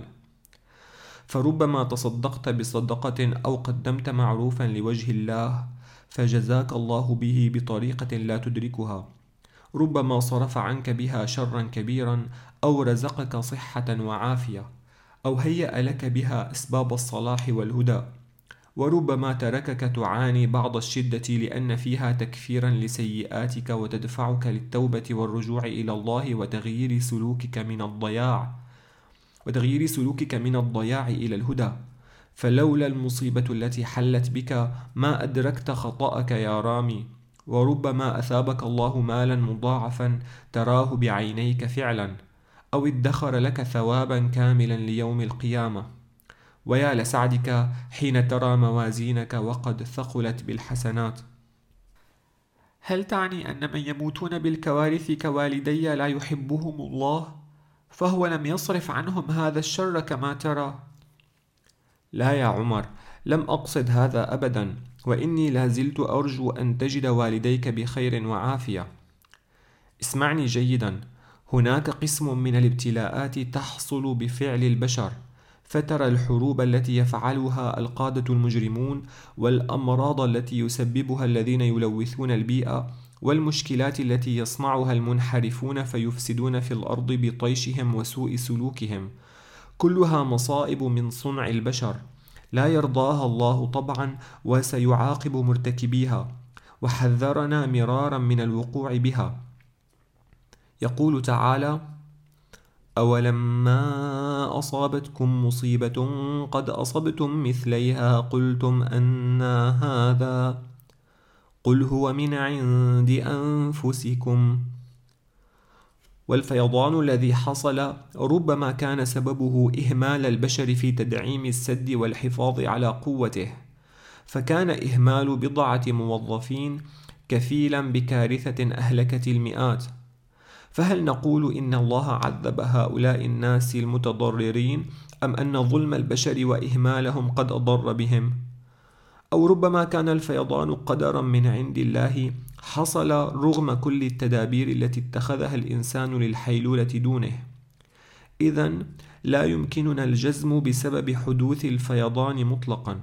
[SPEAKER 2] فربما تصدقت بصدقة أو قدمت معروفا لوجه الله فجزاك الله به بطريقة لا تدركها، ربما صرف عنك بها شرا كبيرا، أو رزقك صحة وعافية، أو هيأ لك بها أسباب الصلاح والهدى، وربما تركك تعاني بعض الشدة لأن فيها تكفيرا لسيئاتك وتدفعك للتوبة والرجوع إلى الله وتغيير سلوكك من الضياع إلى الهدى. فلولا المصيبة التي حلت بك ما أدركت خطأك يا رامي، وربما أثابك الله مالا مضاعفا تراه بعينيك فعلا، أو ادخر لك ثوابا كاملا ليوم القيامة. ويا لسعدك حين ترى موازينك وقد ثقلت بالحسنات.
[SPEAKER 1] هل تعني أن من يموتون بالكوارث كوالدي لا يحبهم الله، فهو لم يصرف عنهم هذا الشر كما ترى؟
[SPEAKER 2] لا يا عمر، لم أقصد هذا أبدا، وإني لازلت أرجو أن تجد والديك بخير وعافية. اسمعني جيدا، هناك قسم من الابتلاءات تحصل بفعل البشر، فترى الحروب التي يفعلها القادة المجرمون، والأمراض التي يسببها الذين يلوثون البيئة، والمشكلات التي يصنعها المنحرفون فيفسدون في الأرض بطيشهم وسوء سلوكهم، كلها مصائب من صنع البشر لا يرضاها الله طبعا، وسيعاقب مرتكبيها، وحذرنا مرارا من الوقوع بها. يقول تعالى: أولما أصابتكم مصيبة قد أصبتم مثليها قلتم أنى هذا، قل هو من عند أنفسكم. والفيضان الذي حصل ربما كان سببه إهمال البشر في تدعيم السد والحفاظ على قوته، فكان إهمال بضعة موظفين كفيلا بكارثة أهلكت المئات. فهل نقول إن الله عذب هؤلاء الناس المتضررين، أم أن ظلم البشر وإهمالهم قد أضر بهم؟ أو ربما كان الفيضان قدرا من عند الله حصل رغم كل التدابير التي اتخذها الإنسان للحيلولة دونه. إذن لا يمكننا الجزم بسبب حدوث الفيضان مطلقا.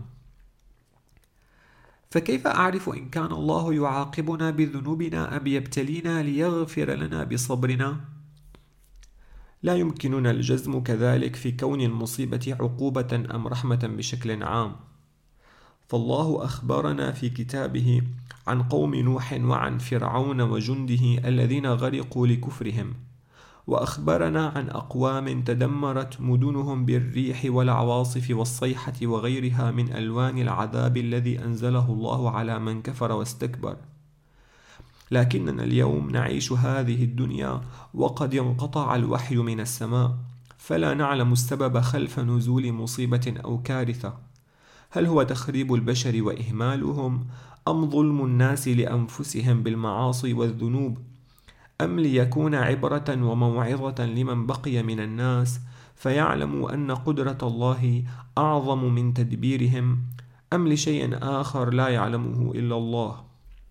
[SPEAKER 2] فكيف أعرف إن كان الله يعاقبنا بذنوبنا أم يبتلينا ليغفر لنا بصبرنا؟ لا يمكننا الجزم كذلك في كون المصيبة عقوبة أم رحمة بشكل عام. فالله أخبرنا في كتابه عن قوم نوح وعن فرعون وجنده الذين غرقوا لكفرهم، وأخبرنا عن أقوام تدمرت مدنهم بالريح والعواصف والصيحة وغيرها من ألوان العذاب الذي أنزله الله على من كفر واستكبر. لكننا اليوم نعيش هذه الدنيا وقد انقطع الوحي من السماء، فلا نعلم السبب خلف نزول مصيبة أو كارثة. هل هو تخريب البشر وإهمالهم، أم ظلم الناس لأنفسهم بالمعاصي والذنوب، أم ليكون عبرة وموعظة لمن بقي من الناس فيعلموا أن قدرة الله أعظم من تدبيرهم، أم لشيء آخر لا يعلمه إلا الله؟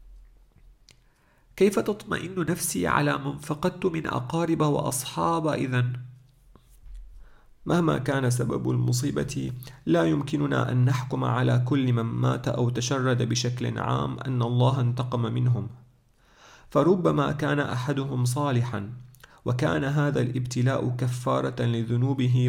[SPEAKER 2] كيف تطمئن نفسي على من فقدت من أقارب وأصحاب إذن؟ مهما كان سبب المصيبة لا يمكننا أن نحكم على كل من مات أو تشرد بشكل عام أن الله انتقم منهم، فربما كان أحدهم صالحا وكان هذا الابتلاء كفارة لذنوبه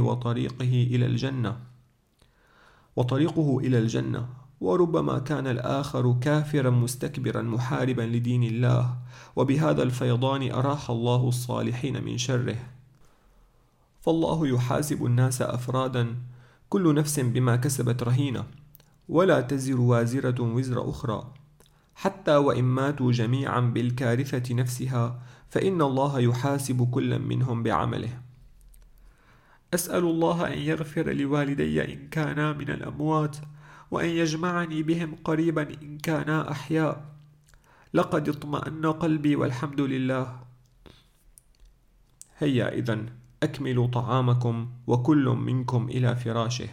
[SPEAKER 2] وطريقه إلى الجنة، وربما كان الآخر كافرا مستكبرا محاربا لدين الله، وبهذا الفيضان أراح الله الصالحين من شره. فالله يحاسب الناس أفرادا، كل نفس بما كسبت رهينة، ولا تزر وازرة وزر أخرى. حتى وإن ماتوا جميعا بالكارثة نفسها فإن الله يحاسب كل منهم بعمله. أسأل الله أن يغفر لوالدي إن كانا من الأموات، وأن يجمعني بهم قريبا إن كانا أحياء. لقد اطمأن قلبي والحمد لله. هيا إذن أكملوا طعامكم وكل منكم إلى فراشه.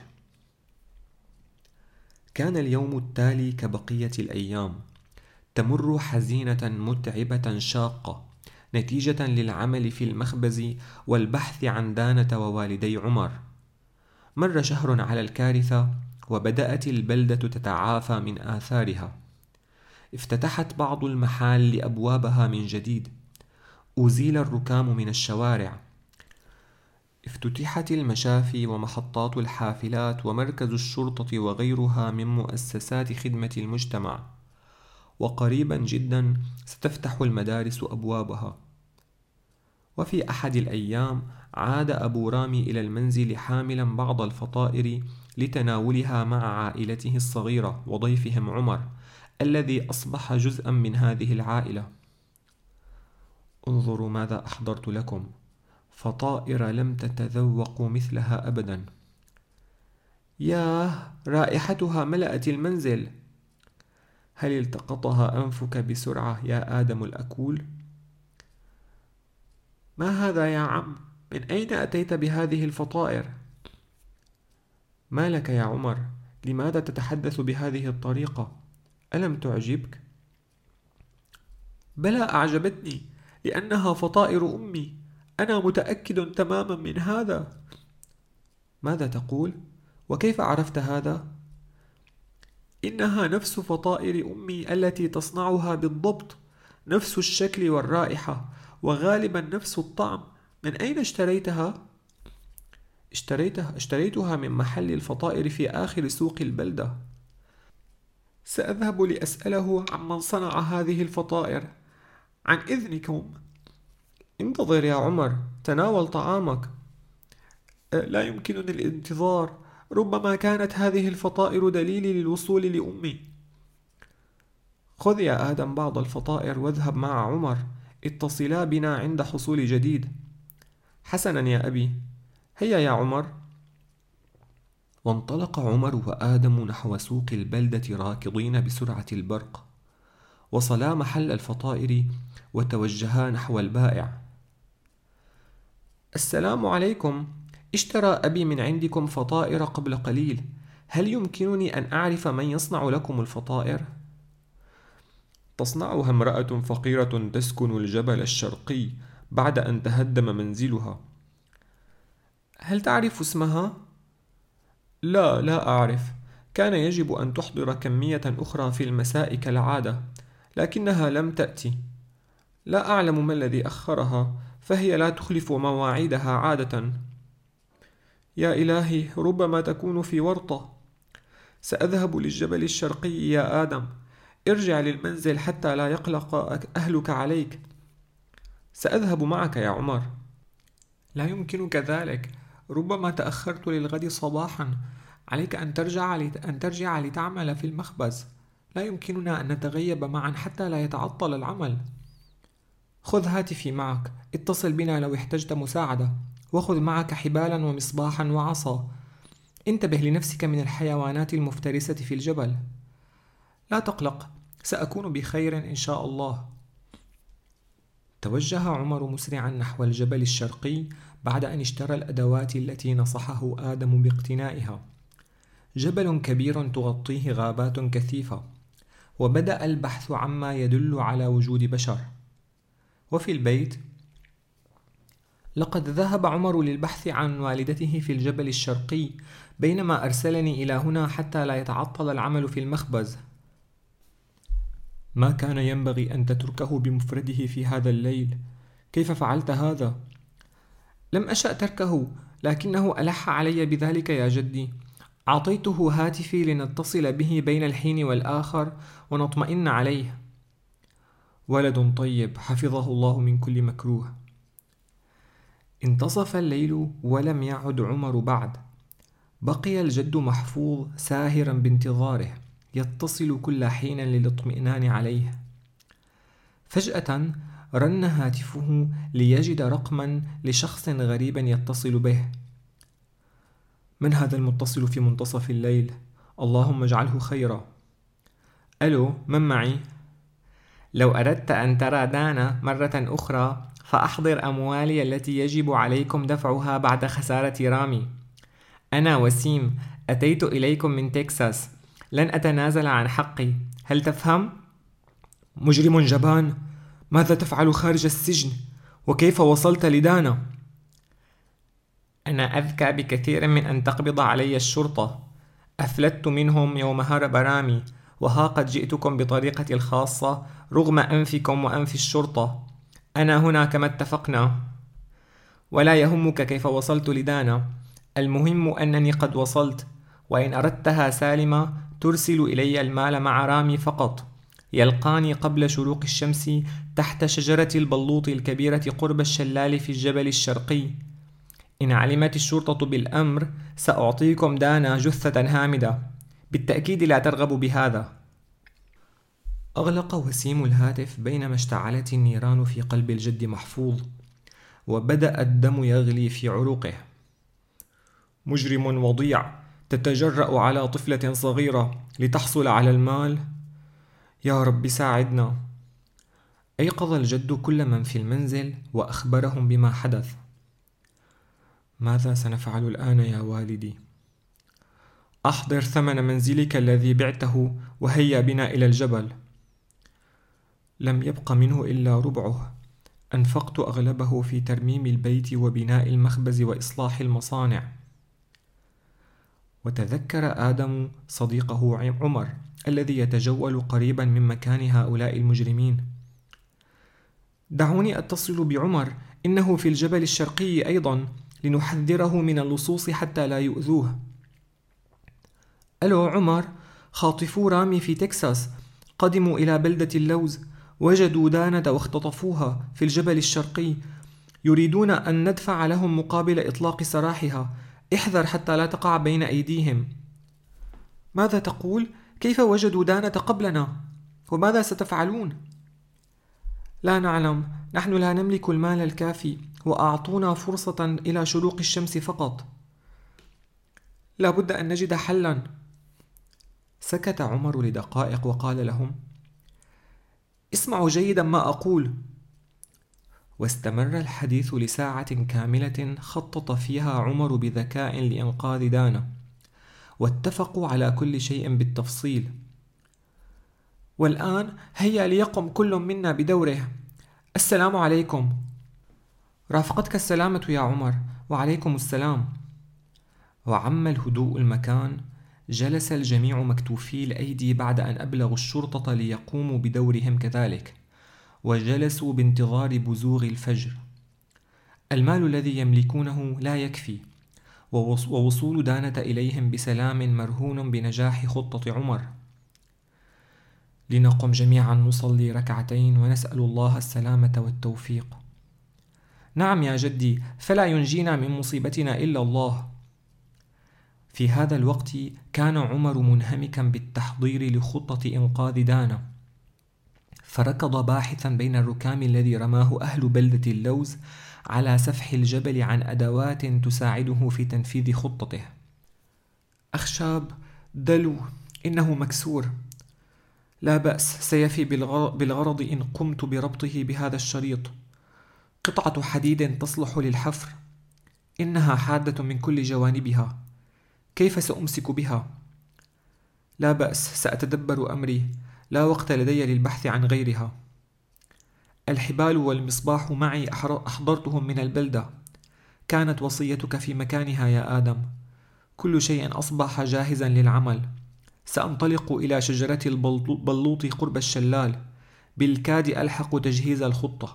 [SPEAKER 2] كان اليوم التالي كبقية الأيام، تمر حزينة متعبة شاقة نتيجة للعمل في المخبز والبحث عن دانة ووالدي عمر. مر شهر على الكارثة وبدأت البلدة تتعافى من آثارها. افتتحت بعض المحال أبوابها من جديد، أزيل الركام من الشوارع، افتتحت المشافي ومحطات الحافلات ومركز الشرطة وغيرها من مؤسسات خدمة المجتمع، وقريبا جدا ستفتح المدارس أبوابها. وفي أحد الأيام عاد أبو رامي إلى المنزل حاملا بعض الفطائر لتناولها مع عائلته الصغيرة وضيفهم عمر الذي أصبح جزءا من هذه العائلة. انظروا ماذا أحضرت لكم، فطائر لم تتذوقوا مثلها أبدا. ياه، رائحتها ملأت المنزل. هل التقطها أنفك بسرعة يا آدم الأكول؟ ما هذا يا عم؟ من أين أتيت بهذه الفطائر؟ ما لك يا عمر؟ لماذا تتحدث بهذه الطريقة؟ ألم تعجبك؟ بلى أعجبتني، لأنها فطائر أمي، أنا متأكد تماما من هذا. ماذا تقول؟ وكيف عرفت هذا؟ إنها نفس فطائر أمي التي تصنعها بالضبط، نفس الشكل والرائحة، وغالبا نفس الطعم. من أين اشتريتها؟ اشتريتها من محل الفطائر في آخر سوق البلدة. سأذهب لأسأله عمن صنع هذه الفطائر. عن إذنكم. انتظر يا عمر، تناول طعامك. لا يمكنني الانتظار، ربما كانت هذه الفطائر دليلي للوصول لأمي. خذ يا آدم بعض الفطائر واذهب مع عمر، اتصلا بنا عند حصول جديد. حسنا يا أبي، هيا يا عمر. وانطلق عمر وآدم نحو سوق البلدة راكضين بسرعة البرق، وصلا محل الفطائر وتوجها نحو البائع. السلام عليكم. اشترى أبي من عندكم فطائر قبل قليل. هل يمكنني أن أعرف من يصنع لكم الفطائر؟ تصنعها امرأة فقيرة تسكن الجبل الشرقي بعد أن تهدم منزلها. هل تعرف اسمها؟ لا، لا أعرف. كان يجب أن تحضر كمية أخرى في المساء كالعادة، لكنها لم تأتي. لا أعلم ما الذي أخرها، فهي لا تخلف مواعيدها عادة. يا إلهي، ربما تكون في ورطة. سأذهب للجبل الشرقي يا آدم. ارجع للمنزل حتى لا يقلق أهلك عليك. سأذهب معك يا عمر. لا يمكنك ذلك. ربما تأخرت للغد صباحا. عليك أن ترجع لتعمل في المخبز. لا يمكننا أن نتغيب معا حتى لا يتعطل العمل. خذ هاتفي معك. اتصل بنا لو احتجت مساعدة. وخذ معك حبالا ومصباحا وعصا. انتبه لنفسك من الحيوانات المفترسة في الجبل. لا تقلق، سأكون بخير إن شاء الله. توجه عمر مسرعا نحو الجبل الشرقي بعد أن اشترى الأدوات التي نصحه آدم باقتنائها. جبل كبير تغطيه غابات كثيفة، وبدأ البحث عما يدل على وجود بشر. وفي البيت، لقد ذهب عمر للبحث عن والدته في الجبل الشرقي، بينما أرسلني إلى هنا حتى لا يتعطل العمل في المخبز. ما كان ينبغي أن تتركه بمفرده في هذا الليل. كيف فعلت هذا؟ لم أشأ تركه، لكنه ألح علي بذلك يا جدي. أعطيته هاتفي لنتصل به بين الحين والآخر ونطمئن عليه. ولد طيب حفظه الله من كل مكروه. انتصف الليل ولم يعد عمر بعد. بقي الجد محفوظ ساهرا بانتظاره، يتصل كل حين للاطمئنان عليه. فجأة رن هاتفه ليجد رقما لشخص غريب يتصل به. من هذا المتصل في منتصف الليل؟ اللهم اجعله خيرا. ألو، من معي؟ لو أردت أن ترى دانا مرة أخرى فأحضر أموالي التي يجب عليكم دفعها بعد خسارة رامي. أنا وسيم، أتيت إليكم من تكساس. لن أتنازل عن حقي، هل تفهم؟ مجرم جبان، ماذا تفعل خارج السجن؟ وكيف وصلت لدانا؟ أنا أذكى بكثير من أن تقبض علي الشرطة. أفلتت منهم يوم هرب رامي، وها قد جئتكم بطريقتي الخاصة رغم أنفكم وأنف الشرطة. أنا هنا كما اتفقنا. ولا يهمك كيف وصلت لدانا، المهم أنني قد وصلت، وإن أردتها سالمة ترسل إلي المال مع رامي فقط. يلقاني قبل شروق الشمس تحت شجرة البلوط الكبيرة قرب الشلال في الجبل الشرقي. إن علمت الشرطة بالأمر سأعطيكم دانا جثة هامدة. بالتأكيد لا ترغب بهذا. أغلق وسيم الهاتف بينما اشتعلت النيران في قلب الجد محفوظ، وبدأ الدم يغلي في عروقه. مجرم وضيع، تتجرأ على طفلة صغيرة لتحصل على المال؟ يا رب ساعدنا. أيقظ الجد كل من في المنزل وأخبرهم بما حدث. ماذا سنفعل الآن يا والدي؟ أحضر ثمن منزلك الذي بعته وهيا بنا إلى الجبل. لم يبق منه إلا ربعه. أنفقت أغلبه في ترميم البيت وبناء المخبز وإصلاح المصانع. وتذكر آدم صديقه عمر الذي يتجول قريبا من مكان هؤلاء المجرمين. دعوني أتصل بعمر، إنه في الجبل الشرقي أيضا، لنحذره من اللصوص حتى لا يؤذوه. ألو عمر، خاطفو رامي في تكساس قدموا إلى بلدة اللوز، وجدوا دانة واختطفوها في الجبل الشرقي، يريدون أن ندفع لهم مقابل إطلاق سراحها. احذر حتى لا تقع بين أيديهم. ماذا تقول؟ كيف وجدوا دانة قبلنا؟ وماذا ستفعلون؟ لا نعلم، نحن لا نملك المال الكافي، وأعطونا فرصة إلى شروق الشمس فقط. لا بد أن نجد حلا. سكت عمر لدقائق وقال لهم: اسمعوا جيدا ما أقول. واستمر الحديث لساعة كاملة خطط فيها عمر بذكاء لإنقاذ دانا، واتفقوا على كل شيء بالتفصيل. والآن هيا ليقم كل منا بدوره. السلام عليكم. رافقتك السلامة يا عمر. وعليكم السلام. وعم الهدوء المكان. جلس الجميع مكتوفي الأيدي بعد أن أبلغوا الشرطة ليقوموا بدورهم كذلك، وجلسوا بانتظار بزوغ الفجر. المال الذي يملكونه لا يكفي، ووصول دانة إليهم بسلام مرهون بنجاح خطة عمر. لنقم جميعا نصلي ركعتين ونسأل الله السلامة والتوفيق. نعم يا جدي، فلا ينجينا من مصيبتنا إلا الله. في هذا الوقت كان عمر منهمكا بالتحضير لخطة إنقاذ دانا، فركض باحثا بين الركام الذي رماه أهل بلدة اللوز على سفح الجبل عن أدوات تساعده في تنفيذ خطته. أخشاب، دلو، إنه مكسور. لا بأس، سيفي بالغرض إن قمت بربطه بهذا الشريط. قطعة حديد تصلح للحفر. إنها حادة من كل جوانبها. كيف سأمسك بها؟ لا بأس، سأتدبر أمري. لا وقت لدي للبحث عن غيرها. الحبال والمصباح معي، أحضرتهم من البلدة. كانت وصيتك في مكانها يا آدم. كل شيء أصبح جاهزا للعمل. سأنطلق إلى شجرة البلوط قرب الشلال. بالكاد ألحق تجهيز الخطة.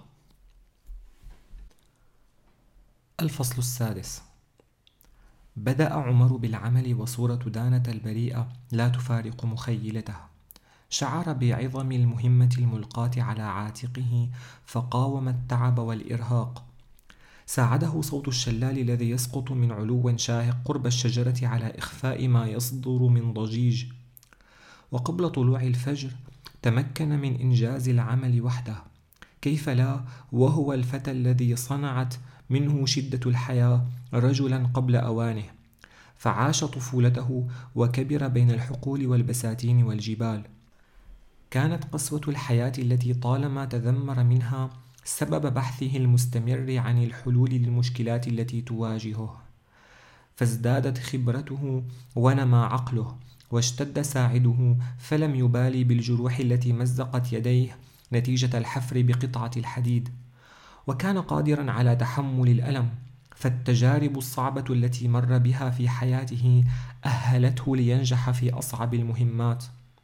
[SPEAKER 2] الفصل السادس. بدأ عمر بالعمل، وصورة دانة البريئة لا تفارق مخيلته. شعر بعظم المهمة الملقاة على عاتقه، فقاوم التعب والإرهاق. ساعده صوت الشلال الذي يسقط من علو شاهق قرب الشجرة على إخفاء ما يصدر من ضجيج. وقبل طلوع الفجر تمكن من إنجاز العمل وحده. كيف لا، وهو الفتى الذي صنعت منه شدة الحياة رجلا قبل أوانه، فعاش طفولته وكبر بين الحقول والبساتين والجبال. كانت قسوة الحياة التي طالما تذمر منها سبب بحثه المستمر عن الحلول للمشكلات التي تواجهه، فازدادت خبرته ونمى عقله، واشتد ساعده، فلم يبالي بالجروح التي مزقت يديه نتيجة الحفر بقطعة الحديد، وكان قادرا على تحمل الألم، فالتجارب الصعبة التي مر بها في حياته أهلته لينجح في أصعب المهمات.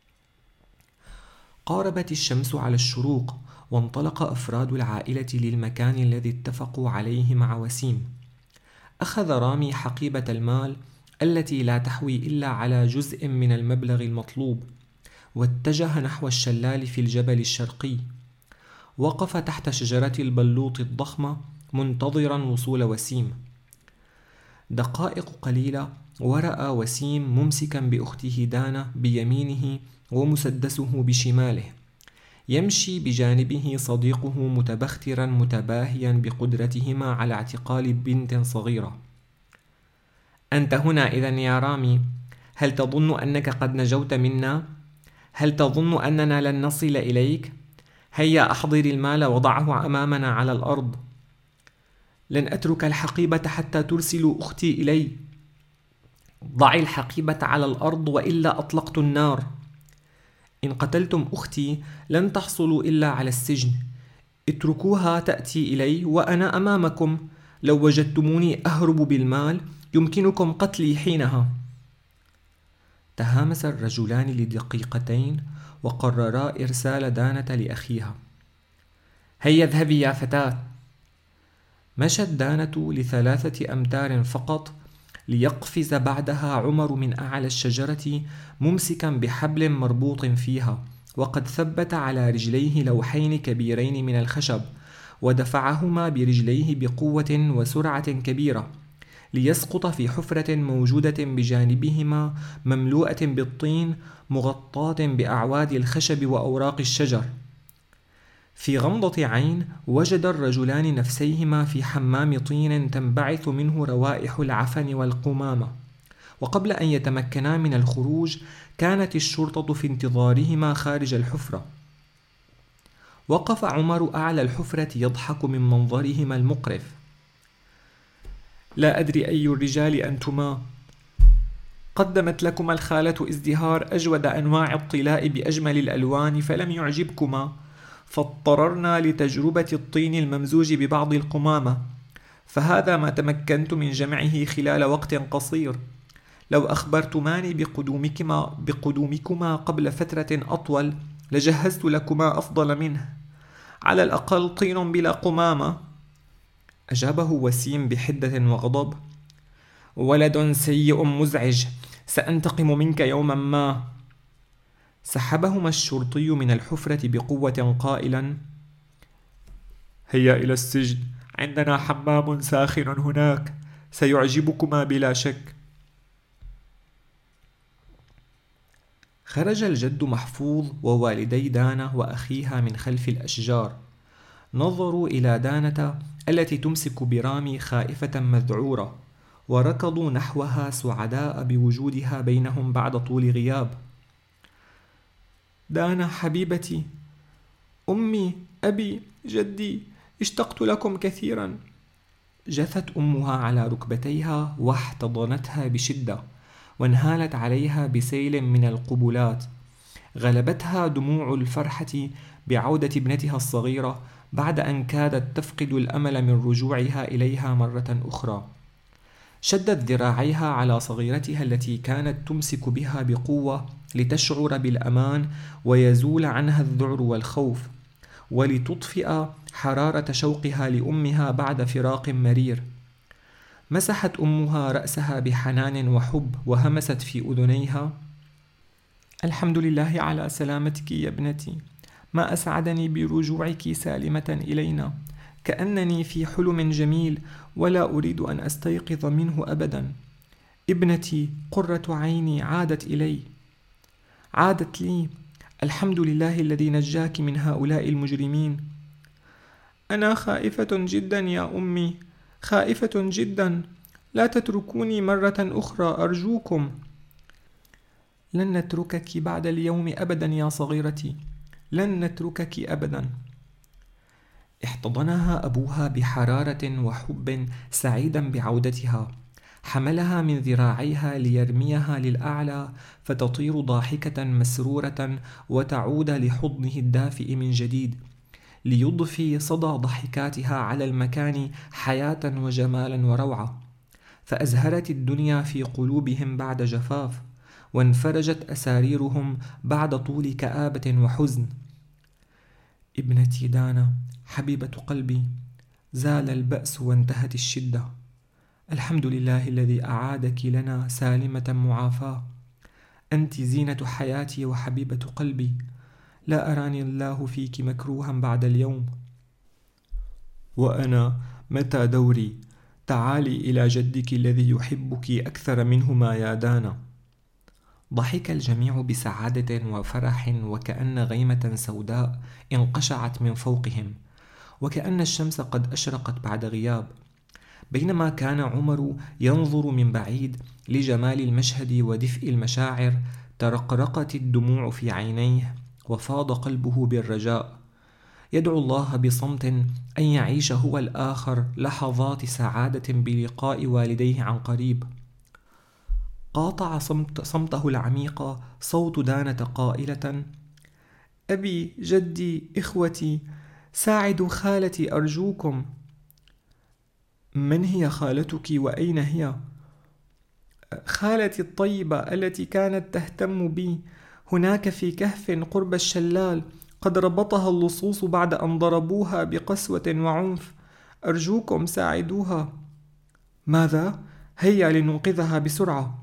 [SPEAKER 2] قاربت الشمس على الشروق، وانطلق أفراد العائلة للمكان الذي اتفقوا عليه مع وسيم. أخذ رامي حقيبة المال التي لا تحوي إلا على جزء من المبلغ المطلوب، واتجه نحو الشلال في الجبل الشرقي. وقف تحت شجرة البلوط الضخمة منتظرا وصول وسيم. دقائق قليلة ورأى وسيم ممسكا بأخته دانا بيمينه ومسدسه بشماله. يمشي بجانبه صديقه متبخترا متباهيا بقدرتهما على اعتقال بنت صغيرة. أنت هنا إذن يا رامي؟ هل تظن أنك قد نجوت منا؟ هل تظن أننا لن نصل إليك؟ هيا أحضر المال وضعه أمامنا على الأرض. لن أترك الحقيبة حتى ترسلوا أختي إلي. ضعي الحقيبة على الأرض وإلا أطلقت النار. إن قتلتم أختي لن تحصلوا إلا على السجن. اتركوها تأتي إلي وأنا أمامكم. لو وجدتموني أهرب بالمال يمكنكم قتلي حينها. تهامس الرجلان لدقيقتين وقررا إرسال دانة لأخيها. هيا اذهبي يا فتاة. مشت دانة ل3 أمتار فقط ليقفز بعدها عمر من أعلى الشجرة ممسكا بحبل مربوط فيها، وقد ثبت على رجليه لوحين كبيرين من الخشب، ودفعهما برجليه بقوة وسرعة كبيرة ليسقط في حفرة موجودة بجانبهما مملوءة بالطين مغطاة بأعواد الخشب وأوراق الشجر. في غمضة عين وجد الرجلان نفسيهما في حمام طين تنبعث منه روائح العفن والقمامة، وقبل أن يتمكنا من الخروج كانت الشرطة في انتظارهما خارج الحفرة.
[SPEAKER 1] وقف عمر أعلى الحفرة يضحك من منظرهما المقرف. لا أدري أي الرجال أنتما. قدمت لكما الخالة ازدهار أجود أنواع الطلاء بأجمل الألوان فلم يعجبكما، فاضطررنا لتجربة الطين الممزوج ببعض القمامة، فهذا ما تمكنت من جمعه خلال وقت قصير. لو أخبرتماني بقدومكما قبل فترة أطول لجهزت لكما أفضل منه، على الأقل طين بلا قمامة. أجابه وسيم بحدة وغضب: ولد سيء مزعج، سأنتقم منك يوما ما. سحبهما الشرطي من الحفرة بقوة قائلا: هيا إلى السجن، عندنا حمام ساخن هناك، سيعجبكما بلا شك. خرج الجد محفوظ ووالدي دانة وأخيها من خلف الأشجار. نظروا إلى دانة التي تمسك برامي خائفة مذعورة، وركضوا نحوها سعداء بوجودها بينهم بعد طول غياب. دانا حبيبتي، أمي، أبي، جدي، اشتقت لكم كثيرا. جثت أمها على ركبتيها واحتضنتها بشدة، وانهالت عليها بسيل من القبلات. غلبتها دموع الفرحة بعودة ابنتها الصغيرة بعد أن كادت تفقد الأمل من رجوعها إليها مرة أخرى. شدت ذراعيها على صغيرتها التي كانت تمسك بها بقوة لتشعر بالأمان ويزول عنها الذعر والخوف، ولتطفئ حرارة شوقها لأمها بعد فراق مرير. مسحت أمها رأسها بحنان وحب وهمست في أذنيها: الحمد لله على سلامتك يا ابنتي، ما أسعدني برجوعك سالمة إلينا، كأنني في حلم جميل ولا أريد أن أستيقظ منه أبدا. ابنتي، قرة عيني، عادت إلي، عادت لي، الحمد لله الذي نجاك من هؤلاء المجرمين. أنا خائفة جدا يا أمي، خائفة جدا، لا تتركوني مرة أخرى أرجوكم. لن نتركك بعد اليوم أبدا يا صغيرتي، لن نتركك أبدا. احتضنها أبوها بحرارة وحب سعيدا بعودتها، حملها من ذراعيها ليرميها للأعلى فتطير ضاحكة مسرورة وتعود لحضنه الدافئ من جديد، ليضفي صدى ضحكاتها على المكان حياة وجمالا وروعة. فأزهرت الدنيا في قلوبهم بعد جفاف، وانفرجت أساريرهم بعد طول كآبة وحزن. ابنتي دانا، حبيبة قلبي، زال البأس وانتهت الشدة، الحمد لله الذي أعادك لنا سالمة معافاة. أنت زينة حياتي وحبيبة قلبي، لا أراني الله فيك مكروها بعد اليوم. وأنا متى دوري؟ تعالي إلى جدك الذي يحبك أكثر منهما يا دانا. ضحك الجميع بسعادة وفرح، وكأن غيمة سوداء انقشعت من فوقهم، وكأن الشمس قد أشرقت بعد غياب. بينما كان عمر ينظر من بعيد لجمال المشهد ودفء المشاعر، ترقرقت الدموع في عينيه، وفاض قلبه بالرجاء، يدعو الله بصمت أن يعيش هو الآخر لحظات سعادة بلقاء والديه عن قريب. قاطع صمته العميق صوت دانة قائلة: أبي، جدي، إخوتي، ساعدوا خالتي أرجوكم. من هي خالتك وأين هي؟ خالتي الطيبة التي كانت تهتم بي، هناك في كهف قرب الشلال، قد ربطها اللصوص بعد أن ضربوها بقسوة وعنف، أرجوكم ساعدوها. ماذا؟ هيا لننقذها بسرعة.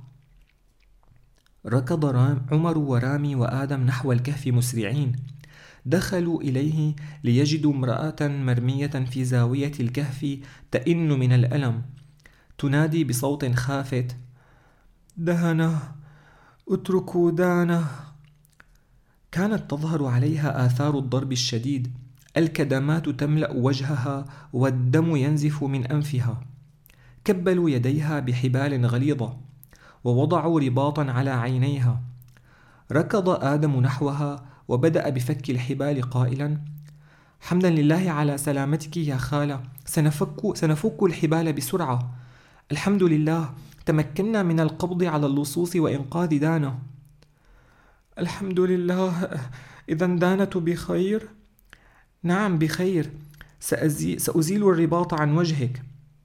[SPEAKER 1] ركض عمر ورامي وآدم نحو الكهف مسرعين. دخلوا إليه ليجدوا امرأة مرمية في زاوية الكهف تئن من الألم، تنادي بصوت خافت: دانة، اتركوا دانة. كانت تظهر عليها آثار الضرب الشديد، الكدمات تملأ وجهها والدم ينزف من أنفها. كبلوا يديها بحبال غليظة ووضعوا رباطا على عينيها. ركض آدم نحوها وبدأ بفك الحبال قائلا: حمدا لله على سلامتك يا خالة، سنفك الحبال بسرعة. الحمد لله، تمكنا من القبض على اللصوص وإنقاذ دانا.
[SPEAKER 2] الحمد لله. إذا دانة بخير؟
[SPEAKER 1] نعم بخير، سأزيل الرباط عن وجهك.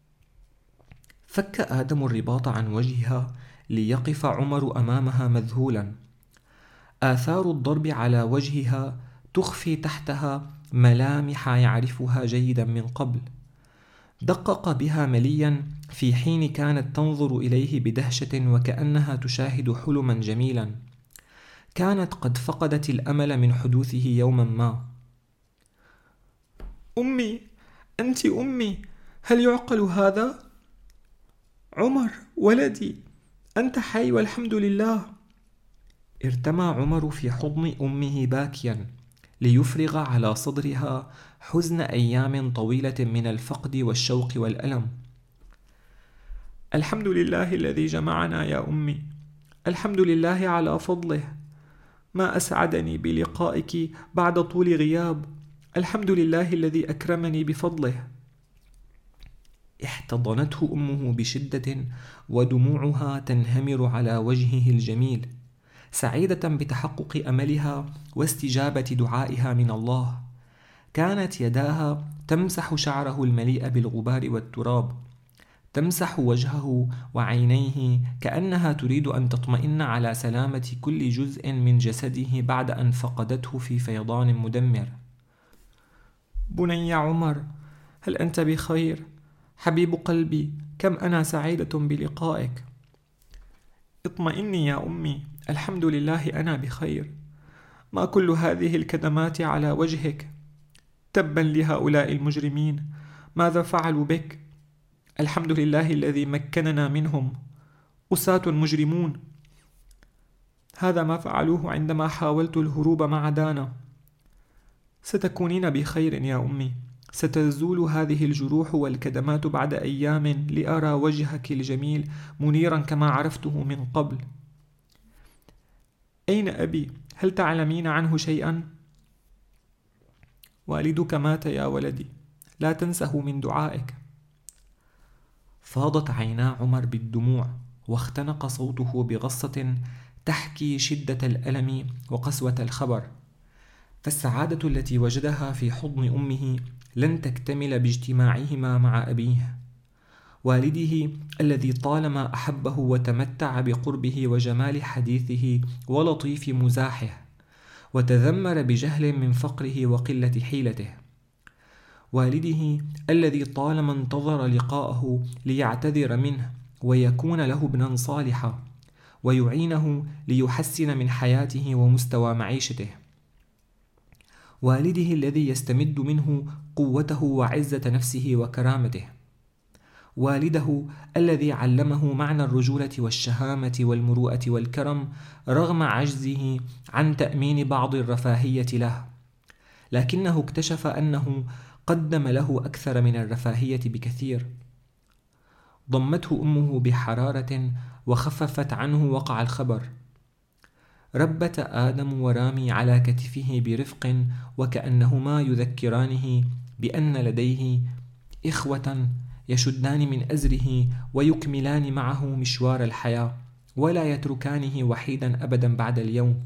[SPEAKER 1] فك آدم الرباط عن وجهها ليقف عمر أمامها مذهولا. آثار الضرب على وجهها تخفي تحتها ملامح يعرفها جيدا من قبل. دقق بها مليا في حين كانت تنظر إليه بدهشة وكأنها تشاهد حلما جميلا. كانت قد فقدت الأمل من حدوثه يوما ما.
[SPEAKER 2] أمي، أنت أمي، هل يعقل هذا؟ عمر ولدي، أنت حي والحمد لله.
[SPEAKER 1] ارتمى عمر في حضن أمه باكيا ليفرغ على صدرها حزن أيام طويلة من الفقد والشوق والألم.
[SPEAKER 2] الحمد لله الذي جمعنا يا أمي، الحمد لله على فضله، ما أسعدني بلقائك بعد طول غياب، الحمد لله الذي أكرمني بفضله.
[SPEAKER 1] احتضنته أمه بشدة ودموعها تنهمر على وجهه الجميل، سعيدة بتحقق أملها واستجابة دعائها من الله. كانت يداها تمسح شعره المليء بالغبار والتراب، تمسح وجهه وعينيه كأنها تريد أن تطمئن على سلامة كل جزء من جسده بعد أن فقدته في فيضان مدمر.
[SPEAKER 2] بني عمر، هل أنت بخير؟ حبيب قلبي، كم أنا سعيدة بلقائك. اطمئني يا أمي، الحمد لله أنا بخير. ما كل هذه الكدمات على وجهك؟ تبا لهؤلاء المجرمين، ماذا فعلوا بك؟ الحمد لله الذي مكننا منهم، أساة مجرمون. هذا ما فعلوه عندما حاولت الهروب مع دانا. ستكونين بخير يا أمي، ستزول هذه الجروح والكدمات بعد أيام لأرى وجهك الجميل منيرا كما عرفته من قبل. أين أبي؟ هل تعلمين عنه شيئا؟ والدك مات يا ولدي، لا تنسه من دعائك.
[SPEAKER 1] فاضت عينا عمر بالدموع واختنق صوته بغصة تحكي شدة الألم وقسوة الخبر. فالسعادة التي وجدها في حضن أمه لن تكتمل باجتماعهما مع أبيه، والده الذي طالما أحبه وتمتع بقربه وجمال حديثه ولطيف مزاحه، وتذمر بجهل من فقره وقلة حيلته. والده الذي طالما انتظر لقاءه ليعتذر منه ويكون له ابنا صالحا ويعينه ليحسن من حياته ومستوى معيشته. والده الذي يستمد منه قوته وعزة نفسه وكرامته. والده الذي علمه معنى الرجولة والشهامة والمروءة والكرم رغم عجزه عن تأمين بعض الرفاهية له، لكنه اكتشف أنه قدم له أكثر من الرفاهية بكثير. ضمته أمه بحرارة وخففت عنه وقع الخبر. ربت آدم ورامي على كتفه برفق وكأنهما يذكرانه بأن لديه إخوة يشدان من أزره ويكملان معه مشوار الحياة ولا يتركانه وحيدا أبدا بعد اليوم.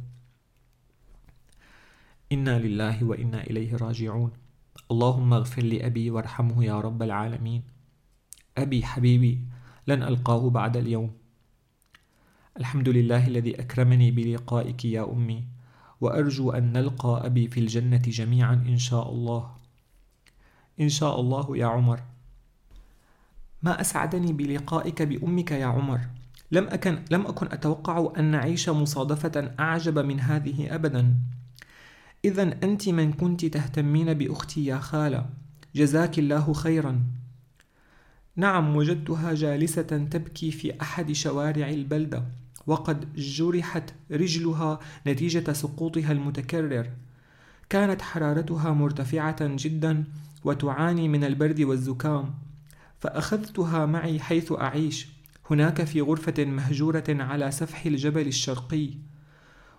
[SPEAKER 1] إنا لله وإنا إليه راجعون. اللهم اغفر لأبي وارحمه يا رب العالمين. أبي حبيبي لن ألقاه بعد اليوم. الحمد لله الذي أكرمني بلقائك يا أمي، وأرجو أن نلقى أبي في الجنة جميعا إن شاء الله. إن شاء الله يا عمر. ما أسعدني بلقائك بأمك يا عمر. لم أكن أتوقع أن نعيش مصادفة أعجب من هذه أبدا. إذن أنت من كنت تهتمين بأختي يا خالة، جزاك الله خيرا. نعم، وجدتها جالسة تبكي في أحد شوارع البلدة، وقد جرحت رجلها نتيجة سقوطها المتكرر. كانت حرارتها مرتفعة جدا وتعاني من البرد والزكام، فأخذتها معي حيث أعيش، هناك في غرفة مهجورة على سفح الجبل الشرقي.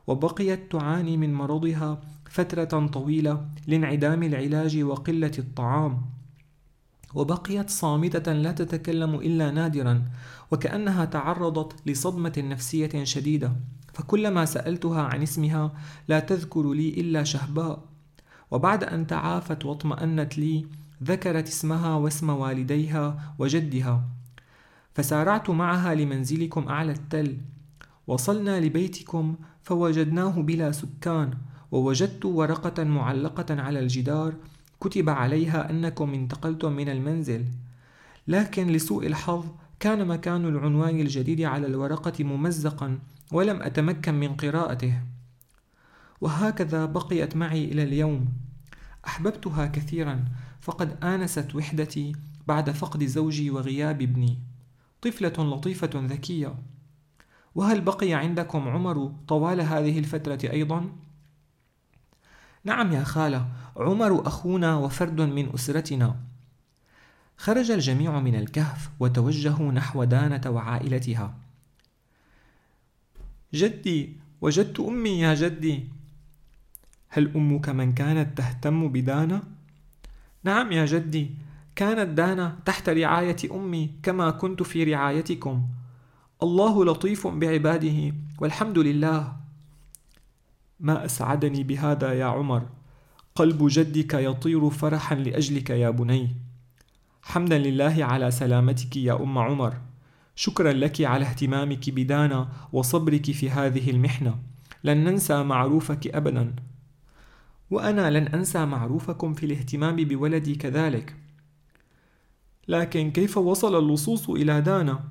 [SPEAKER 1] وبقيت تعاني من مرضها فترة طويلة لانعدام العلاج وقلة الطعام، وبقيت صامتة لا تتكلم إلا نادرا، وكأنها تعرضت لصدمة نفسية شديدة، فكلما سألتها عن اسمها لا تذكر لي إلا شهباء. وبعد أن تعافت واطمأنت لي ذكرت اسمها واسم والديها وجدها، فسارعت معها لمنزلكم أعلى التل. وصلنا لبيتكم فوجدناه بلا سكان، ووجدت ورقة معلقة على الجدار كتب عليها أنكم انتقلتم من المنزل، لكن لسوء الحظ كان مكان العنوان الجديد على الورقة ممزقا ولم أتمكن من قراءته. وهكذا بقيت معي إلى اليوم. أحببتها كثيرا، فقد آنست وحدتي بعد فقد زوجي وغياب ابني. طفلة لطيفة ذكية. وهل بقي عندكم عمر طوال هذه الفترة أيضا؟ نعم يا خالة، عمر أخونا وفرد من أسرتنا. خرج الجميع من الكهف وتوجهوا نحو دانة وعائلتها. جدي، وجدت أمي يا جدي. هل أمك من كانت تهتم بدانا؟ نعم يا جدي، كانت دانا تحت رعاية أمي كما كنت في رعايتكم. الله لطيف بعباده والحمد لله. ما أسعدني بهذا يا عمر، قلب جدك يطير فرحا لأجلك يا بني. حمدا لله على سلامتك يا أم عمر، شكرا لك على اهتمامك بدانا وصبرك في هذه المحنة، لن ننسى معروفك أبدا. وأنا لن أنسى معروفكم في الاهتمام بولدي كذلك. لكن كيف وصل اللصوص إلى دانا؟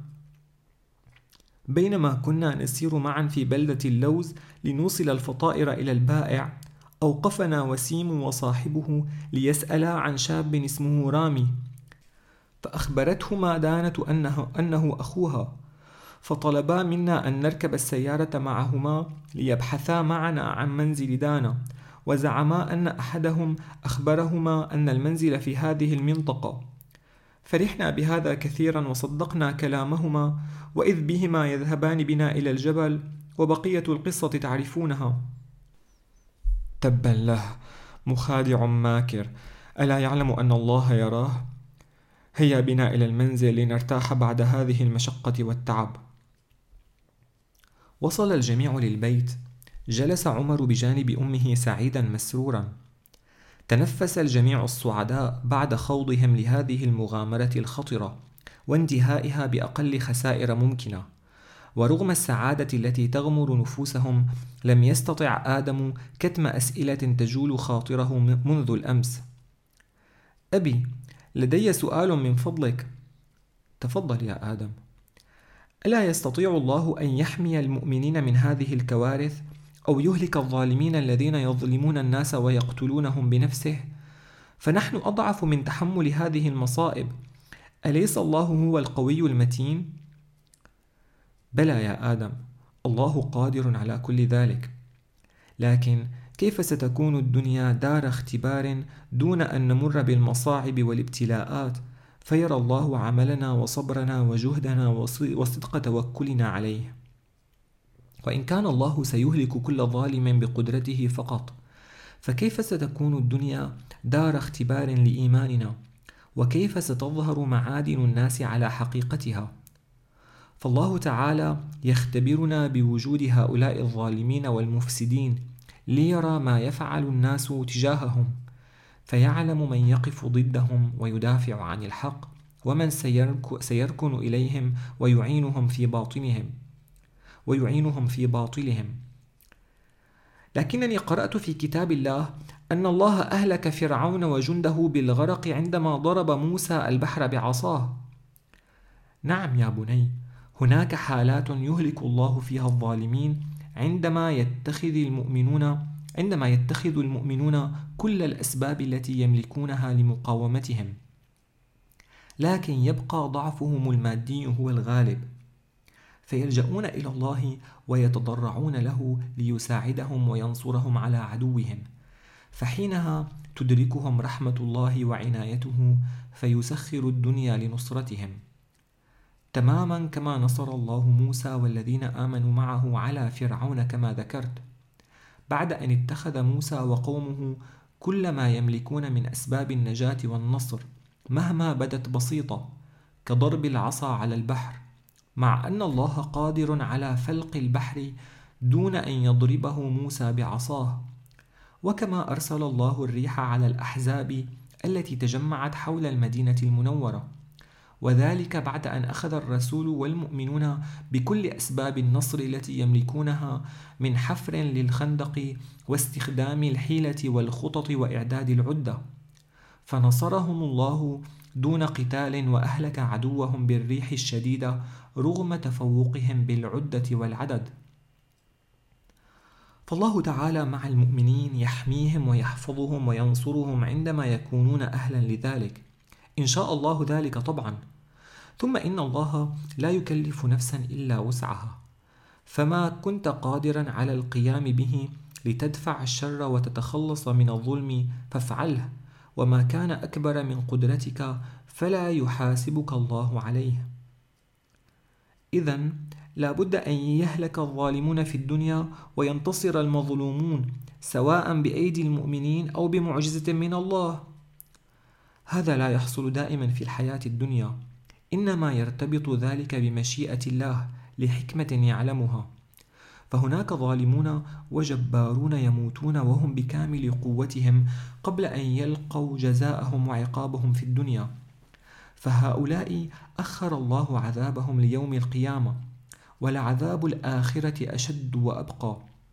[SPEAKER 1] بينما كنا نسير معا في بلدة اللوز لنوصل الفطائر إلى البائع، أوقفنا وسيم وصاحبه ليسألا عن شاب اسمه رامي، فأخبرتهما دانة أنه أخوها، فطلبا منا أن نركب السيارة معهما ليبحثا معنا عن منزل دانا، وزعما أن أحدهم أخبرهما أن المنزل في هذه المنطقة. فرحنا بهذا كثيرا وصدقنا كلامهما، وإذ بهما يذهبان بنا إلى الجبل، وبقية القصة تعرفونها. تبا له، مخادع ماكر، ألا يعلم أن الله يراه؟ هيا بنا إلى المنزل لنرتاح بعد هذه المشقة والتعب. وصل الجميع للبيت. جلس عمر بجانب أمه سعيدا مسرورا. تنفس الجميع السعداء بعد خوضهم لهذه المغامرة الخطرة وانتهائها بأقل خسائر ممكنة. ورغم السعادة التي تغمر نفوسهم، لم يستطع آدم كتم أسئلة تجول خاطره منذ الأمس. أبي، لدي سؤال من فضلك. تفضل يا آدم. ألا يستطيع الله أن يحمي المؤمنين من هذه الكوارث، أو يهلك الظالمين الذين يظلمون الناس ويقتلونهم بنفسه؟ فنحن أضعف من تحمل هذه المصائب. أليس الله هو القوي المتين؟ بلى يا آدم، الله قادر على كل ذلك. لكن كيف ستكون الدنيا دار اختبار دون أن نمر بالمصاعب والابتلاءات، فيرى الله عملنا وصبرنا وجهدنا وصدق توكلنا عليه؟ وإن كان الله سيهلك كل ظالم بقدرته فقط، فكيف ستكون الدنيا دار اختبار لإيماننا؟ وكيف ستظهر معادن الناس على حقيقتها؟ فالله تعالى يختبرنا بوجود هؤلاء الظالمين والمفسدين ليرى ما يفعل الناس تجاههم، فيعلم من يقف ضدهم ويدافع عن الحق، ومن سيركن إليهم ويعينهم في باطلهم. لكنني قرأت في كتاب الله أن الله أهلك فرعون وجنده بالغرق عندما ضرب موسى البحر بعصاه. نعم يا بني، هناك حالات يهلك الله فيها الظالمين عندما يتخذ المؤمنون كل الأسباب التي يملكونها لمقاومتهم، لكن يبقى ضعفهم المادي هو الغالب، فيلجؤون إلى الله ويتضرعون له ليساعدهم وينصرهم على عدوهم، فحينها تدركهم رحمة الله وعنايته فيسخر الدنيا لنصرتهم، تماما كما نصر الله موسى والذين آمنوا معه على فرعون كما ذكرت. بعد أن اتخذ موسى وقومه كل ما يملكون من أسباب النجاة والنصر مهما بدت بسيطة، كضرب العصا على البحر، مع أن الله قادر على فلق البحر دون أن يضربه موسى بعصاه. وكما أرسل الله الريح على الأحزاب التي تجمعت حول المدينة المنورة، وذلك بعد أن أخذ الرسول والمؤمنون بكل أسباب النصر التي يملكونها من حفر للخندق واستخدام الحيلة والخطط وإعداد العدة، فنصرهم الله دون قتال وأهلك عدوهم بالريح الشديدة رغم تفوقهم بالعدة والعدد. فالله تعالى مع المؤمنين يحميهم ويحفظهم وينصرهم عندما يكونون أهلا لذلك، إن شاء الله ذلك طبعا. ثم إن الله لا يكلف نفسا إلا وسعها، فما كنت قادرا على القيام به لتدفع الشر وتتخلص من الظلم فافعله، وما كان أكبر من قدرتك فلا يحاسبك الله عليه. إذن لا بد أن يهلك الظالمون في الدنيا وينتصر المظلومون، سواء بأيدي المؤمنين أو بمعجزة من الله. هذا لا يحصل دائما في الحياة الدنيا، إنما يرتبط ذلك بمشيئة الله لحكمة يعلمها. فهناك ظالمون وجبارون يموتون وهم بكامل قوتهم قبل أن يلقوا جزاءهم وعقابهم في الدنيا، فهؤلاء أخر الله عذابهم ليوم القيامة، ولعذاب الآخرة أشد وأبقى.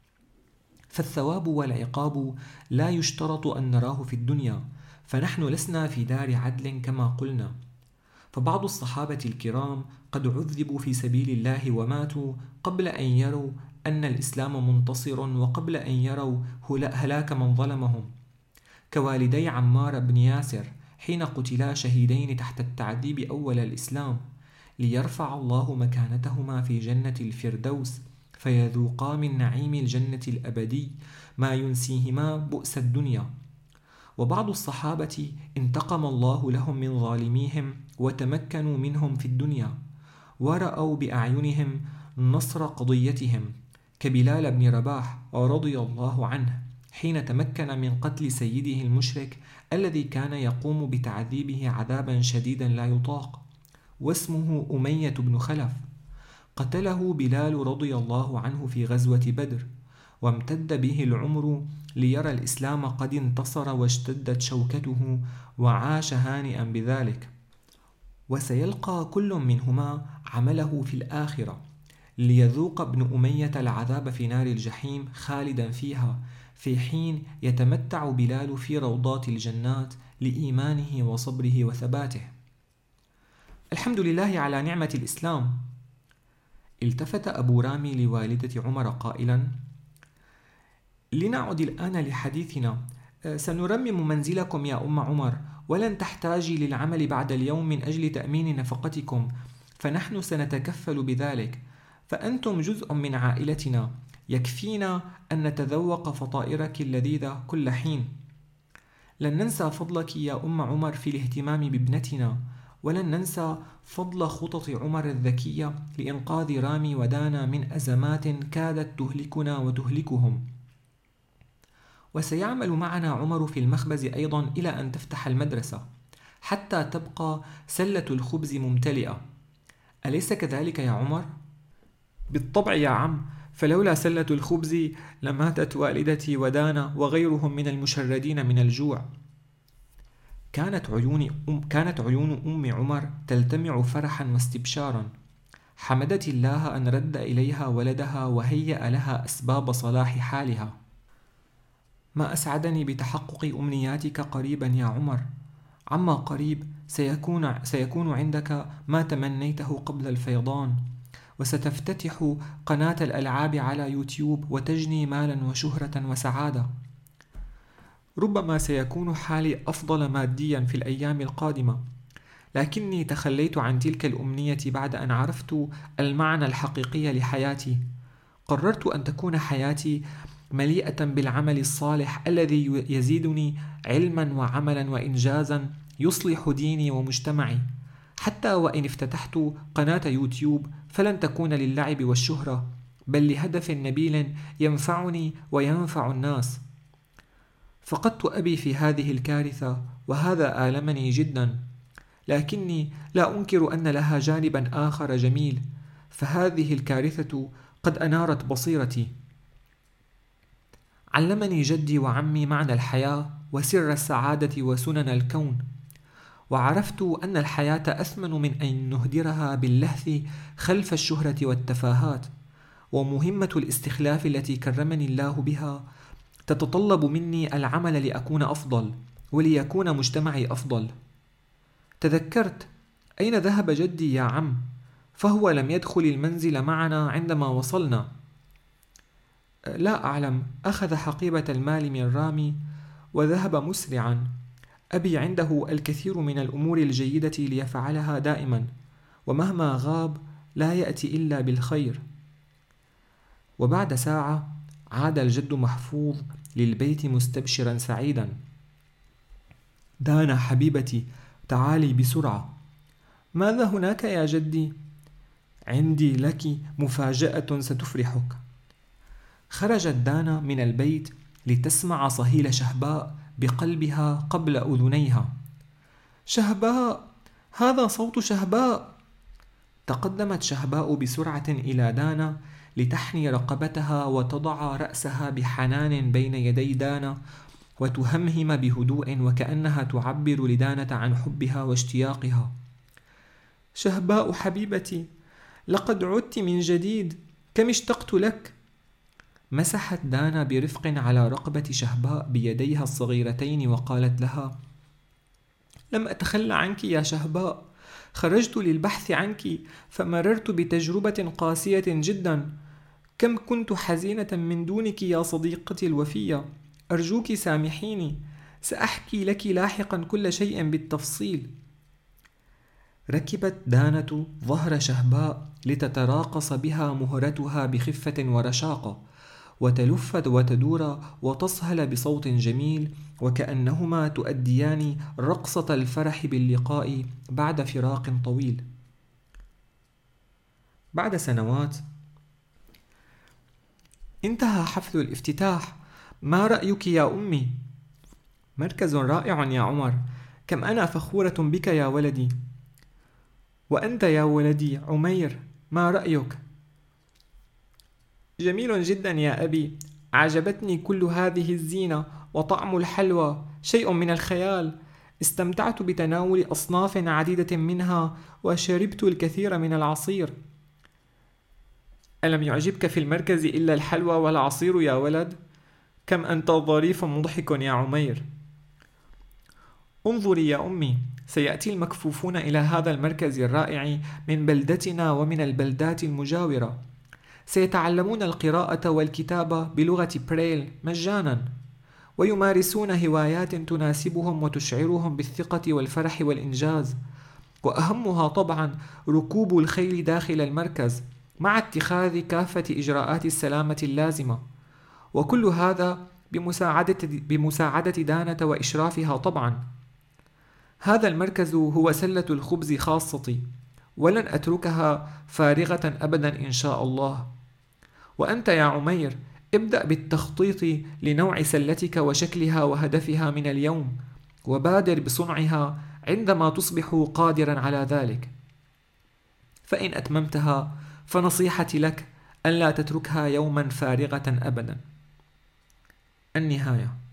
[SPEAKER 1] فالثواب والعقاب لا يشترط أن نراه في الدنيا، فنحن لسنا في دار عدل كما قلنا. فبعض الصحابة الكرام قد عذبوا في سبيل الله وماتوا قبل أن يروا أن الإسلام منتصر وقبل أن يروا هلاك من ظلمهم، كوالدي عمار بن ياسر حين قتلا شهيدين تحت التعذيب أول الإسلام، ليرفع الله مكانتهما في جنة الفردوس فيذوقا من نعيم الجنة الأبدي ما ينسيهما بؤس الدنيا. وبعض الصحابة انتقم الله لهم من ظالميهم وتمكنوا منهم في الدنيا، ورأوا بأعينهم نصر قضيتهم، كبلال بن رباح رضي الله عنه حين تمكن من قتل سيده المشرك الذي كان يقوم بتعذيبه عذابا شديدا لا يطاق، واسمه أمية بن خلف. قتله بلال رضي الله عنه في غزوة بدر، وامتد به العمر ليرى الإسلام قد انتصر واشتدت شوكته وعاش هانئا بذلك. وسيلقى كل منهما عمله في الآخرة، ليذوق ابن أمية العذاب في نار الجحيم خالدا فيها، في حين يتمتع بلال في روضات الجنات لإيمانه وصبره وثباته. الحمد لله على نعمة الإسلام. التفت أبو رامي لوالدة عمر قائلا: لنعد الآن لحديثنا، سنرمم منزلكم يا أم عمر، ولن تحتاجي للعمل بعد اليوم من أجل تأمين نفقتكم، فنحن سنتكفل بذلك، فأنتم جزء من عائلتنا، يكفينا أن نتذوق فطائرك اللذيذة كل حين. لن ننسى فضلك يا أم عمر في الاهتمام بابنتنا، ولن ننسى فضل خطط عمر الذكية لإنقاذ رامي ودانا من أزمات كادت تهلكنا وتهلكهم. وسيعمل معنا عمر في المخبز أيضا إلى أن تفتح المدرسة، حتى تبقى سلة الخبز ممتلئة. أليس كذلك يا عمر؟ بالطبع يا عم، فلولا سلة الخبز لماتت والدتي ودانا وغيرهم من المشردين من الجوع. كانت عيون أم عمر تلتمع فرحا واستبشارا، حمدت الله أن رد إليها ولدها وهيأ لها أسباب صلاح حالها. ما أسعدني بتحقق أمنياتك قريبا يا عمر، عما قريب سيكون عندك ما تمنيته قبل الفيضان، وستفتتح قناة الألعاب على يوتيوب وتجني مالا وشهرة وسعادة. ربما سيكون حالي أفضل ماديا في الأيام القادمة، لكني تخليت عن تلك الأمنية بعد أن عرفت المعنى الحقيقي لحياتي. قررت أن تكون حياتي مليئة بالعمل الصالح الذي يزيدني علما وعملا وإنجازا يصلح ديني ومجتمعي. حتى وإن افتتحت قناة يوتيوب فلن تكون للعب والشهرة، بل لهدف نبيل ينفعني وينفع الناس. فقدت أبي في هذه الكارثة، وهذا آلمني جدا، لكني لا أنكر أن لها جانبا آخر جميل، فهذه الكارثة قد أنارت بصيرتي. علمني جدي وعمي معنى الحياة وسر السعادة وسنن الكون، وعرفت أن الحياة أثمن من أن نهدرها باللهث خلف الشهرة والتفاهات، ومهمة الاستخلاف التي كرمني الله بها تتطلب مني العمل لأكون أفضل وليكون مجتمعي أفضل. تذكرت أين ذهب جدي يا عم، فهو لم يدخل المنزل معنا عندما وصلنا. لا أعلم، أخذ حقيبة المال من رامي وذهب مسرعا. أبي عنده الكثير من الأمور الجيدة ليفعلها دائما، ومهما غاب لا يأتي إلا بالخير. وبعد ساعة عاد الجد محفوظ للبيت مستبشرا سعيدا. دانا حبيبتي، تعالي بسرعة. ماذا هناك يا جدي؟ عندي لك مفاجأة ستفرحك. خرجت دانا من البيت لتسمع صهيل شهباء بقلبها قبل أذنيها. شهباء، هذا صوت شهباء. تقدمت شهباء بسرعة إلى دانا لتحني رقبتها وتضع رأسها بحنان بين يدي دانا وتهمهم بهدوء وكأنها تعبر لدانة عن حبها واشتياقها. شهباء حبيبتي، لقد عدت من جديد، كم اشتقت لك. مسحت دانا برفق على رقبة شهباء بيديها الصغيرتين وقالت لها: لم أتخلى عنك يا شهباء، خرجت للبحث عنك فمررت بتجربة قاسية جدا. كم كنت حزينة من دونك يا صديقتي الوفية، أرجوك سامحيني، سأحكي لك لاحقا كل شيء بالتفصيل. ركبت دانة ظهر شهباء لتتراقص بها مهرتها بخفة ورشاقة، وتلف وتدور وتصهل بصوت جميل، وكأنهما تؤديان رقصة الفرح باللقاء بعد فراق طويل. بعد سنوات انتهى حفل الافتتاح. ما رأيك يا أمي؟ مركز رائع يا عمر، كم أنا فخورة بك يا ولدي. وأنت يا ولدي عمير، ما رأيك؟ جميل جدا يا أبي، أعجبتني كل هذه الزينة، وطعم الحلوى شيء من الخيال. استمتعت بتناول أصناف عديدة منها، وشربت الكثير من العصير. ألم يعجبك في المركز إلا الحلوى والعصير يا ولد؟ كم أنت ظريف مضحك يا عمير. انظري يا أمي، سيأتي المكفوفون إلى هذا المركز الرائع من بلدتنا ومن البلدات المجاورة، سيتعلمون القراءة والكتابة بلغة بريل مجانا، ويمارسون هوايات تناسبهم وتشعرهم بالثقة والفرح والإنجاز، وأهمها طبعا ركوب الخيل داخل المركز مع اتخاذ كافة إجراءات السلامة اللازمة، وكل هذا بمساعدة دانة وإشرافها طبعا. هذا المركز هو سلة الخبز خاصتي، ولن أتركها فارغة أبدا إن شاء الله. وأنت يا عمير، ابدأ بالتخطيط لنوع سلتك وشكلها وهدفها من اليوم، وبادر بصنعها عندما تصبح قادرا على ذلك. فإن أتممتها فنصيحتي لك ألا تتركها يوما فارغة أبدا. النهاية.